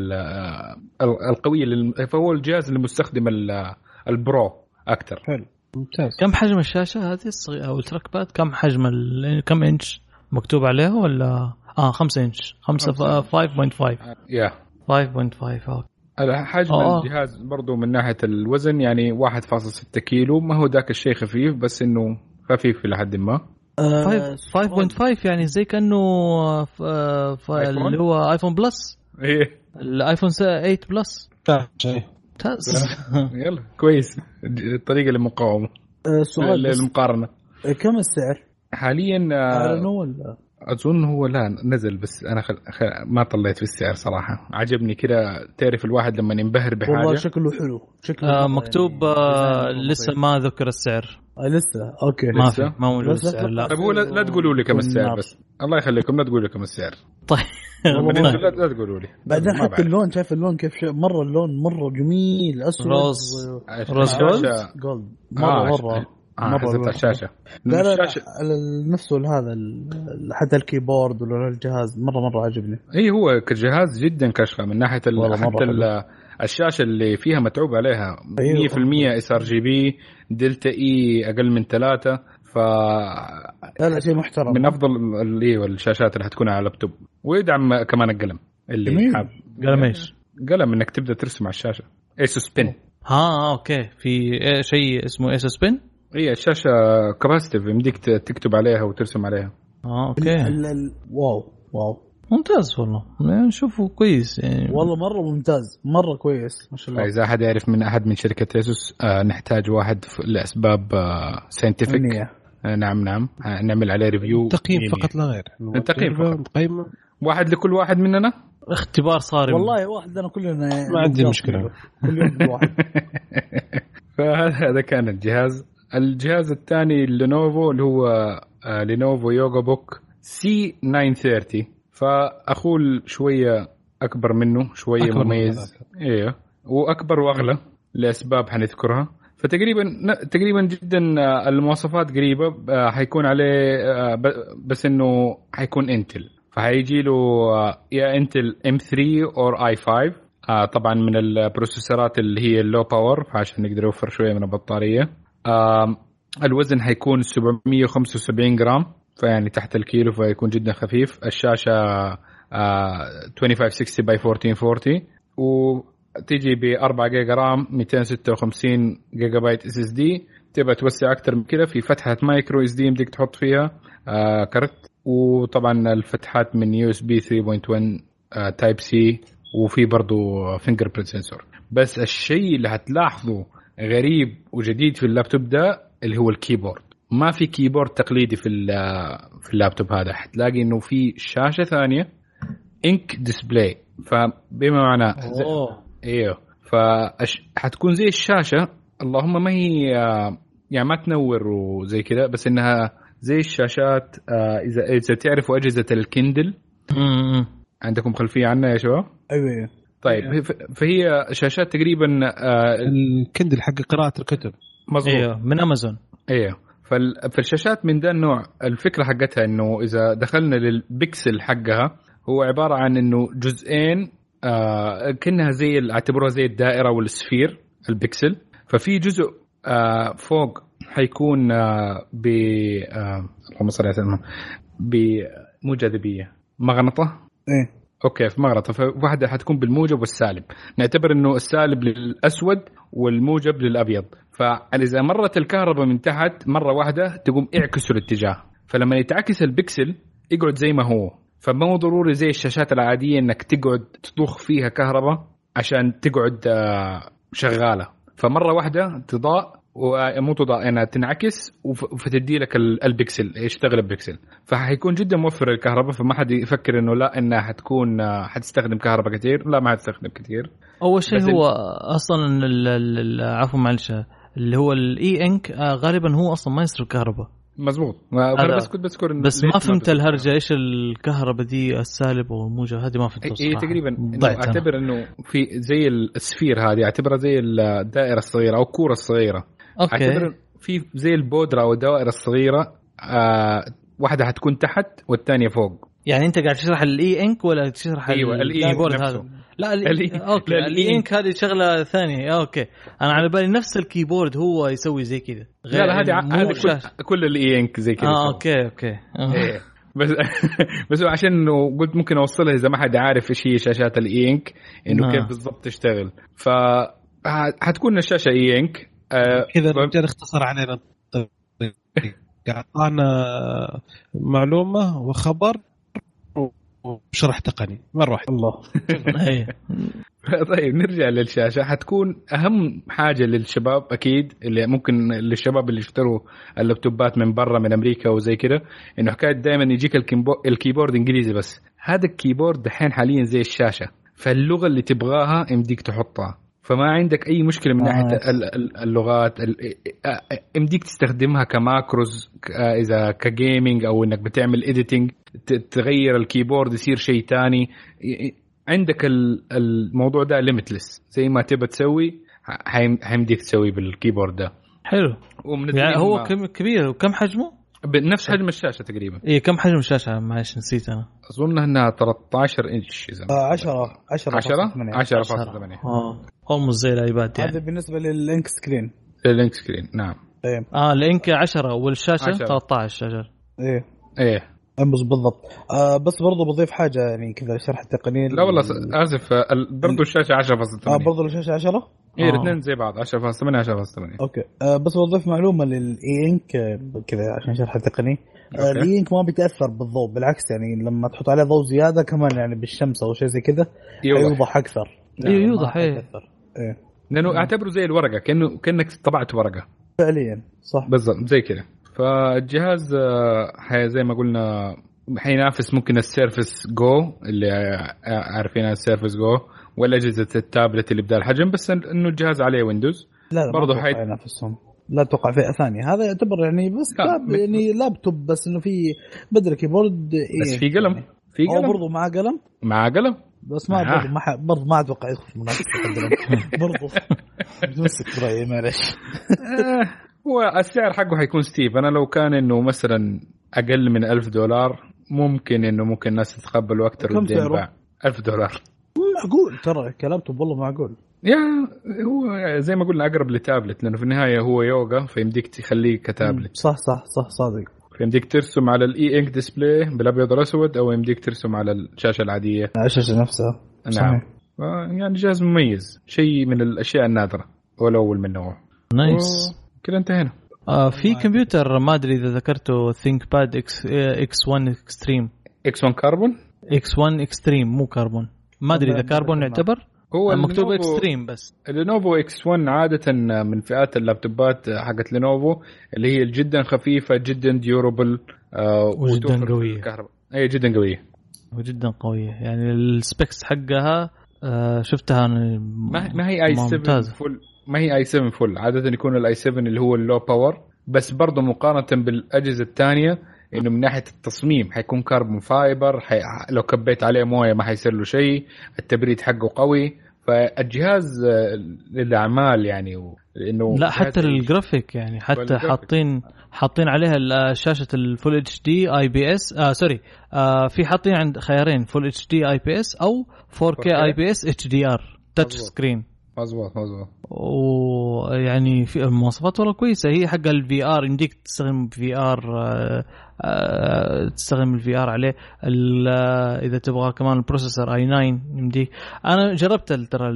والقويه. فهو الجهاز المستخدم البرو اكثر. حلو ممتاز. كم حجم الشاشه هذه الصغيره او التراك باد؟ كم حجم كم انش مكتوب عليه ولا اه خمسة انش؟ خمسة خمسة فاصلة خمسة يا خمسة فاصلة خمسة. حجم أوه. الجهاز برضو من ناحيه الوزن يعني واحد فاصلة ستة كيلو، ما هو ذاك الشيء خفيف، بس انه خفيف الى حد ما. خمسة فاصلة خمسة يعني زي كانه اللي هو ايفون بلس. ايه الايفون ثمانية بلس. ممتاز. يلا كويس الطريقه للمقاومه. سؤال للمقارنه. كم السعر حاليا؟ اعلنوا ولا اظن هو لا نزل، بس انا خل... خل... ما طلعت في السعر صراحه. عجبني كده، تعرف الواحد لما ينبهر بحاجه والله شكله حلو شكله آه مكتوب آه لسه ما ذكر السعر. آه لسه اوكي ما في ما موجود السعر. لا طيب لا, لا تقولوا لي كم السعر بس الله يخليكم، لا تقولوا لي كم السعر. طيب لا, لا تقولوا لي. بعدين حتى اللون، شايف اللون كيف مره اللون مره جميل، اسود روز روز جولد مره مره مرة الشاشة. لا لا نفسه هذا حتى الكيبورد ولا الجهاز مرة مرة عجبني. اي هو كجهاز جدا كشفة من ناحية حتى الشاشة اللي فيها متعوب عليها مية بالمية اس ار جي بي دلتا اي اقل من ثلاثة. ف لا لا شيء محترم، من افضل اللي والشاشات اللي هتكون على اللابتوب. ويدعم كمان القلم اللي حاب. قلم ايش؟ قلم انك تبدا ترسم على الشاشة. ايسوس بن. ها اوكي، في شيء اسمه ايسوس بن. هي الشاشة كاباسيتيف يمديك تكتب عليها وترسم عليها. اه اوكي. ال ال واو واو ممتاز والله، نشوفه كويس يعني. والله مرة ممتاز، مرة كويس ما شاء الله. إذا أحد يعرف من أحد من شركة ايسوس آه نحتاج واحد لأسباب آه ساينتفك. آه نعم نعم آه نعمل عليه ريفيو تقييم فقط لا غير. تقييم فقط. واحد لكل واحد مننا. اختبار صارم والله. واحد لنا كلنا ما عندي مشكلة. كل يوم واحد. فهذا كان الجهاز. الجهاز الثاني لينوفو اللي هو آه لينوفو يوغا بوك سي تسعمية وثلاثين. فأخوه شوية أكبر منه شوية أكبر مميز. إيه وأكبر وأغلى لأسباب حنذكرها. فتقريبا تقريبا جدا المواصفات قريبة. حيكون عليه بس إنه حيكون انتل، فهيجي له يا انتل ام ثلاثة أو اي خمسة. طبعا من البروسيسورات اللي هي اللو باور، فعشان نقدر نوفر شوية من البطارية. الوزن حيكون سبعمية وخمسة وسبعين جرام، فيعني تحت الكيلو، فيكون جدا خفيف. الشاشة خمسة آلاف وخمسمية وستين باي ألف وأربعمية وأربعين، وتيجي ب أربعة جيجا رام مئتين وستة وخمسين جيجا بايت اس اس دي. تبغى توسع اكتر من كده في فتحة مايكرو اس دي يمديك تحط فيها آه كارت. وطبعا الفتحات من يو اس بي ثلاثة نقطة واحد آه تايب سي، وفي برضو فينجر برينت سنسور. بس الشيء اللي هتلاحظه غريب وجديد في اللابتوب ده اللي هو الكيبورد. ما في كيبورد تقليدي في في اللابتوب هذا. حتلاقي انه في شاشه ثانيه انك ديسبلاي، فبما معناه ايوه فحتكون زي الشاشه، اللهم ما هي يعني ما تنور وزي كذا، بس انها زي الشاشات اذا اذا تعرفوا اجهزه الكندل. عندكم خلفيه عنها يا شباب؟ ايوه طيب أيوة. فهي شاشات تقريبا الكندل حق قراءه الكتب. مظبوط. ايوه من امازون. ايوه فالشاشات من ذا النوع الفكره حقتها انه اذا دخلنا للبكسل حقها هو عباره عن انه جزئين آه كأنها زي اعتبروها زي الدائره والسفير البكسل. ففي جزء آه فوق حيكون آه ب آه اللهم صل على سيدنا بمو جاذبيه مغناطه. ايه اوكي في مغناطه، فواحده حتكون بالموجب والسالب. نعتبر انه السالب للاسود والموجب للابيض. فاذا مرت الكهرباء من تحت مره واحده تقوم اعكسوا الاتجاه، فلما يتعكس البكسل يقعد زي ما هو. فمو ضروري زي الشاشات العاديه انك تقعد تضخ فيها كهرباء عشان تقعد شغاله. فمره واحده تضاء ومو تضاء انها تنعكس وفتدي لك البكسل يشتغل ببكسل. فحيكون جدا موفر الكهرباء، فما حد يفكر انه لا انها حتكون حتستخدم كهرباء كثير. لا ما حتستخدم كثير. اول شيء هو اصلا عفوا معلش اللي هو الاي انك غالبا هو اصلا ما يصرف كهرباء. مزبوط. انا بس كنت بذكر بس ما فهمت الهرجه ايش الكهرباء دي السالب والموجب هذه ما فهمت هي تقريبا إنه اعتبر انه في زي السفير هذه اعتبرها زي الدائره الصغيره او الكوره الصغيره. أوكي. اعتبر في زي البودره او الدوائر الصغيره آه واحده حتكون تحت والثانيه فوق. يعني انت قاعد تشرح الاي انك ولا تشرح أيوة الكيبورد هذا؟ لا الإي... اوكي الاي انك هذه شغله ثانيه. اوكي انا على بالي نفس الكيبورد هو يسوي زي كذا. لا لا هذه هذه كل, كل الاي انك زي كذا. اه اوكي اوكي آه. إيه. بس بس عشان قلت ممكن اوصلها اذا ما حد عارف ايش هي شاشات الاي انك انه آه. كيف بالضبط تشتغل. ف حتكون الشاشه اي انك آه كذا الرجال اختصر علينا اعطانا معلومه وخبر وشرح تقني مرة واحدة. الله. طيب نرجع للشاشة. حتكون أهم حاجة للشباب أكيد اللي ممكن للشباب اللي اشتروا اللابتوبات من برا من أمريكا وزي كده إنه حكاية دائما يجيك الكيبورد إنجليزي بس. هذا الكيبورد دحين حاليا زي الشاشة، فاللغة اللي تبغاها يمديك تحطها. فما عندك أي مشكلة من ناحية اللغات. يمديك تستخدمها كماكروز إذا كجيمينج أو إنك بتعمل إديتينج تغير الكيبورد يصير شيء تاني. عندك الموضوع ده ليميتلس زي ما تبى تسوي حيمديك تسوي بالكيبورد ده. حلو. يعني هو كم كبير وكم حجمه؟ بنفس حجم الشاشة تقريبا. إيه كم حجم الشاشة؟ معلش نسيت أنا. أظن أنها ثلاثة عشر إنش إذا. عشرة عشرة عشرة عشرة فاصلة ثمانية. آه هم زي الأيباد يعني. هذا بالنسبة للإنك سكرين. للإنك سكرين نعم. إيه. آه الإنك عشرة والشاشة ثلاثة عشر شاشة. إيه. إيه. أمس بالضبط. آه بس برضو بضيف حاجة يعني كذا شرح التقنية. لا والله آسف برضو الشاشة عشرة فاصلة ثمانية. آه برضو الشاشة عشرة. إيه الاثنين زي بعض عشرة فاصلة ثمانية عشرة فاصلة ثمانية. أوكي. آه بس بضيف معلومة للإي إنك كذا عشان شرح التقنية. آه الإي إنك ما بيتأثر بالضوء، بالعكس يعني لما تحط عليه ضوء زيادة كمان يعني بالشمس أو شيء زي كذا يوضح أكثر. إيه يوضح إيه. إيه. لأنه أعتبره زي الورقة كأنه كأنك طبعت ورقة. فعليا صح. بالضبط زي كذا. فالجهاز حي زي ما قلنا حينافس ممكن السيرفس جو اللي عارفينها السيرفس جو ولا أجهزة التابلت اللي بدال الحجم، بس إنه الجهاز عليه ويندوز. لا برضه حي ينافسهم. لا توقع فئة ثانية. هذا يعتبر يعني بس لاب يعني لابتوب بس إنه في بدل كيبورد. إيه بس في قلم. في قلم. برضه مع قلم. مع قلم. بس ما برضه ما برضه ما أتوقع يدخل في منافسة القلم. برضه بتمسك برأيي معلش. هو السعر حقه حيكون ستيف. أنا لو كان إنه مثلا أقل من ألف دولار ممكن إنه ممكن الناس تتقبلوا أكتر ودين باع. ألف دولار. معقول ترى كلامته والله معقول. يا هو زي ما قلنا أقرب لتابلت لأنه في النهاية هو يوغا فيمديك تخليه كتابلت. صح صح صح صادق. فيمديك ترسم على الإي إنك ديسبلاي بالأبيض والأسود أو يمديك ترسم على الشاشة العادية. الشاشة نفسها. نعم. يعني جهاز مميز شيء من الأشياء النادرة والأول من نوعه. نايس. كده انتهينا. آه في كمبيوتر ما أدري إذا ذكرته ثينك باد إكس إكس ون إكستريم. إكس ون كاربون. إكس ون إكستريم مو كاربون. ما أدري إذا كاربون يعتبر. هو مكتوب اكستريم بس. لينوفو اكس واحد عاده من فئات اللابتوبات حقت لينوفو اللي هي جدا خفيفه جدا ديورابل آه وجدا قويه. اي جدا قويه وجدا قويه يعني السبيكس حقها آه شفتها أنا ما ما هي اي سبعة فل ما هي اي سبعة فل. عاده يكون الاي سبعة اللي هو اللو باور بس برضه مقارنه بالاجهزه الثانيه انه من ناحيه التصميم حيكون كاربون فايبر حي... لو كبيت عليه مويه ما حيصير له شيء. التبريد حقه قوي فالجهاز للاعمال يعني و... انه لا حتى الجرافيك يعني حتى حاطين حاطين عليها شاشه الفول اتش دي اي بي اس آه سوري آه في حاطين عند خيارين فول اتش دي اي بي اس او فور كي اي بي اس اتش دي ار تاتش سكرين. مظبوط مظبوط. ويعني في مواصفات والله كويسه. هي حق الفي ار يمديك تستخدم في ار آه آه تستخدم الفي ار عليه. اذا تبغى كمان البروسيسور اي تسعة يمديك. انا جربت ترى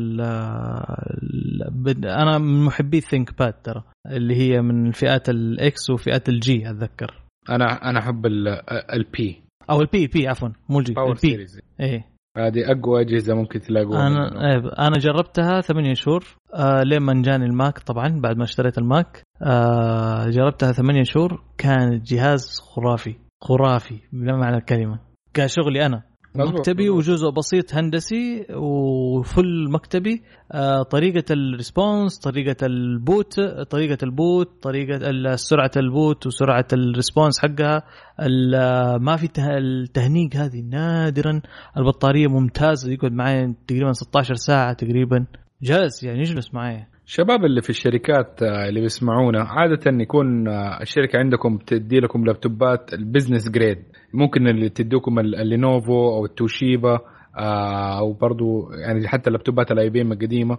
انا من محبي ثينك باد ترى اللي هي من الفئات الاكس وفئات الجي اتذكر. انا انا احب البي او البي بي عفوا مو الجي البي. ايه هذه أقوى أجهزة ممكن تلاقوها. أنا أنا جربتها ثمانية شهور آه لما جاني الماك طبعا بعد ما اشتريت الماك آه جربتها ثمانية شهور. كان جهاز خرافي خرافي بمعنى الكلمة. كشغلي أنا مكتبي وجزء بسيط هندسي وفل مكتبي آه طريقة الريسبونس طريقة البوت طريقة البوت طريقة سرعة البوت وسرعة الريسبونس حقها. ما في التهنيج هذه نادرا. البطارية ممتازة يقعد معي تقريبا ستة عشر ساعة تقريبا جالس يعني يجلس معي. شباب اللي في الشركات اللي بيسمعونا عادة يكون الشركة عندكم تدي لكم لابتوبات البيزنس جريد. ممكن اللي تدوكم اللينوفو أو التوشيبا أو برضو يعني حتى اللابتوبات الاي بي ام القديمة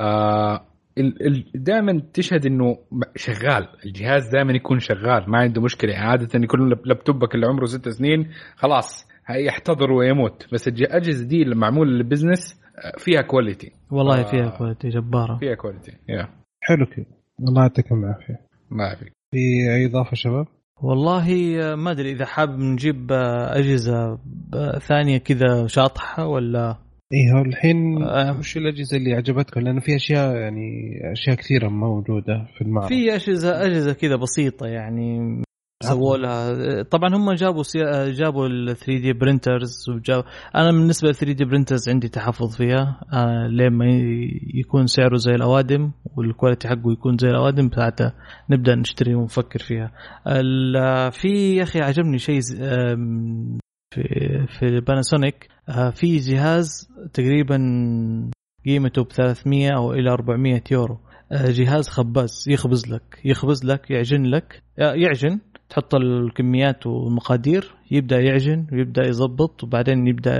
دائما تشهد إنه شغال الجهاز دائما يكون شغال ما عنده مشكلة. عادة يكون لابتوبك اللي عمره ست سنين خلاص يحتضر ويموت. بس الأجهزة دي اللي معمولة للبزنس فيها كواليتي والله فيها آه كواليتي جبارة فيها كواليتي yeah. حلو كده الله يعطيكم العافية. ما في في أي إضافة شباب؟ والله ما أدري إذا حابب نجيب أجهزة ثانية كذا شاطحة ولا إيه. الحين آه. وش الأجهزة اللي عجبتكم؟ لأنه في أشياء يعني أشياء كثيرة موجودة في المعرض. في أجهزة أجهزة كذا بسيطة يعني سووا لها. طبعا هم جابوا سي... جابوا ال ثري دي برينترز وجاب. انا بالنسبه ل ثري دي برينترز عندي تحفظ فيها آه لما يكون سعره زي الاوادم والكواليتي حقه يكون زي الاوادم بتاعته نبدا نشتري ونفكر فيها. في يا اخي عجبني شيء في في باناسونيك آه في جهاز تقريبا قيمته ب ثلاثمية او الى أربعمية يورو. آه جهاز خباز يخبز لك يخبز لك يعجن لك يعجن تحط الكميات والمقادير يبدأ يعجن ويبدأ يضبط وبعدين يبدأ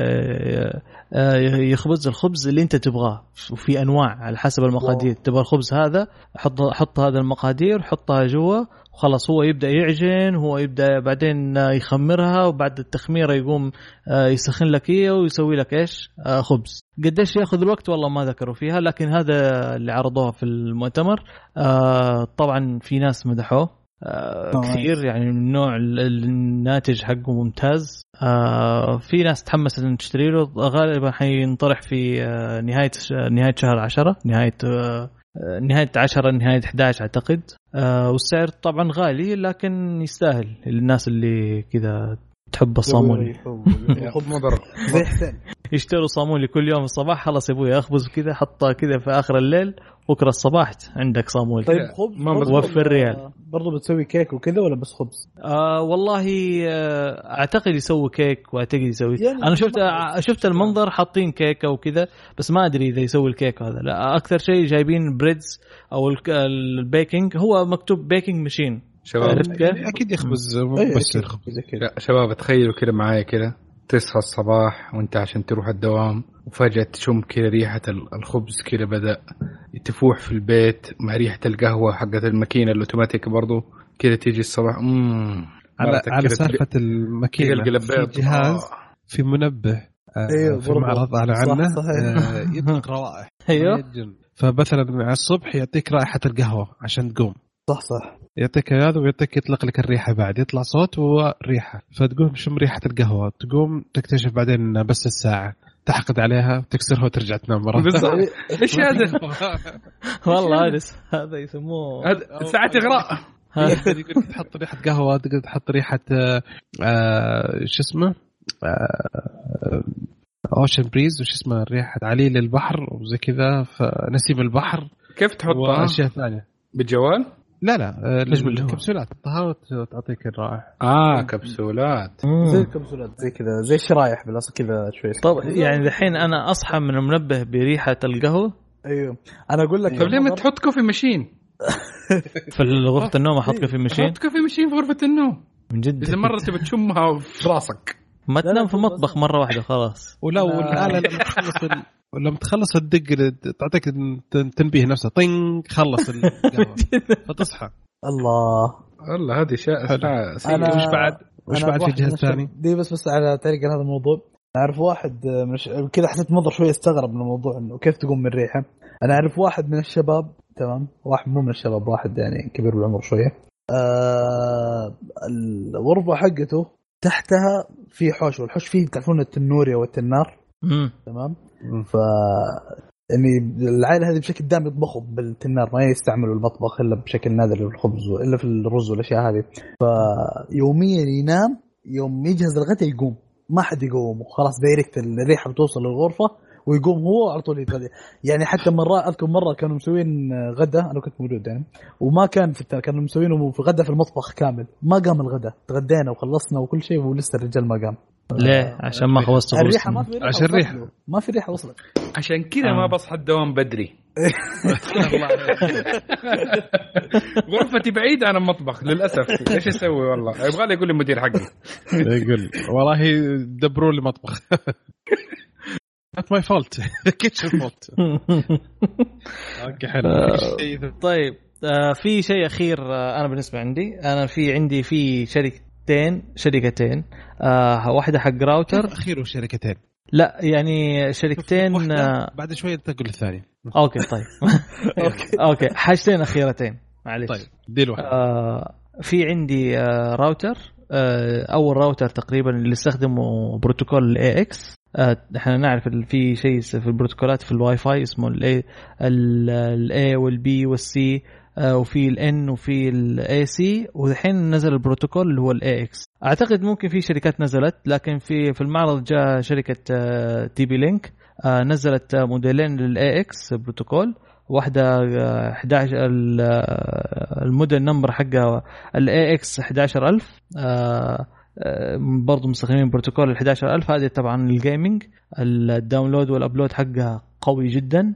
يخبز الخبز اللي انت تبغاه. وفي انواع على حسب المقادير. تبغى الخبز هذا حط حط هذا المقادير حطها جوا وخلاص هو يبدأ يعجن هو يبدأ بعدين يخمرها وبعد التخميره يقوم يسخن لك ايه ويسوي لك ايش خبز. قديش ياخذ الوقت والله ما ذكروا فيها لكن هذا اللي عرضوها في المؤتمر. طبعا في ناس مدحوه آه كثير يعني من نوع الناتج حقه ممتاز. آه في ناس تحمست ان تشتري له. غالبا حينطرح في آه نهايه نهايه شهر عشرة نهايه آه نهايه عشرة نهايه إحدى عشر اعتقد. آه والسعر طبعا غالي لكن يستاهل للناس اللي كذا تحب الصامولي. خذ مضر زي حسين يشتروا صامولي كل يوم الصباح خلاص يبوي اخبز كذا حطه كذا في اخر الليل بكره الصباح عندك صامولي. طيب خبز وفر ريال برضو بتسوي كيك وكذا ولا بس خبز؟ آه والله آه اعتقد يسوي كيك واعتقد يسوي يعني انا شفت شفت المنظر حاطين كيكه وكذا بس ما ادري اذا يسوي الكيك هذا. لا اكثر شيء جايبين بريدز او البيكنج هو مكتوب بيكنج ماشين شباب اكيد يخبز بس الخبز كذا. شباب تخيلوا كده معايا كده تصحى الصباح وانت عشان تروح الدوام وفجأة تشم كده ريحة الخبز كده بدأ تفوح في البيت مع ريحة القهوة حقت الماكينة الأوتوماتيك برضو كده تيجي الصباح امم على على سالفة الماكينة في جهاز في منبه آه في معرض على عنه آه يطلق روائح. ايوه فمثلا على الصبح يعطيك رائحة القهوة عشان تقوم. صح صح يعطيك هذا ويعطيك يطلق لك الريحة بعد يطلع صوت وريحة فتقوم شم ريحة القهوة تقوم تكتشف بعدين بس الساعة تحقد عليها وتكسرها وترجع تنام مرة. بالضبط. ايش هذا؟ والله هذا هذا يسموه ساعة إغراء. يقول لك تحط ريحة قهوة، تقدر تحط ريحة آه شو اسمه آه اوشن بريز، وش اسمه ريحة عليل البحر وزي كذا، فنسيم البحر. كيف تحطها؟ أشياء ثانية بالجوال؟ لا لا الكبسولات تحطها وتعطيك الرائحة. اه كبسولات زي الكبسولات زي كذا زي الشرايح بالاصل كذا شوي. طب يعني الحين انا اصحى من المنبه بريحة القهوة. ايوه انا اقول لك. طب ليه ما تحط كوفي ماشين في غرفة النوم؟ احط كوفي ماشين. حط كوفي ماشين في غرفة النوم من جد. اذا مرة تبي تشمها في راسك ما تنام في المطبخ مرة واحدة خلاص. ولو الآلة لما تخلص ال... لما تخلص الدق تعطيك تنبيه نفسه طين خلص القهوة فتصحى. الله والله هذه شيء. أنا وش بعد وش بعد في جهاز ثاني دي بس بس على تعليق هذا الموضوع. أعرف واحد مش كذا حسيت منظر شوية استغرب من الموضوع إنه كيف تقوم من ريحة. أنا أعرف واحد من الشباب تمام، واحد مو من الشباب، واحد يعني كبير بالعمر شوية. آه الغرفة حقته تحتها في حوش، والحوش فيه تعرفون التنوري والتنار. امم تمام. ف يعني العائله هذه بشكل دائم يطبخوا بالتنار، ما يستعملوا المطبخ الا بشكل نادر للخبز الا في الرز والاشياء هذه. فيوميا ينام، يوم يجهز الغداء يقوم ما حد يقوم، وخلاص دايركت الريحه بتوصل للغرفه ويقوم هو على طول يتغدى. يعني حتى مرة أذكر مرة كانوا مسوين غدا، أنا كنت موجود يعني، وما كان في التا... كانوا مسوينه في غدا في المطبخ كامل، ما قام الغدا، تغدينا وخلصنا وكل شيء ولسه الرجال ما قام. ليه؟ عشان ما خلصت الريحة ما في ريحة، عشان الريحة ما في ريحة وصلت، عشان كذا ما بصحى الدوام بدري. غرفتي بعيدة عن المطبخ للأسف. إيش أسوي والله؟ يبغى لي يقول لي مدير حقي يقول والله دبروا لي مطبخ. Not my fault. kitchen fault. اوكي حلو. طيب آه في شيء اخير آه انا بالنسبه عندي، انا في عندي في شركتين شركتين آه واحده حق راوتر. اخير وشركتين لا يعني شركتين آه بعد شويه تقول الثاني. اوكي طيب. اوكي اوكي حاجتين اخيرتين معلش. طيب دي واحده. آه في عندي آه راوتر آه اول راوتر تقريبا اللي استخدمه بروتوكول الاي اكس. احنا نعرف في شيء في البروتوكولات في الواي فاي اسمه الاي الاي والبي والسي، وفي الان وفي الاي سي، والحين نزل البروتوكول اللي هو الاي اكس. اعتقد ممكن في شركات نزلت، لكن في في المعرض جاء شركه تي بي لينك نزلت موديلين للاي اكس بروتوكول، واحده احد عشر الموديل نمبر حقها الاي اكس احد عشر ألف، برضو مستخدمين بروتوكول ال احد عشر ألف. هذه طبعا الجيمنج، الداونلود والابلود حقها قوي جدا.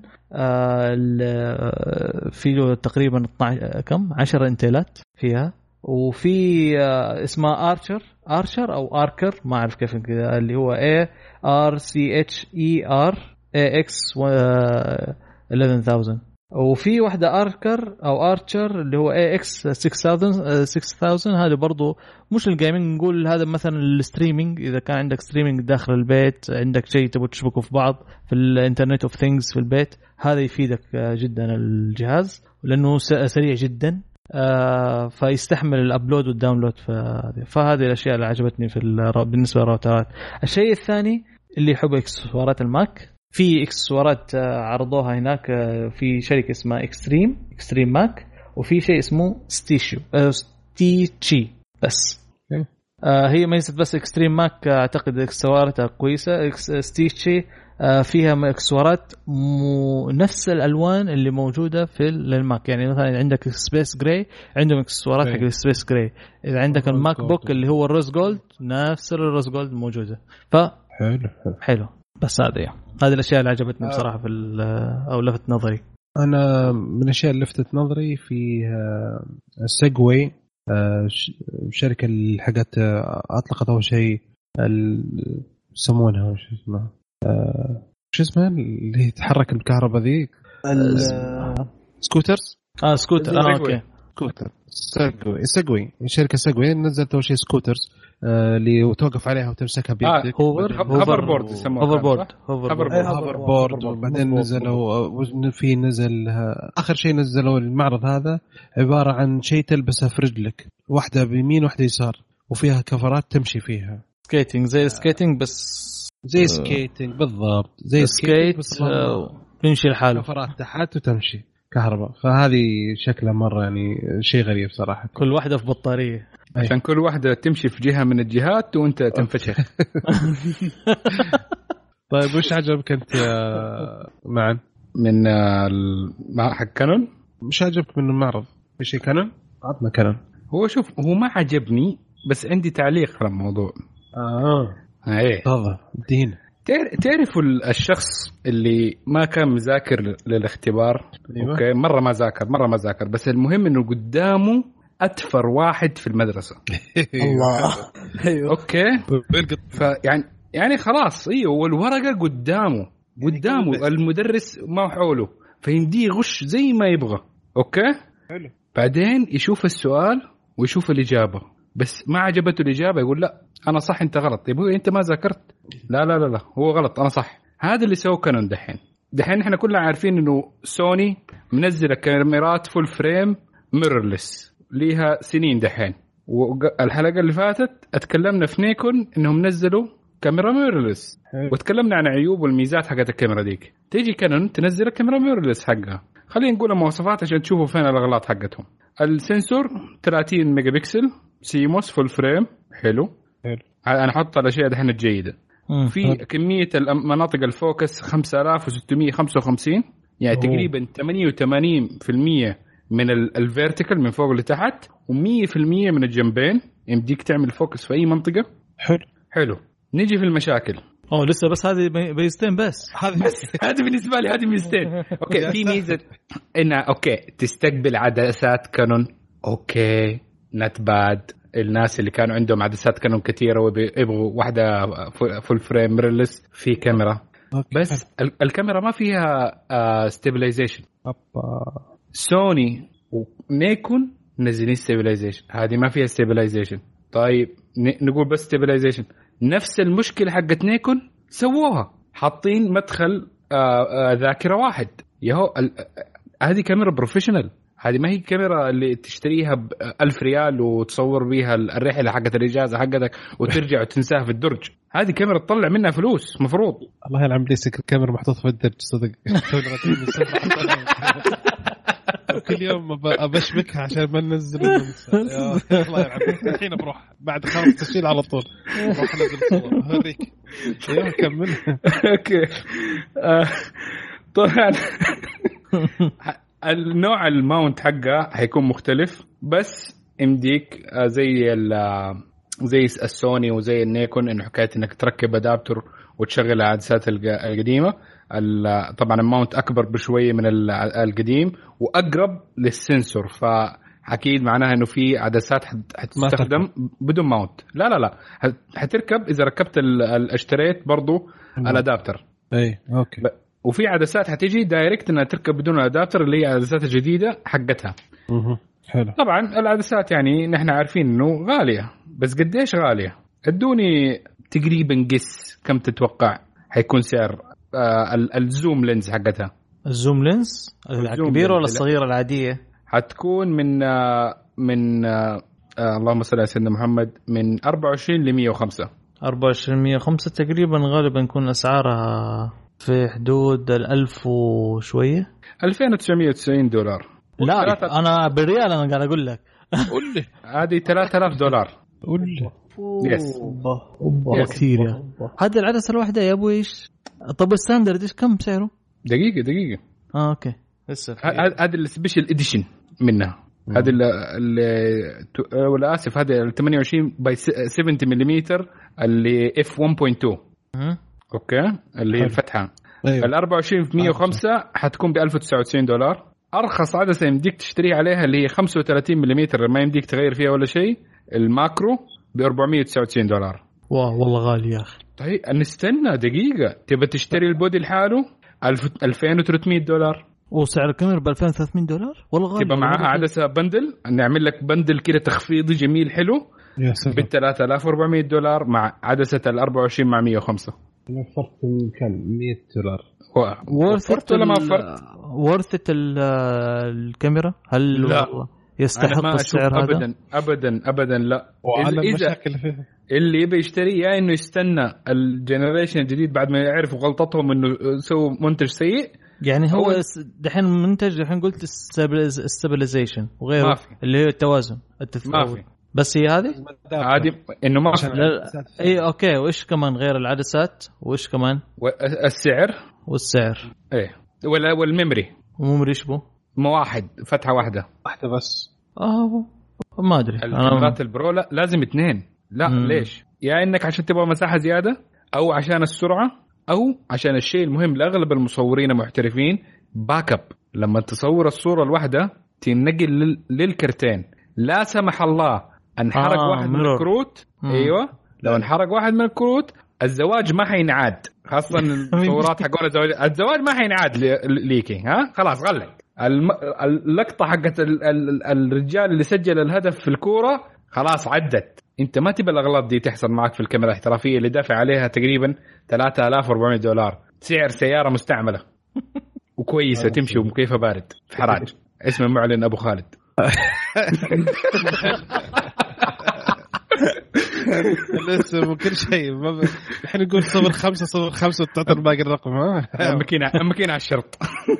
في له تقريبا كم عشرة انتيلات فيها، وفي اسمها ارشر ارشر او اركر ما اعرف كيف اللي هو اي ار سي اتش اي ار اي اكس أحد عشر ألف. وفي واحدة أركر أو أرشر اللي هو إيه إكس ستة آلاف. هذا برضو مش الجيمنج، نقول هذا مثلا الستريمينج. إذا كان عندك ستريمينج داخل البيت، عندك شيء تبغى تشبكه في بعض في الإنترنت أوف ثينجز في البيت، هذا يفيدك جدا الجهاز لأنه سريع جدا، فيستحمل الأبلود والداونلود. فهذه الأشياء اللي عجبتني في بالنسبة للراوترات. الشيء الثاني اللي يحب إكسسوارات الماك، في اكسسوارات عرضوها هناك في شركة اسمها اكستريم اكستريم ماك، وفي شيء اسمه ستيشو ستيتشي بس. آه هي ميزة بس اكستريم ماك اعتقد اكسسواراتها كويسة. ستيتشي آه فيها اكسسوارات نفس الالوان اللي موجودة في الماك. يعني مثلا عندك سبيس جراي، عندهم اكسسوارات حق السبيس جراي. اذا عندك الماك بوك اللي هو الروز جولد، نفس الروز جولد موجودة. ف حلو حلو. بس هذه يعني. هذه الاشياء اللي عجبتني بصراحه في او لفت نظري. انا من الاشياء اللي لفتت نظري في السيجوي، الشركه اللي حقت اطلقت اول شيء يسمونها شو اسمها شو اسمها اللي يتحرك بالكهرباء ذي، سكوترز. اه سكوتر. اه اوكي سكوتر سيجوي سيجوي شركه سيجوي نزلت اول شيء سكوترز اللي توقف عليها وتمسكها بيدك. آه هوفر هوفر بورد يسموه هوفر بورد هوفر بورد. وبعدين نزلوا في نزل اخر شيء نزلوا المعرض هذا عباره عن شيء تلبسها في رجلك، واحده بيمين واحده يسار، وفيها كفرات تمشي فيها سكيتنج زي السكيتنج بس زي سكيتنج بالضبط، زي سكيت تمشي لحاله كفرات تحت وتمشي كهرباء. فهذه شكلها مره يعني شيء غريب صراحه. كل واحده في بطاريه عشان كل واحده تمشي في جهه من الجهات وانت تنفشخ. طيب وش عجبك انت معا من مع حق كانون؟ مش عجبك من المعرض في شيء كانون؟ عطنا كانون. هو شوف هو ما عجبني بس عندي تعليق على الموضوع. اه ايه تفضل دين. تعرفوا الشخص اللي ما كان مذاكر للاختبار؟ أيوة. اوكي مره ما ذاكر مره ما ذاكر بس المهم انه قدامه اتفر واحد في المدرسه. الله. ايوه اوكي فيعني يعني خلاص ايوه والورقه قدامه قدامه المدرس ما حوله فيمديه يغش زي ما يبغى. اوكي حلو. بعدين يشوف السؤال ويشوف الاجابه بس ما عجبته الاجابه يقول لا انا صح انت غلط. يا ابوي انت ما ذاكرت. لا لا لا لا هو غلط انا صح. هذا اللي سووا كانون دحين. دحين احنا كلنا عارفين انه سوني منزله كاميرات فول فريم ميرورلس ليها سنين دحين. والحلقه اللي فاتت اتكلمنا في نيكون انهم نزلوا كاميرا ميرورلس وتكلمنا عن عيوب والميزات حقت الكاميرا ديك. تيجي كانون تنزل كاميرا ميرورلس حقها. خلينا نقول مواصفات عشان تشوفوا فين الاغلاط حقتهم. السنسور ثلاثين ميجا بكسل سيموس فول فريم حلو. حلو. انا احط الاشياء دحين الجيده. في حلو. كميه مناطق الفوكس خمسة آلاف وستمية وخمسة وخمسين يعني أوه. تقريبا ثمانية وثمانين بالمية من الفيرتيكال من فوق لتحت ومية بالمية من الجنبين يمديك تعمل فوكس في اي منطقه. حلو حلو. نيجي في المشاكل. اه لسه بس هذه ميزتين بس. هذه بس هذه بالنسبه لي هذه ميزتين. اوكي في ميزه انها اوكي تستقبل عدسات كانون. اوكي نت باد. الناس اللي كانوا عندهم عدسات كانون كثيره ويبغوا واحده فول فريم ميرورلس في كاميرا بس الكاميرا ما فيها ستابلايزيشن. سوني ونيكون منزلين ستابلايزيشن هذه ما فيها ستابلايزيشن. طيب نقول بس ستابلايزيشن نفس المشكله حقت نيكون سووها حاطين مدخل ذاكره واحد. يهو هذه كاميرا بروفيشنال. هذه ما هي كاميرا اللي تشتريها بألف ريال وتصور بيها الرحلة حقت الإجازة حقتك وترجع وتنساها في الدرج. هذه كاميرا تطلع منها فلوس مفروض. الله يلعن بليسك الكاميرا محطوطة في الدرج صدق. كل يوم أبشبكها عشان ما ننزل. الله يلعن الحين بروح بعد خمس تشيل على طول بروح نزل صور هوريك. ايوه كمل. اوكي طبعا النوع الماونت حقه هيكون مختلف بس امديك زي زي السوني وزي النيكون انه حكايه انك تركب ادابتر وتشغل العدسات القديمه. طبعا الماونت اكبر بشويه من القديم واقرب للسنسور فاكيد معناها انه في عدسات حتستخدم بدون ماونت. لا لا لا حتركب اذا ركبت اشتريت برضو الادابتر. اي اوكي. وفي عدسات هتيجي دايركت انها تركب بدون ادابتر اللي هي العدسات الجديده حقتها. اها حلو. طبعا العدسات يعني نحن عارفين انه غاليه بس قديش غاليه؟ ادوني تقريبا قس كم تتوقع حيكون سعر آه الزوم لينز حقتها؟ الزوم لينز الكبيره ولا الصغيره العاديه؟ حتكون من آه من آه آه اللهم صل على سيدنا محمد من أربعة وعشرين ل مية وخمسة. أربعة وعشرين مية وخمسة تقريبا غالبا يكون اسعارها في حدود الألف وشوية. ألفين وتسعمية وتسعين دولار. لا أنا بالريال أنا قاعد أقول لك. قول لي هذه ثلاثة آلاف دولار. قول لي. يس. أوبا كثير يا. هذه العدسة الواحدة يا أبوي إيش؟ طب الستاندرد إيش كم سعره؟ دقيقة دقيقة. آه أوكي. لسه. هذا السبيشال إديشن منها. هذا ال ولا آسف هذا ال ثمانية وعشرين باي سبعين ملم اللي إف واحد نقطة اثنين. اوكي اللي هي الفتحه. أيوة. ال أربعة وعشرين في مية وخمسة حتكون ب ألف وتسعة وتسعين دولار. ارخص عدسه يمديك تشتري عليها اللي هي خمسة وثلاثين ملم ما يمديك تغير فيها ولا شيء الماكرو ب أربعمية وتسعة وتسعين دولار. واه والله غالي يا اخي. طيب نستنى دقيقه تبى تشتري البودي لحاله ألفين وثلاثمية دولار وسعر الكاميرا ب ألفين وثلاثمية دولار والله غالي. تبى معها عدسه بندل نعمل لك بندل كده تخفيضي جميل حلو ب ثلاثة آلاف وأربعمية دولار مع عدسه ال أربعة وعشرين مع مية وخمسة. فرق كم مية دولار. ورثت ولا ما فرق؟ ورثت الكاميرا هل لا. يستحق السعر هذا ابدا ابدا ابدا لا. وعلى إذا المشاكل فيه اللي يبي يشتري يا انه يستنى الجنريشن الجديد بعد ما يعرفوا غلطتهم انه سووا منتج سيء. يعني هو أول... دحين منتج دحين قلت الستابلايزيشن وغيره اللي هي التوازن ما في. بس هي هذه عادي انه ما في. اي اوكي. وايش كمان غير العدسات وايش كمان السعر والسعر ايه ولا والميموري مو يشبه مو واحد فتحه واحده واحده بس. اه ما ادري الكاميرات البرو لا لازم اثنين. لا مم. ليش؟ يا يعني انك عشان تبغى مساحه زياده او عشان السرعه او عشان الشيء المهم لاغلب المصورين المحترفين باك اب. لما تصور الصوره الواحده تنقل للكرتين لا سمح الله انحرق آه واحد من الكروت. مم. ايوه لو انحرق واحد من الكروت الزواج ما حينعاد. خاصه الصورات حقون الزواج الزواج ما حينعاد ليكي. ها خلاص غلق اللقطه حقت الرجال اللي سجل الهدف في الكوره خلاص عدت. انت ما تبى الاغلاط دي تحصل معك في الكاميرا الاحترافيه اللي دافع عليها تقريبا ثلاثة آلاف وأربعمية دولار سعر سياره مستعمله وكويسه تمشي ومكيفه بارد في حراج. اسمه معلن ابو خالد. الاسم وكل شيء. الحين نقول صفر خمسة صفر خمسة تعتبر باقي الرقم. ها مكينة مكينة على الشرط.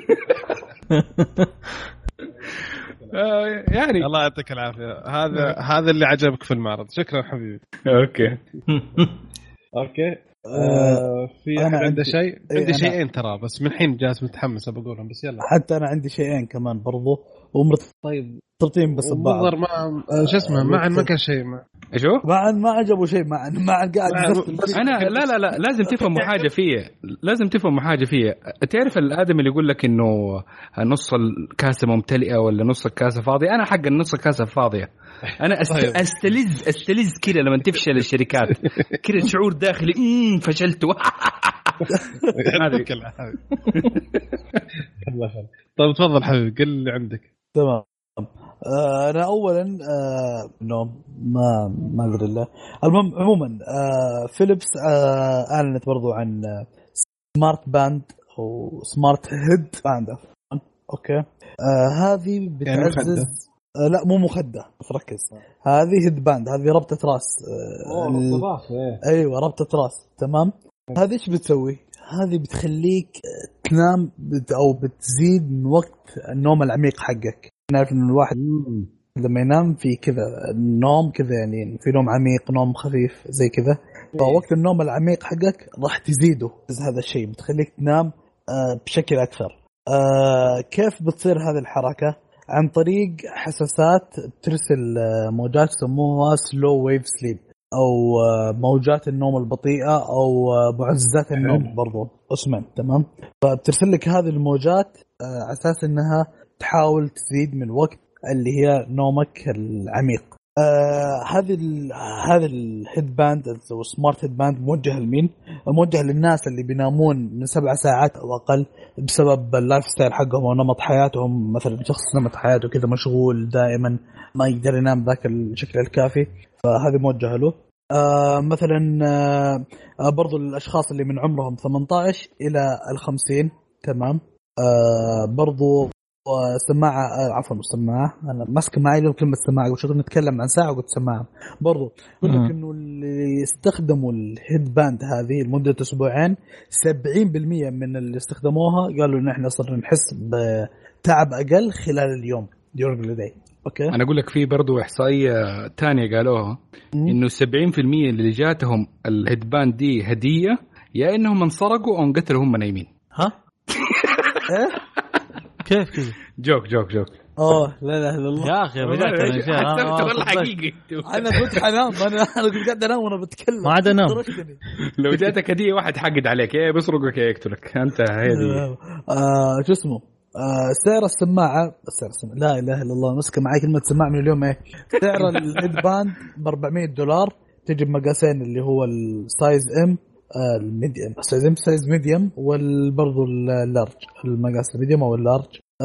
يعني الله يعطيك العافية. هذا هذا اللي عجبك في المعرض. شكرا حبيبي. اوكي اوكي. آه في أحد عنده شيء؟ عندي شيئين ترى بس من الحين جالس متحمس بقولهم بس يلا. حتى أنا عندي شيئين كمان برضو ومرت. طيب مرتين بس بعض. ما شو اسمه ما عن ما كان شيء ما. إيشو؟ ما عن ما عجبه شيء ما عن ما عن قاعد. أنا لا لا لا لازم تفهموا حاجة فيه. لازم تفهموا حاجة فيه. تعرف الآدم اللي يقول لك إنه نص الكاسة ممتلئة ولا نص الكاسة فاضية. أنا حق النص الكاسة فاضية. أنا أست... أستلذ أستلذ كده لما تفشل الشركات كده شعور داخلي امم فشلت. هذا كله. الله خير. طيب تفضل حبيبي قل اللي عندك. تمام. آه أنا أولاً آه نو ما ما أدري الله. المهم عموماً آه فيليبس آه أعلنت برضو عن آه سمارت باند أو سمارت هيد باند. أوكي آه هذه بتعزز يعني آه لا مو مخدة ركز. هذه هيد باند هذه ربطة راس. آه ال... إيه. أيوة ربطة راس تمام. هذه إيش بتسوي؟ هذه بتخليك تنام بت أو بتزيد من وقت النوم العميق حقك. نعرف إن الواحد لما ينام في كذا النوم كذا يعني في نوم عميق نوم خفيف زي كذا. فوقت النوم العميق حقك راح تزيده. هذا الشيء بتخليك تنام بشكل أكثر. كيف بتصير هذه الحركة؟ عن طريق حساسات ترسل موجات يسموها slow wave sleep أو موجات النوم البطيئة أو معززات النوم برضو اسمها تمام. فبترسل لك هذه الموجات على أساس إنها تحاول تزيد من وقت اللي هي نومك العميق. آه هذه هذا الهيد باند أو سمارت هيد باند موجه لمين؟ موجه للناس اللي بينامون من سبع ساعات أو أقل بسبب اللايف ستايل حقهم ونمط حياتهم. مثلا شخص نمط حياته كذا مشغول دائما ما يقدر ينام ذاك الشكل الكافي فهذه موجهة له. آه مثلا آه برضو الأشخاص اللي من عمرهم ثمانية عشر إلى الخمسين تمام. آه برضو سماعة عفوا سماعة أنا ماسك معي لهم كلمة سماعة وشغل نتكلم عن ساعة وقلت سماعة برضو. قلت لك إنه اللي استخدموا الهيد باند هذه لمدة أسبوعين سبعين بالمية من اللي استخدموها قالوا إن إحنا صرنا نحس بتعب أقل خلال اليوم during the day. أوكي. أنا أقول لك في برضو إحصائية تانية قالوها إنه سبعين في المية اللي جاتهم الهيد باند دي هدية يا إنهم انسرقوا أو انقتلوا هم نايمين. ها؟ إيه؟ كيف كذا؟ جوك جوك جوك. اه لا لا الله يا اخي بدات انا والله حقيقي انا كنت حنام انا انا كنت قاعد انام وانا بتكلم ما عاد انام. لو جاتك هديه واحد حقد عليك يا بيسرقك يا يقتلك انت هذه. آه شو اسمه آه سعر السماعه سعر السماعه لا اله الا الله مسك معي كلمه سماعه من اليوم. ايه سعر الهيد باند ب أربعمية دولار تجي بمقاسين اللي هو السايز ام الميديم سايز ام سايز ميديم والبرضو اللارج المقاس الميديم او اللارج.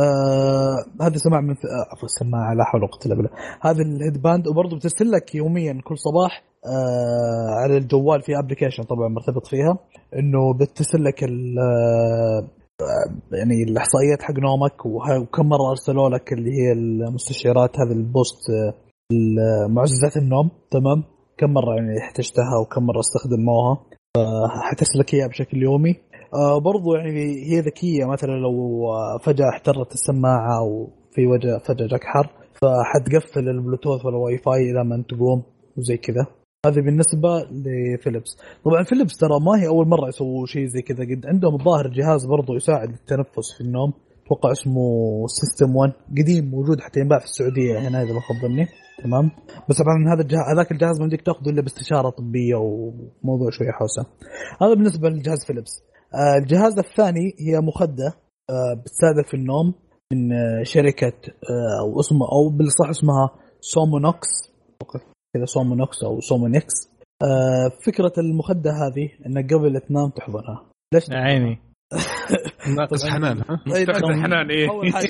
آه هذا سماعة من عفوا السماعة لا حول ولا قوة إلا بالله. هذا الهيد باند وبرضه بترسل لك يوميا كل صباح آه على الجوال في ابلكيشن طبعا مرتبط فيها انه بترسل لك يعني الاحصائيات حق نومك وكم مره ارسلوا لك اللي هي المستشعرات هذا البوست معززات النوم تمام كم مره يعني احتجتها وكم مره استخدموها حترسل لك اياها بشكل يومي. آه برضو يعني هي ذكيه مثلا لو فجاه احترت السماعه او في وجه فجاه جاك حر فحتقفل البلوتوث ولا واي فاي لما تقوم وزي كذا. هذه بالنسبه لفيليبس. طبعا فيليبس ترى ما هي اول مره يسووا شيء زي كذا قد عندهم الظاهر جهاز برضو يساعد التنفس في النوم اتوقع اسمه سيستم واحد قديم موجود حتى ينباع في السعوديه هنا اذا ما خاب ظني تمام. بس طبعا هذا الجهاز هذاك الجهاز ما بدك تاخذه الا باستشاره طبيه وموضوع شويه حوسه. هذا بالنسبه للجهاز فيليبس. آه الجهاز الثاني هي مخده آه بتساعدك في النوم من آه شركه آه او اسمه او بالصح اسمها سومونوكس كذا سومونوكس او سومونيكس. آه فكره المخده هذه انك قبل تنام تحضنها. ليش عيني ناقص حنان ها مفتقد حنان ايه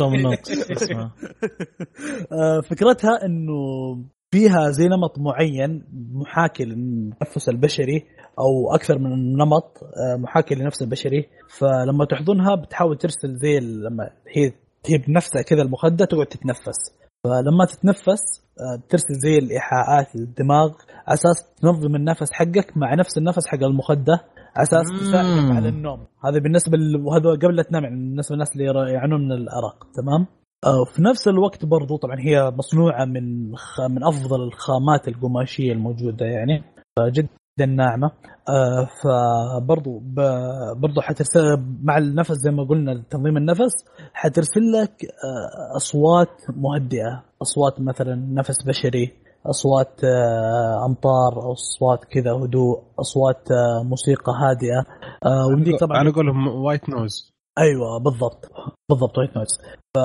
فكرتها انه فيها زي نمط معين محاكي للنفس البشري او اكثر من نمط محاكي لنفس البشري. فلما تحضنها بتحاول ترسل زي لما هي هي بنفسها كذا المخده تقعد تتنفس. فلما تتنفس بترسل زي الايحاءات للدماغ على اساس تنظم النفس حقك مع نفس النفس حق المخده على اساس تساعدك على النوم. هذا بالنسبه وهذا قبل لا تنام يعني بالنسبه للناس اللي يعانون من الارق تمام. في نفس الوقت برضو طبعا هي مصنوعه من من افضل الخامات القماشيه الموجوده يعني فجدا ناعمه. فبرضو برضو حترسل مع النفس زي ما قلنا تنظيم النفس حترسل لك اصوات مهدئه اصوات مثلا نفس بشري أصوات أمطار أصوات كذا هدوء أصوات موسيقى هادئة. ومديك طبعا على قولهم وايت نويز. أيوة بالضبط بالضبط وايت نويز.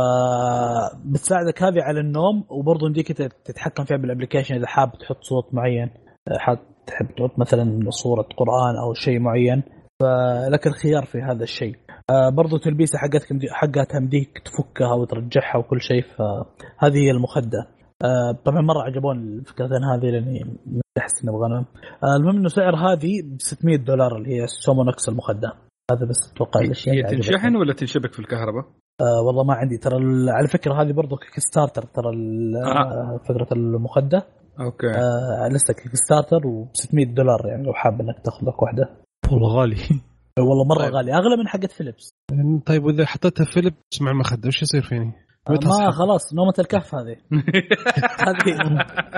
فبتساعدك هذه على النوم وبرضو مديك تتحكم فيها بالابليكيشن إذا حاب تحط صوت معين حاب تحب تحط مثلا صورة قرآن أو شيء معين فلك الخيار في هذا الشيء. برضو تلبيسة حقتك حقتها مديك تفكها وترجعها وكل شيء. فهذه هي المخدة. آه طبعا مرة عجبون الفكرتين هذه لأني أحس إنه بغنم. آه المهم إنه سعر هذه بستمية دولار اللي هي سومونوكس المخدة. هذا بس أتوقع الأشياء. هي تنشحن ولا تنشبك في الكهرباء؟ آه والله ما عندي ترى على فكرة هذه برضو كيك ستارتر ترى آه. فكرة المخدة. أوكي. آه لسه كيك ستارتر وبستمية دولار يعني لو حاب إنك تأخذ لك واحدة. والله غالي. والله مرة طيب. غالي أغلى من حقة فيليبس. طيب وإذا حطيتها فيليبس مع المخدة وش يصير فيني؟ ما خلاص نومة الكهف هذه. هذه.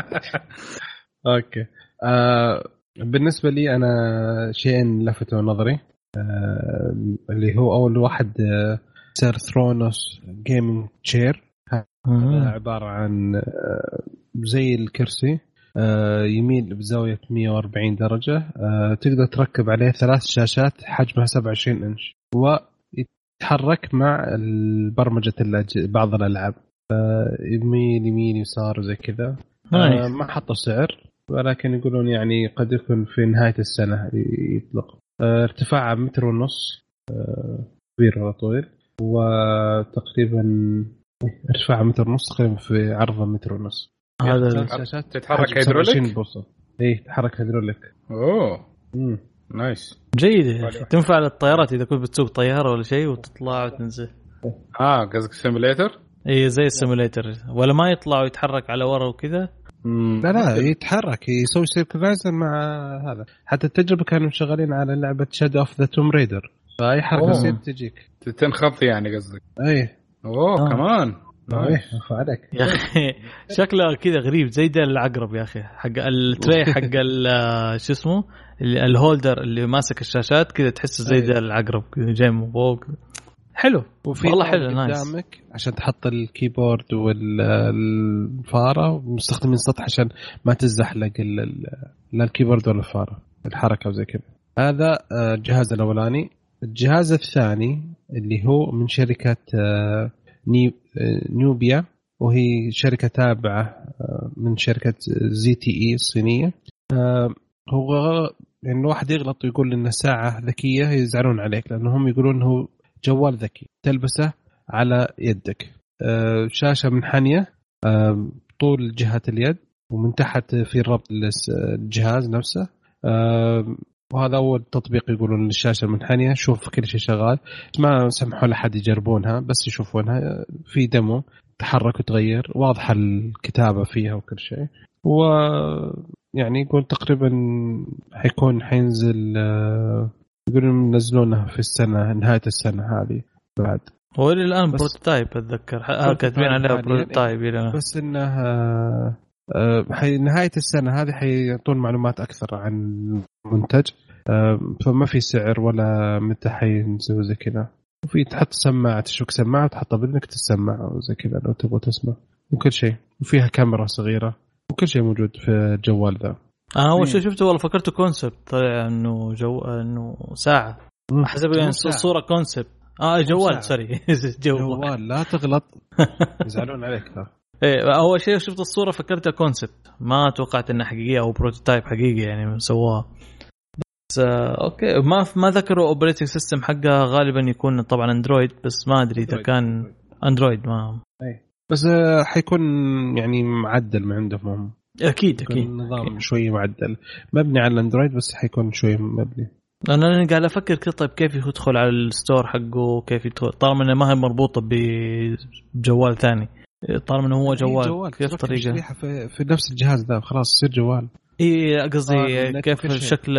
أوكي. آه بالنسبة لي أنا شيئين لفتوا نظري. آه اللي هو أول واحد آه سير ثرونوس جيمينج تشير. هذا عبارة عن آه زي الكرسي آه يميل بزاوية مية وأربعين درجة. آه تقدر تركب عليه ثلاث شاشات حجمها سبعة وعشرين إنش و يتحرك مع البرمجة بعض الألعاب يمين يمين يسار وزي كذا. آه ما حطوا سعر ولكن يقولون يعني قد يكون في نهاية السنة يطلق. آه ارتفاعه متر ونص آه كبير وطويل وتقريبا ارتفاعه متر ونص تقريبا في عرضه متر ونص. هذا الشاشات تتحرك هيدروليك. ايه تتحرك هيدروليك. اوه امم نايس جيد. تنفع للطيارات اذا كنت بتسوق طياره ولا شيء وتطلع وتنزل. اه قصدك سيموليتر. اي زي السيموليتر ولا ما يطلع ويتحرك على ورا وكذا. لا لا يتحرك يسوي سيركلايزر مع هذا. حتى التجربه كانوا شغالين على لعبه شادو اوف ذا توم ريدر فاي حركه تصير تجيك تنخفض يعني قصدك. اي اوه آه. كمان نايس عليك يا اخي شكله كذا غريب زي ده العقرب يا اخي حق التري حق شو اسمه الهولدر اللي ماسك الشاشات كذا تحس زي ده العقرب جاي من فوق. حلو والله حلو نايس. قدامك عشان تحط الكيبورد والفاره ومستخدمين سطح عشان ما تزحلق لا الكيبورد ولا الفاره الحركه وزي كذا. هذا الجهاز الاولاني. الجهاز الثاني اللي هو من شركه نيوبيا وهي شركه تابعه من شركه زي تي اي الصينيه. هو يعني الواحد يغلط ويقول إن ساعة ذكية يزعلون عليك لأنهم يقولون إنه جوال ذكي تلبسه على يدك. أه شاشة منحنية أه طول جهة اليد ومن تحت في ربط الجهاز نفسه. أه وهذا أول تطبيق يقولون للشاشة المنحنية. شوف كل شيء شغال، ما سمحوا لحد يجربونها بس يشوفونها في ديمو، تحرك وتغير، واضحة الكتابة فيها وكل شيء. ويعني يقول تقريبا حيكون حينزل، يقولون ينزلونه في السنة نهاية السنة هذه بعد. هو اللي الآن بروتوتايب أتذكر كاتبين عليها بروتوتايب، بس إنه حي نهاية السنة هذه حيعطون معلومات أكثر عن المنتج، فما في سعر ولا متى حينزل زي كذا. وفي تحط سماعة، تشوك سماعة وتحطها بإنك تسمع وزي كذا لو تبغى تسمع وكل شيء. وفيها كاميرا صغيرة وكل شيء موجود في الجوال ذا. أنا أول شيء شفته والله فكرته كونسبت، طلع إنه جو إنه ساعة حسب يعني الصورة كونسبت. آه جوال سوري جوال. جوال لا تغلط يزعلون عليك. إيه أول شيء شفت الصورة فكرتها كونسبت، ما توقعت إنها حقيقية أو بروتوتايب حقيقي يعني سواه. بس آه أوكي ما ما ذكروا أوبريتنج سيستم حقها، غالبا يكون طبعا أندرويد، بس ما أدري إذا كان أندرويد ما. أي بس آه حيكون يعني معدل من عندهم. أكيد أكيد نظام أكيد. شوي معدل مبني على الأندرويد، بس حيكون شوي مبني. أنا قاعد أفكر كده طيب كيف يدخل على الستور حقه، كيف يدخل طالما إنه ما هي مربوطة بجوال ثاني، طالما إنه هو جوال, جوال. كيف طريقة في, في نفس الجهاز ذا خلاص يصير جوال. إيه قصدي آه كيف الشكل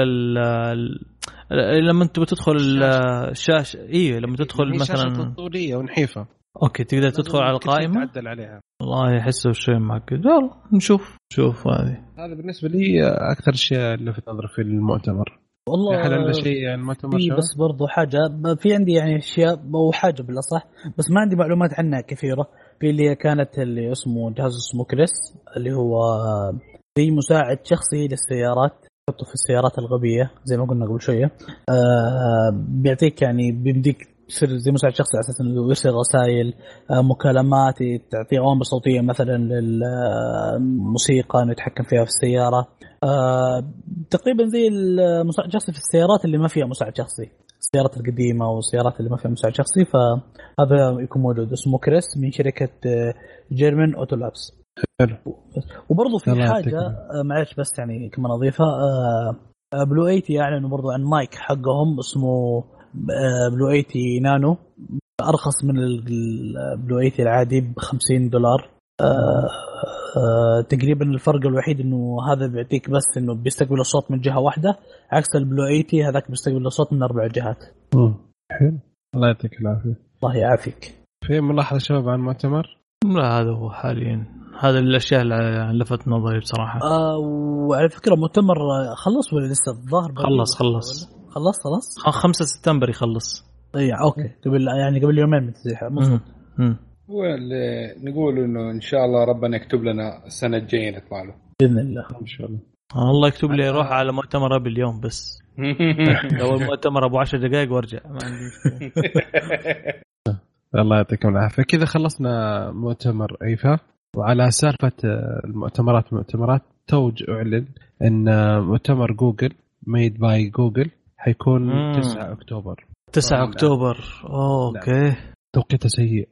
لما أنت بتدخل الشاشة. إيه لما تدخل مثلا طولية ونحيفة، أوكي تقدر تدخل على القائمة تعدل عليها. والله يحسه شيء معقد. يلا نشوف شوف هذه. هذا بالنسبة لي أكثر شيء اللي في نظر في المؤتمر. والله هل عنده شيء يعني المؤتمر في بس برضو حاجة في عندي يعني أشياء أو حاجة بالأصح، بس ما عندي معلومات عنها كثيرة. في اللي كانت اللي اسمه جهاز اسمه كريس، اللي هو زي مساعد شخصي للسيارات، تحطه في السيارات الغبية زي ما قلنا قبل شوية. آه بيعطيك يعني بيمديك تصير زي مساعد شخصي على أساس إنه يرسل رسائل، آه مكالمات، تعطي أوامر صوتية مثلا للموسيقى إنه يتحكم فيها في السيارة. آه تقريبا زي المساعد شخصي في السيارات اللي ما فيها مساعد شخصي، السيارات القديمة والسيارات اللي ما فيها مساعد شخصي. فهذا يكون موجود، اسمه كريس من شركة جيرمان أوتو لابس. وبرضو في حاجة معلش بس يعني كمان أضيفها، بلو ايتي أعلنوا برضو عن مايك حقهم اسمه بلو ايتي نانو، أرخص من البلو ايتي العادي بخمسين دولار. أه تقريبا الفرق الوحيد انه هذا بيعطيك بس انه بيستقبل الصوت من جهه واحده، عكس البلو ايتي هذاك بيستقبل الصوت من اربع جهات. امم حلو، الله يعطيك العافيه. الله يعافيك. في ملاحظه شباب عن المؤتمر؟ لا هذا هو حاليا، هذا الاشياء اللي لفت نظري بصراحه. آه وعلى فكره مؤتمر خلص ولا لسه الظاهر؟ خلص خلص خلص خلاص خمسة سبتمبر يخلص. اي اوكي قبل يعني قبل يومين من هو اللي نقول انه ان شاء الله ربنا يكتب لنا السنه الجايه نطلع له باذن الله ان شاء الله. الله يكتب لي اروح على مؤتمر ابل اليوم بس لو المؤتمر ابو عشر دقائق وارجع ما عندي مشكله. الله يعطيكم العافيه. كذا خلصنا مؤتمر ايفا. وعلى سالفه المؤتمرات المؤتمرات توج اعلن ان مؤتمر جوجل ميد باي جوجل حيكون تسعة أكتوبر. تسعة أكتوبر اوكي. توقيته سيء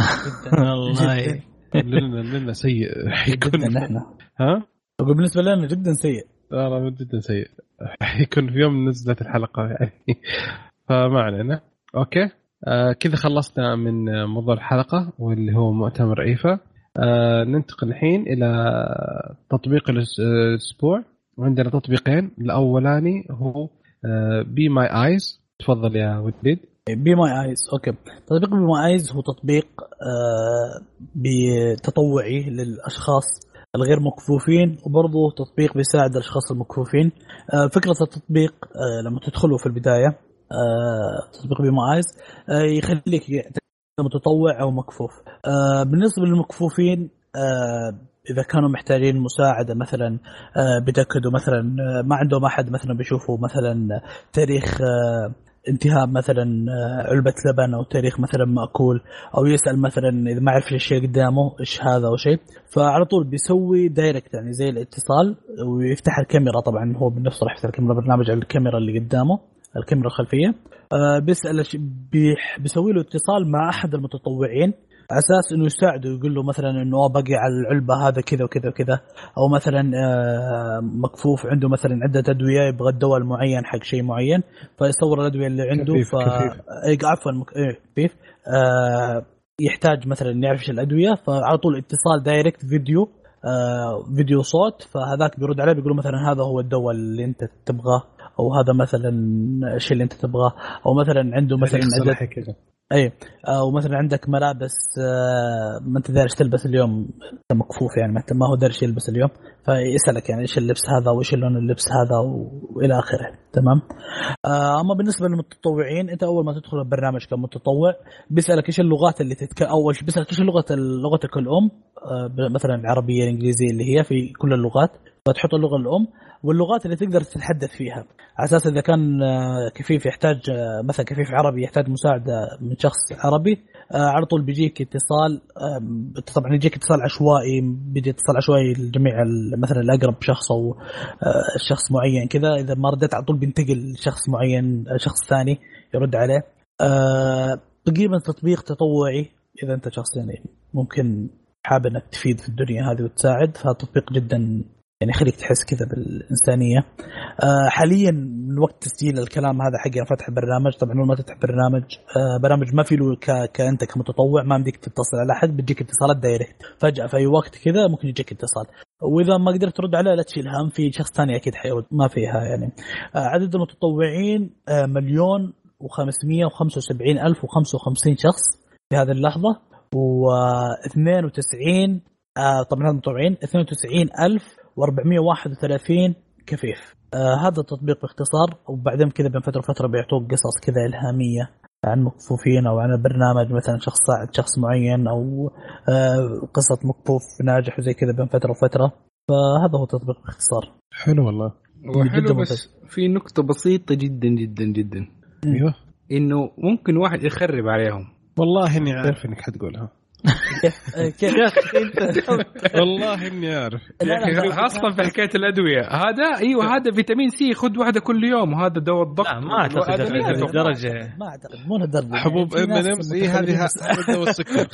والله لنا لنا سيء جدا. نحن ها أقول بالنسبة لنا جدا سيء. لا جدا سيء. حيكون في يوم نزلت الحلقة يعني فما علينا. أوكي آه كذا خلصنا من موضوع الحلقة واللي هو مؤتمر ايفا. آه ننتقل الحين إلى تطبيق الأسبوع. وعندنا تطبيقين. الأولاني هو بي ماي آيز. تفضل يا وليد. بي ماي آيز اوكي. تطبيق بي ماي آيز هو تطبيق آه بتطوعي للاشخاص الغير مكفوفين، وبرضه تطبيق بيساعد الاشخاص المكفوفين. آه فكره التطبيق آه لما تدخلوا في البدايه آه تطبيق بي ماي آيز آه يخليك متطوع او مكفوف. آه بالنسبه للمكفوفين آه إذا كانوا محتاجين مساعدة مثلا بتأكدوا مثلا ما عندهم أحد مثلا بيشوفوا مثلا تاريخ انتهاء مثلا علبة لبن أو تاريخ مثلا مأكول، أو يسأل مثلا إذا ما عرف الشيء قدامه إيش هذا أو شيء، فعلى طول بيسوي دايركت يعني زي الاتصال ويفتح الكاميرا. طبعا هو بنفسه راح يفتح الكاميرا، برنامج على الكاميرا اللي قدامه الكاميرا الخلفية. بيسأل بيسوي له اتصال مع أحد المتطوعين اساس انه يساعده، يقول له مثلا انه باقي على العلبه هذا كذا وكذا وكذا، او مثلا مكفوف عنده مثلا عده ادويه يبغى الدواء المعين حق شيء معين فيصور الادويه اللي عنده. كفيف ف كفيف. عفوا كفيف آه يحتاج مثلا يعرف ايش الادويه، فعلى طول اتصال دايركت فيديو آه فيديو صوت، فهذاك بيرد عليه بيقول مثلا هذا هو الدواء اللي انت تبغاه، او هذا مثلا الشيء اللي انت تبغاه، او مثلا عنده مثلا عده كذا اي، او مثلا عندك ملابس ما انت دارش تلبس اليوم، انت مكفوف يعني ما هو دارش يلبس اليوم، فيسالك يعني ايش اللبس هذا وايش لون اللبس هذا والى اخره. تمام. اما بالنسبه للمتطوعين، انت اول ما تدخل البرنامج كمتطوع بيسالك ايش اللغات اللي تتكلم، اول شيء بيسالك ايش لغه لغتك الام، مثلا العربيه الانجليزيه اللي هي في كل اللغات، فتحط اللغه الام واللغات اللي تقدر تتحدث فيها، على اساس اذا كان كفيف يحتاج مثلا كفيف عربي يحتاج مساعده من شخص عربي، على طول بيجيك اتصال، طبعا يجيك اتصال عشوائي، بيجي اتصال عشوائي لجميع مثلا الاقرب شخص او شخص معين كذا، اذا ما ردت على طول بينتقل لشخص معين، شخص ثاني يرد عليه. تقريبا تطبيق تطوعي اذا انت شخص يعني ممكن حابب انك تفيد في الدنيا هذه وتساعد، فالتطبيق جدا يعني خليك تحس كذا بالإنسانية. آه حاليا من وقت تسجيل الكلام هذا حقي فتح برنامج، طبعا أول ما تفتح برنامج آه برنامج ما في له ك... كأنت كمتطوع ما بدك تتصل على أحد، بتجيك اتصالات دايركت فجأة في أي وقت كذا ممكن يجيك اتصال، وإذا ما قدرت ترد عليه لا تشيل هم، في شخص ثاني أكيد حيرد، ما فيها يعني. آه عدد المتطوعين آه مليون وخمسمية وخمسة وسبعين ألف وخمسة وخمسين شخص في هذه اللحظة، واثنين وتسعين آه طبعا هذا المتطوعين اثنين وتسعين ألف وأربعمية وواحد وثلاثين كفيف. آه هذا التطبيق باختصار، وبعدين كذا بين فترة فترة بيعطوك قصص كذا إلهامية عن مكفوفين أو عن البرنامج، مثلا شخص ساعد شخص معين أو آه قصة مكفوف ناجح وزي كذا بين فترة وفترة. فهذا هو التطبيق باختصار. حلو والله. وحلو، بس في نقطة بسيطة جدا جدا جدا. ايوه. إنه ممكن واحد يخرب عليهم. والله إني عارف إنك حتقولها. كيف يا أخي أنت؟ والله إني عارف. أصلا في حكاية الأدوية هذا أيوة هذا فيتامين سي خذ واحدة كل يوم، وهذا دواء الضغط. لا ما أعتقد الدرجة، ما أعتقد مو لهالدرجة. حبوب إم إن إمز إيه هذه هذا دواء السكر.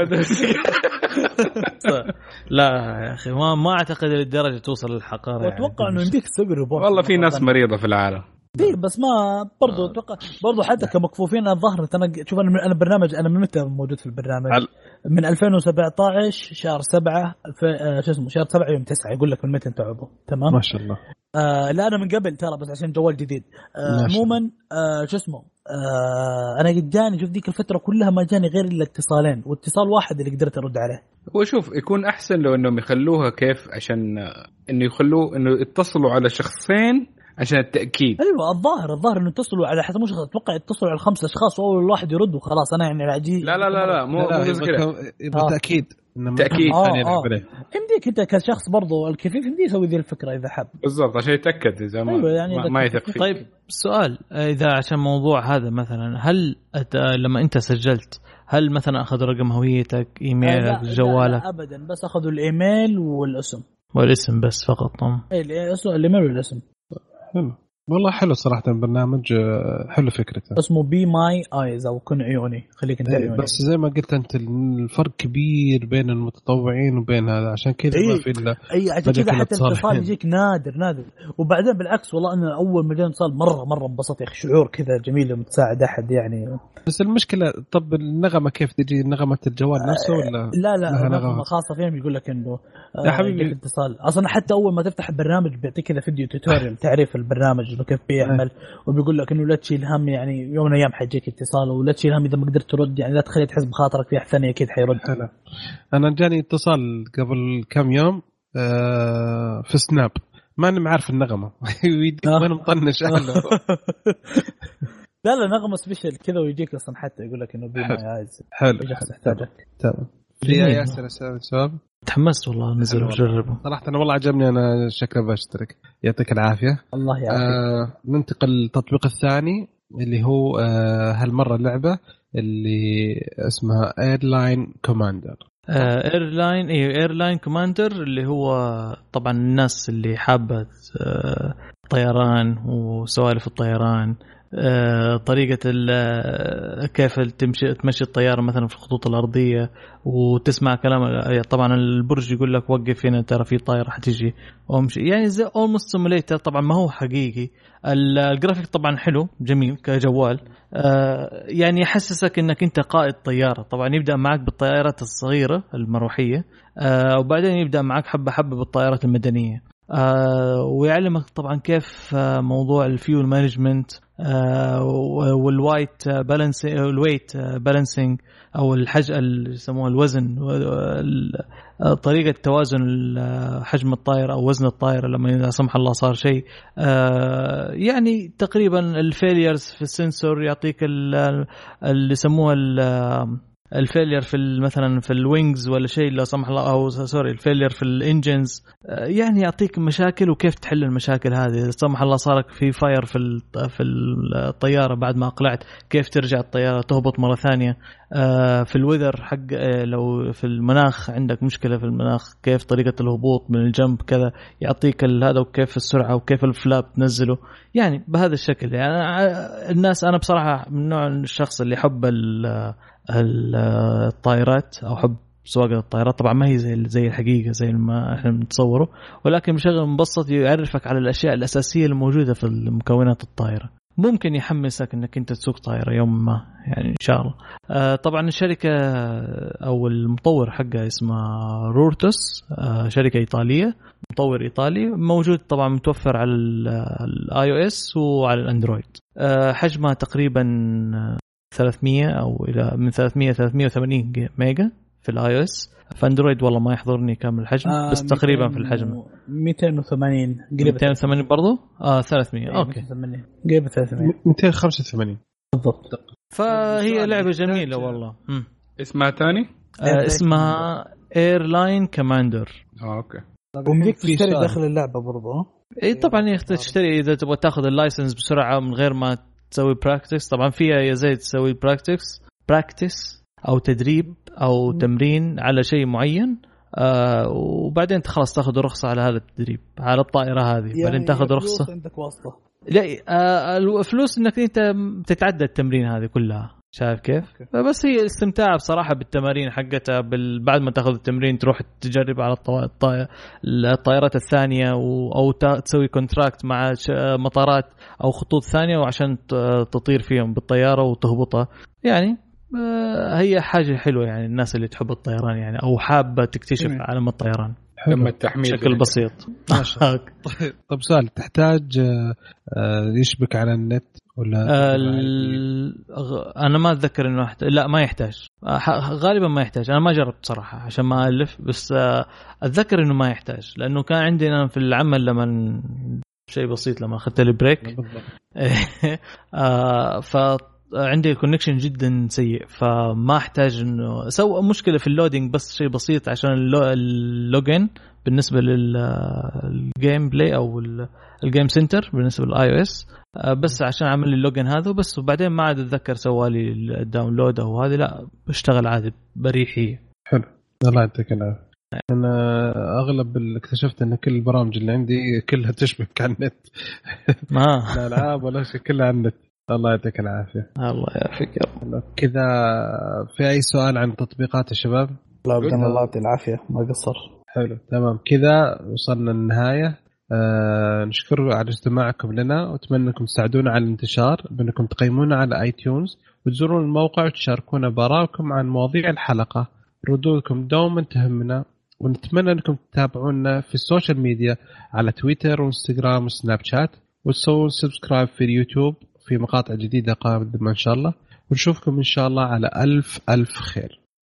لا يا أخي ما ما أعتقد الدرجة توصل للحقارة. وأتوقع إنه يمديك تسوي ريبورت. والله في ناس مريضة في العالم. في بس ما برضو اتوقع برضو حتى كمكفوفين الظهر. انا شوف انا انا برنامج انا من متى موجود في البرنامج عل... من ألفين وسبعة عشر شهر سبعة الف... آه شو اسمه شهر سبعة يوم تسعة يقول لك من متى انت عضو. تمام ما شاء الله. آه لا انا من قبل ترى بس عشان جوال جديد. آه عموما آه شو اسمه آه انا قد جاني شوف ذيك الفتره كلها ما جاني غير الا اتصالين، واتصال واحد اللي قدرت ارد عليه. وشوف يكون احسن لو انهم يخلوها كيف عشان انه يخلوه انه يتصلوا على شخصين عشان التأكيد. ايوه الظاهر الظاهر انه يتصلوا على حتى مش اتوقع يتصلوا على خمسة اشخاص واول واحد يرد وخلاص. انا يعني عجيب. لا لا لا لا مو يبغى تأكيد تأكيد ثاني يعبره. يمديك انت كشخص برضو الكفيف يمدي يسوي ذي الفكره اذا حب بالضبط عشان يتأكد اذا ما, أيوة يعني ما, ما يثق فيه. طيب سؤال، اذا عشان موضوع هذا مثلا هل أت... لما انت سجلت هل مثلا اخذوا رقم هويتك ايميلك جوالك؟ لا ابدا بس اخذوا الايميل والاسم والاسم بس فقط. طبعا اي الايميل والاسم. حلو والله حلو صراحة البرنامج حلو فكرته. اسمه بي ماي ايز او كن عيوني خليك انت عيوني. بس زي ما قلت انت الفرق كبير بين المتطوعين وبين هذا عشان كذا أي ما في الا اي عشان كذا حتى الاتصال يجيك نادر نادر. وبعدين بالعكس والله انا اول ما جاني اتصال مرة مرة انبسطت يا اخي شعور كذا جميل لما تساعد احد يعني. بس المشكلة طب النغمة كيف تجي نغمة الجوال نفسه ولا لا لا نغمة خاصة فيهم يقول لك انه يا حبيبي الاتصال اصلا حتى اول ما تفتح البرنامج بيعطيك كذا فيديو توتوريال تعريف البرنامج انه كيف بيعمل وبيقول لك انه لا تشيل هم يعني يوم من الايام حيجيك اتصال ولا تشيل هم اذا ما قدرت ترد يعني لا تخلي تحس بخاطرك في احد ثاني اكيد حيرد. لا. انا جاني اتصال قبل كم يوم آه في سناب ما انا عارف النغمه وين مطنش اهله. لا لا نغمه سبيشال كذا ويجيك اصلا حتى يقول لك انه بما عايز حلو تحتاجك. تمام في ياسر السبب تحمست والله نزل وجربه صراحه انا والله عجبني انا شكله بشترك يعطيك العافيه. الله يعافيك. آه ننتقل للتطبيق الثاني اللي هو آه هالمره اللعبه اللي اسمها ايرلاين كوماندر. ايرلاين ايوه ايرلاين كوماندر اللي هو طبعا الناس اللي حابه طيران وسوالف الطيران طريقة كيف تمشي تمشي الطيارة مثلا في الخطوط الأرضية، وتسمع كلام طبعا البرج يقول لك وقف هنا ترى في طائرة حتيجي وامشي، يعني زي almost simulator. طبعا ما هو حقيقي. الجرافيك طبعا حلو جميل كجوال، يعني يحسسك انك انت قائد طيارة. طبعا يبدأ معك بالطائرات الصغيرة المروحية، وبعدين يبدأ معك حبة حبة بالطائرات المدنية، ويعلمك طبعا كيف موضوع الفيول مانجمنت والوايت بالانس الويت بالانسنج او الحجم اللي يسموه الوزن، طريقة توازن حجم الطائرة او وزن الطائرة لما لا سمح الله صار شيء. يعني تقريبا الفيليرز في السنسور يعطيك اللي يسموه الفيلير في مثلا في الوينجز ولا شيء لا سمح الله، او سوري الفيلير في الانجنز، يعني يعطيك مشاكل وكيف تحل المشاكل هذه. لا سمح الله صارك في فاير في في الطياره بعد ما اقلعت، كيف ترجع الطياره تهبط مره ثانيه. في الوذر حق لو في المناخ عندك مشكله في المناخ، كيف طريقه الهبوط من الجنب كذا، يعطيك هذا وكيف السرعه وكيف الفلاب تنزله، يعني بهذا الشكل. يعني الناس انا بصراحه من نوع الشخص اللي يحب الطائرات او حب سواقة الطائرات. طبعا ما هي زي زي الحقيقه زي ما احنا بنتصوره، ولكن بشكل مبسط يعرفك على الاشياء الاساسيه الموجوده في المكونات الطائره. ممكن يحمسك انك انت تسوق طائره يوم ما، يعني ان شاء الله. آه طبعا الشركه او المطور حقها اسمه رورتوس، آه شركه ايطاليه، مطور ايطالي، موجود طبعا متوفر على الاي او اس وعلى الاندرويد. آه حجمها تقريبا ثلاثمية او الى من ثلاثمية ثلاثمية وثمانين ميجا في الاي او اس. في اندرويد والله ما يحضرني كم الحجم، آه بس تقريبا في الحجم مئتين وثمانين قريب مئتين وثمانين برضو. اه ثلاثمية اوكي قريب ثلاثمية مئتين وخمسة وثمانين بالضبط. فهي لعبه جميله والله. م. اسمها ثاني آه اسمها ايرلاين كوماندر. اه اوكي. ومديك تشتري داخل اللعبه برضو. اي طبعا تشتري اذا تبغى تاخذ اللايسنس بسرعه من غير ما تسوي براكتس. طبعا فيها يا زي تسوي براكتس براكتس او تدريب او تمرين على شيء معين، آه وبعدين خلاص تاخذ رخصه على هذا التدريب على الطائره هذه، يعني بعدين تاخذ رخصه. عندك واسطه؟ لا آه الفلوس انك انت تتعدى التمرين هذه كلها، شايف كيف؟ بس هي الاستمتاع بصراحه بالتمارين حقتها. بعد ما تاخذ التمرين تروح تجرب على الطائرات الثانيه، او تسوي كونتراكت مع مطارات او خطوط ثانيه وعشان تطير فيهم بالطياره وتهبطها. يعني هي حاجه حلوه يعني الناس اللي تحب الطيران يعني او حابه تكتشف عالم الطيران. تم التحميل بشكل بسيط. طب سؤال، تحتاج يشبك على النت ولا؟ انا ما اتذكر انه حت... لا ما يحتاج، غالبا ما يحتاج. انا ما جربت صراحه عشان ما الف، بس اتذكر انه ما يحتاج، لانه كان عندنا في العمل لما شيء بسيط لما اخذت البريك ف عندي كونكشن جدا سيء، فما احتاج انه سوى مشكله في اللودينج، بس شيء بسيط عشان اللوجين بالنسبه للجيم بلاي او الجيم سنتر بالنسبه للاي او اس، بس عشان اعمل لي اللوجين هذا بس. وبعدين ما عاد اتذكر سوالي الداونلود او هذه، لا بشتغل عادي بريحيه. حلو الله يعطيك العافيه. انا اغلب اللي اكتشفت ان كل البرامج اللي عندي كلها تشبك على النت، ما الالعاب ولا شيء كلها على النت. الله يعطيك العافيه. الله يعافيك كذا. في اي سؤال عن تطبيقات الشباب؟ لا بدنا الله يعطي العافيه ما قصر. حلو تمام كذا وصلنا للنهايه. آه نشكر على استماعكم لنا، واتمنى انكم تساعدونا على الانتشار بانكم تقيمونا على اي تيونز وتزورون الموقع وتشاركونا بآرائكم عن مواضيع الحلقه. ردودكم دوما تهمنا، ونتمنى انكم تتابعونا في السوشيال ميديا على تويتر وانستغرام وسناب شات، وتسوون سبسكرايب في اليوتيوب في مقاطع جديدة قادمة إن شاء الله. ونشوفكم إن شاء الله على ألف ألف خير.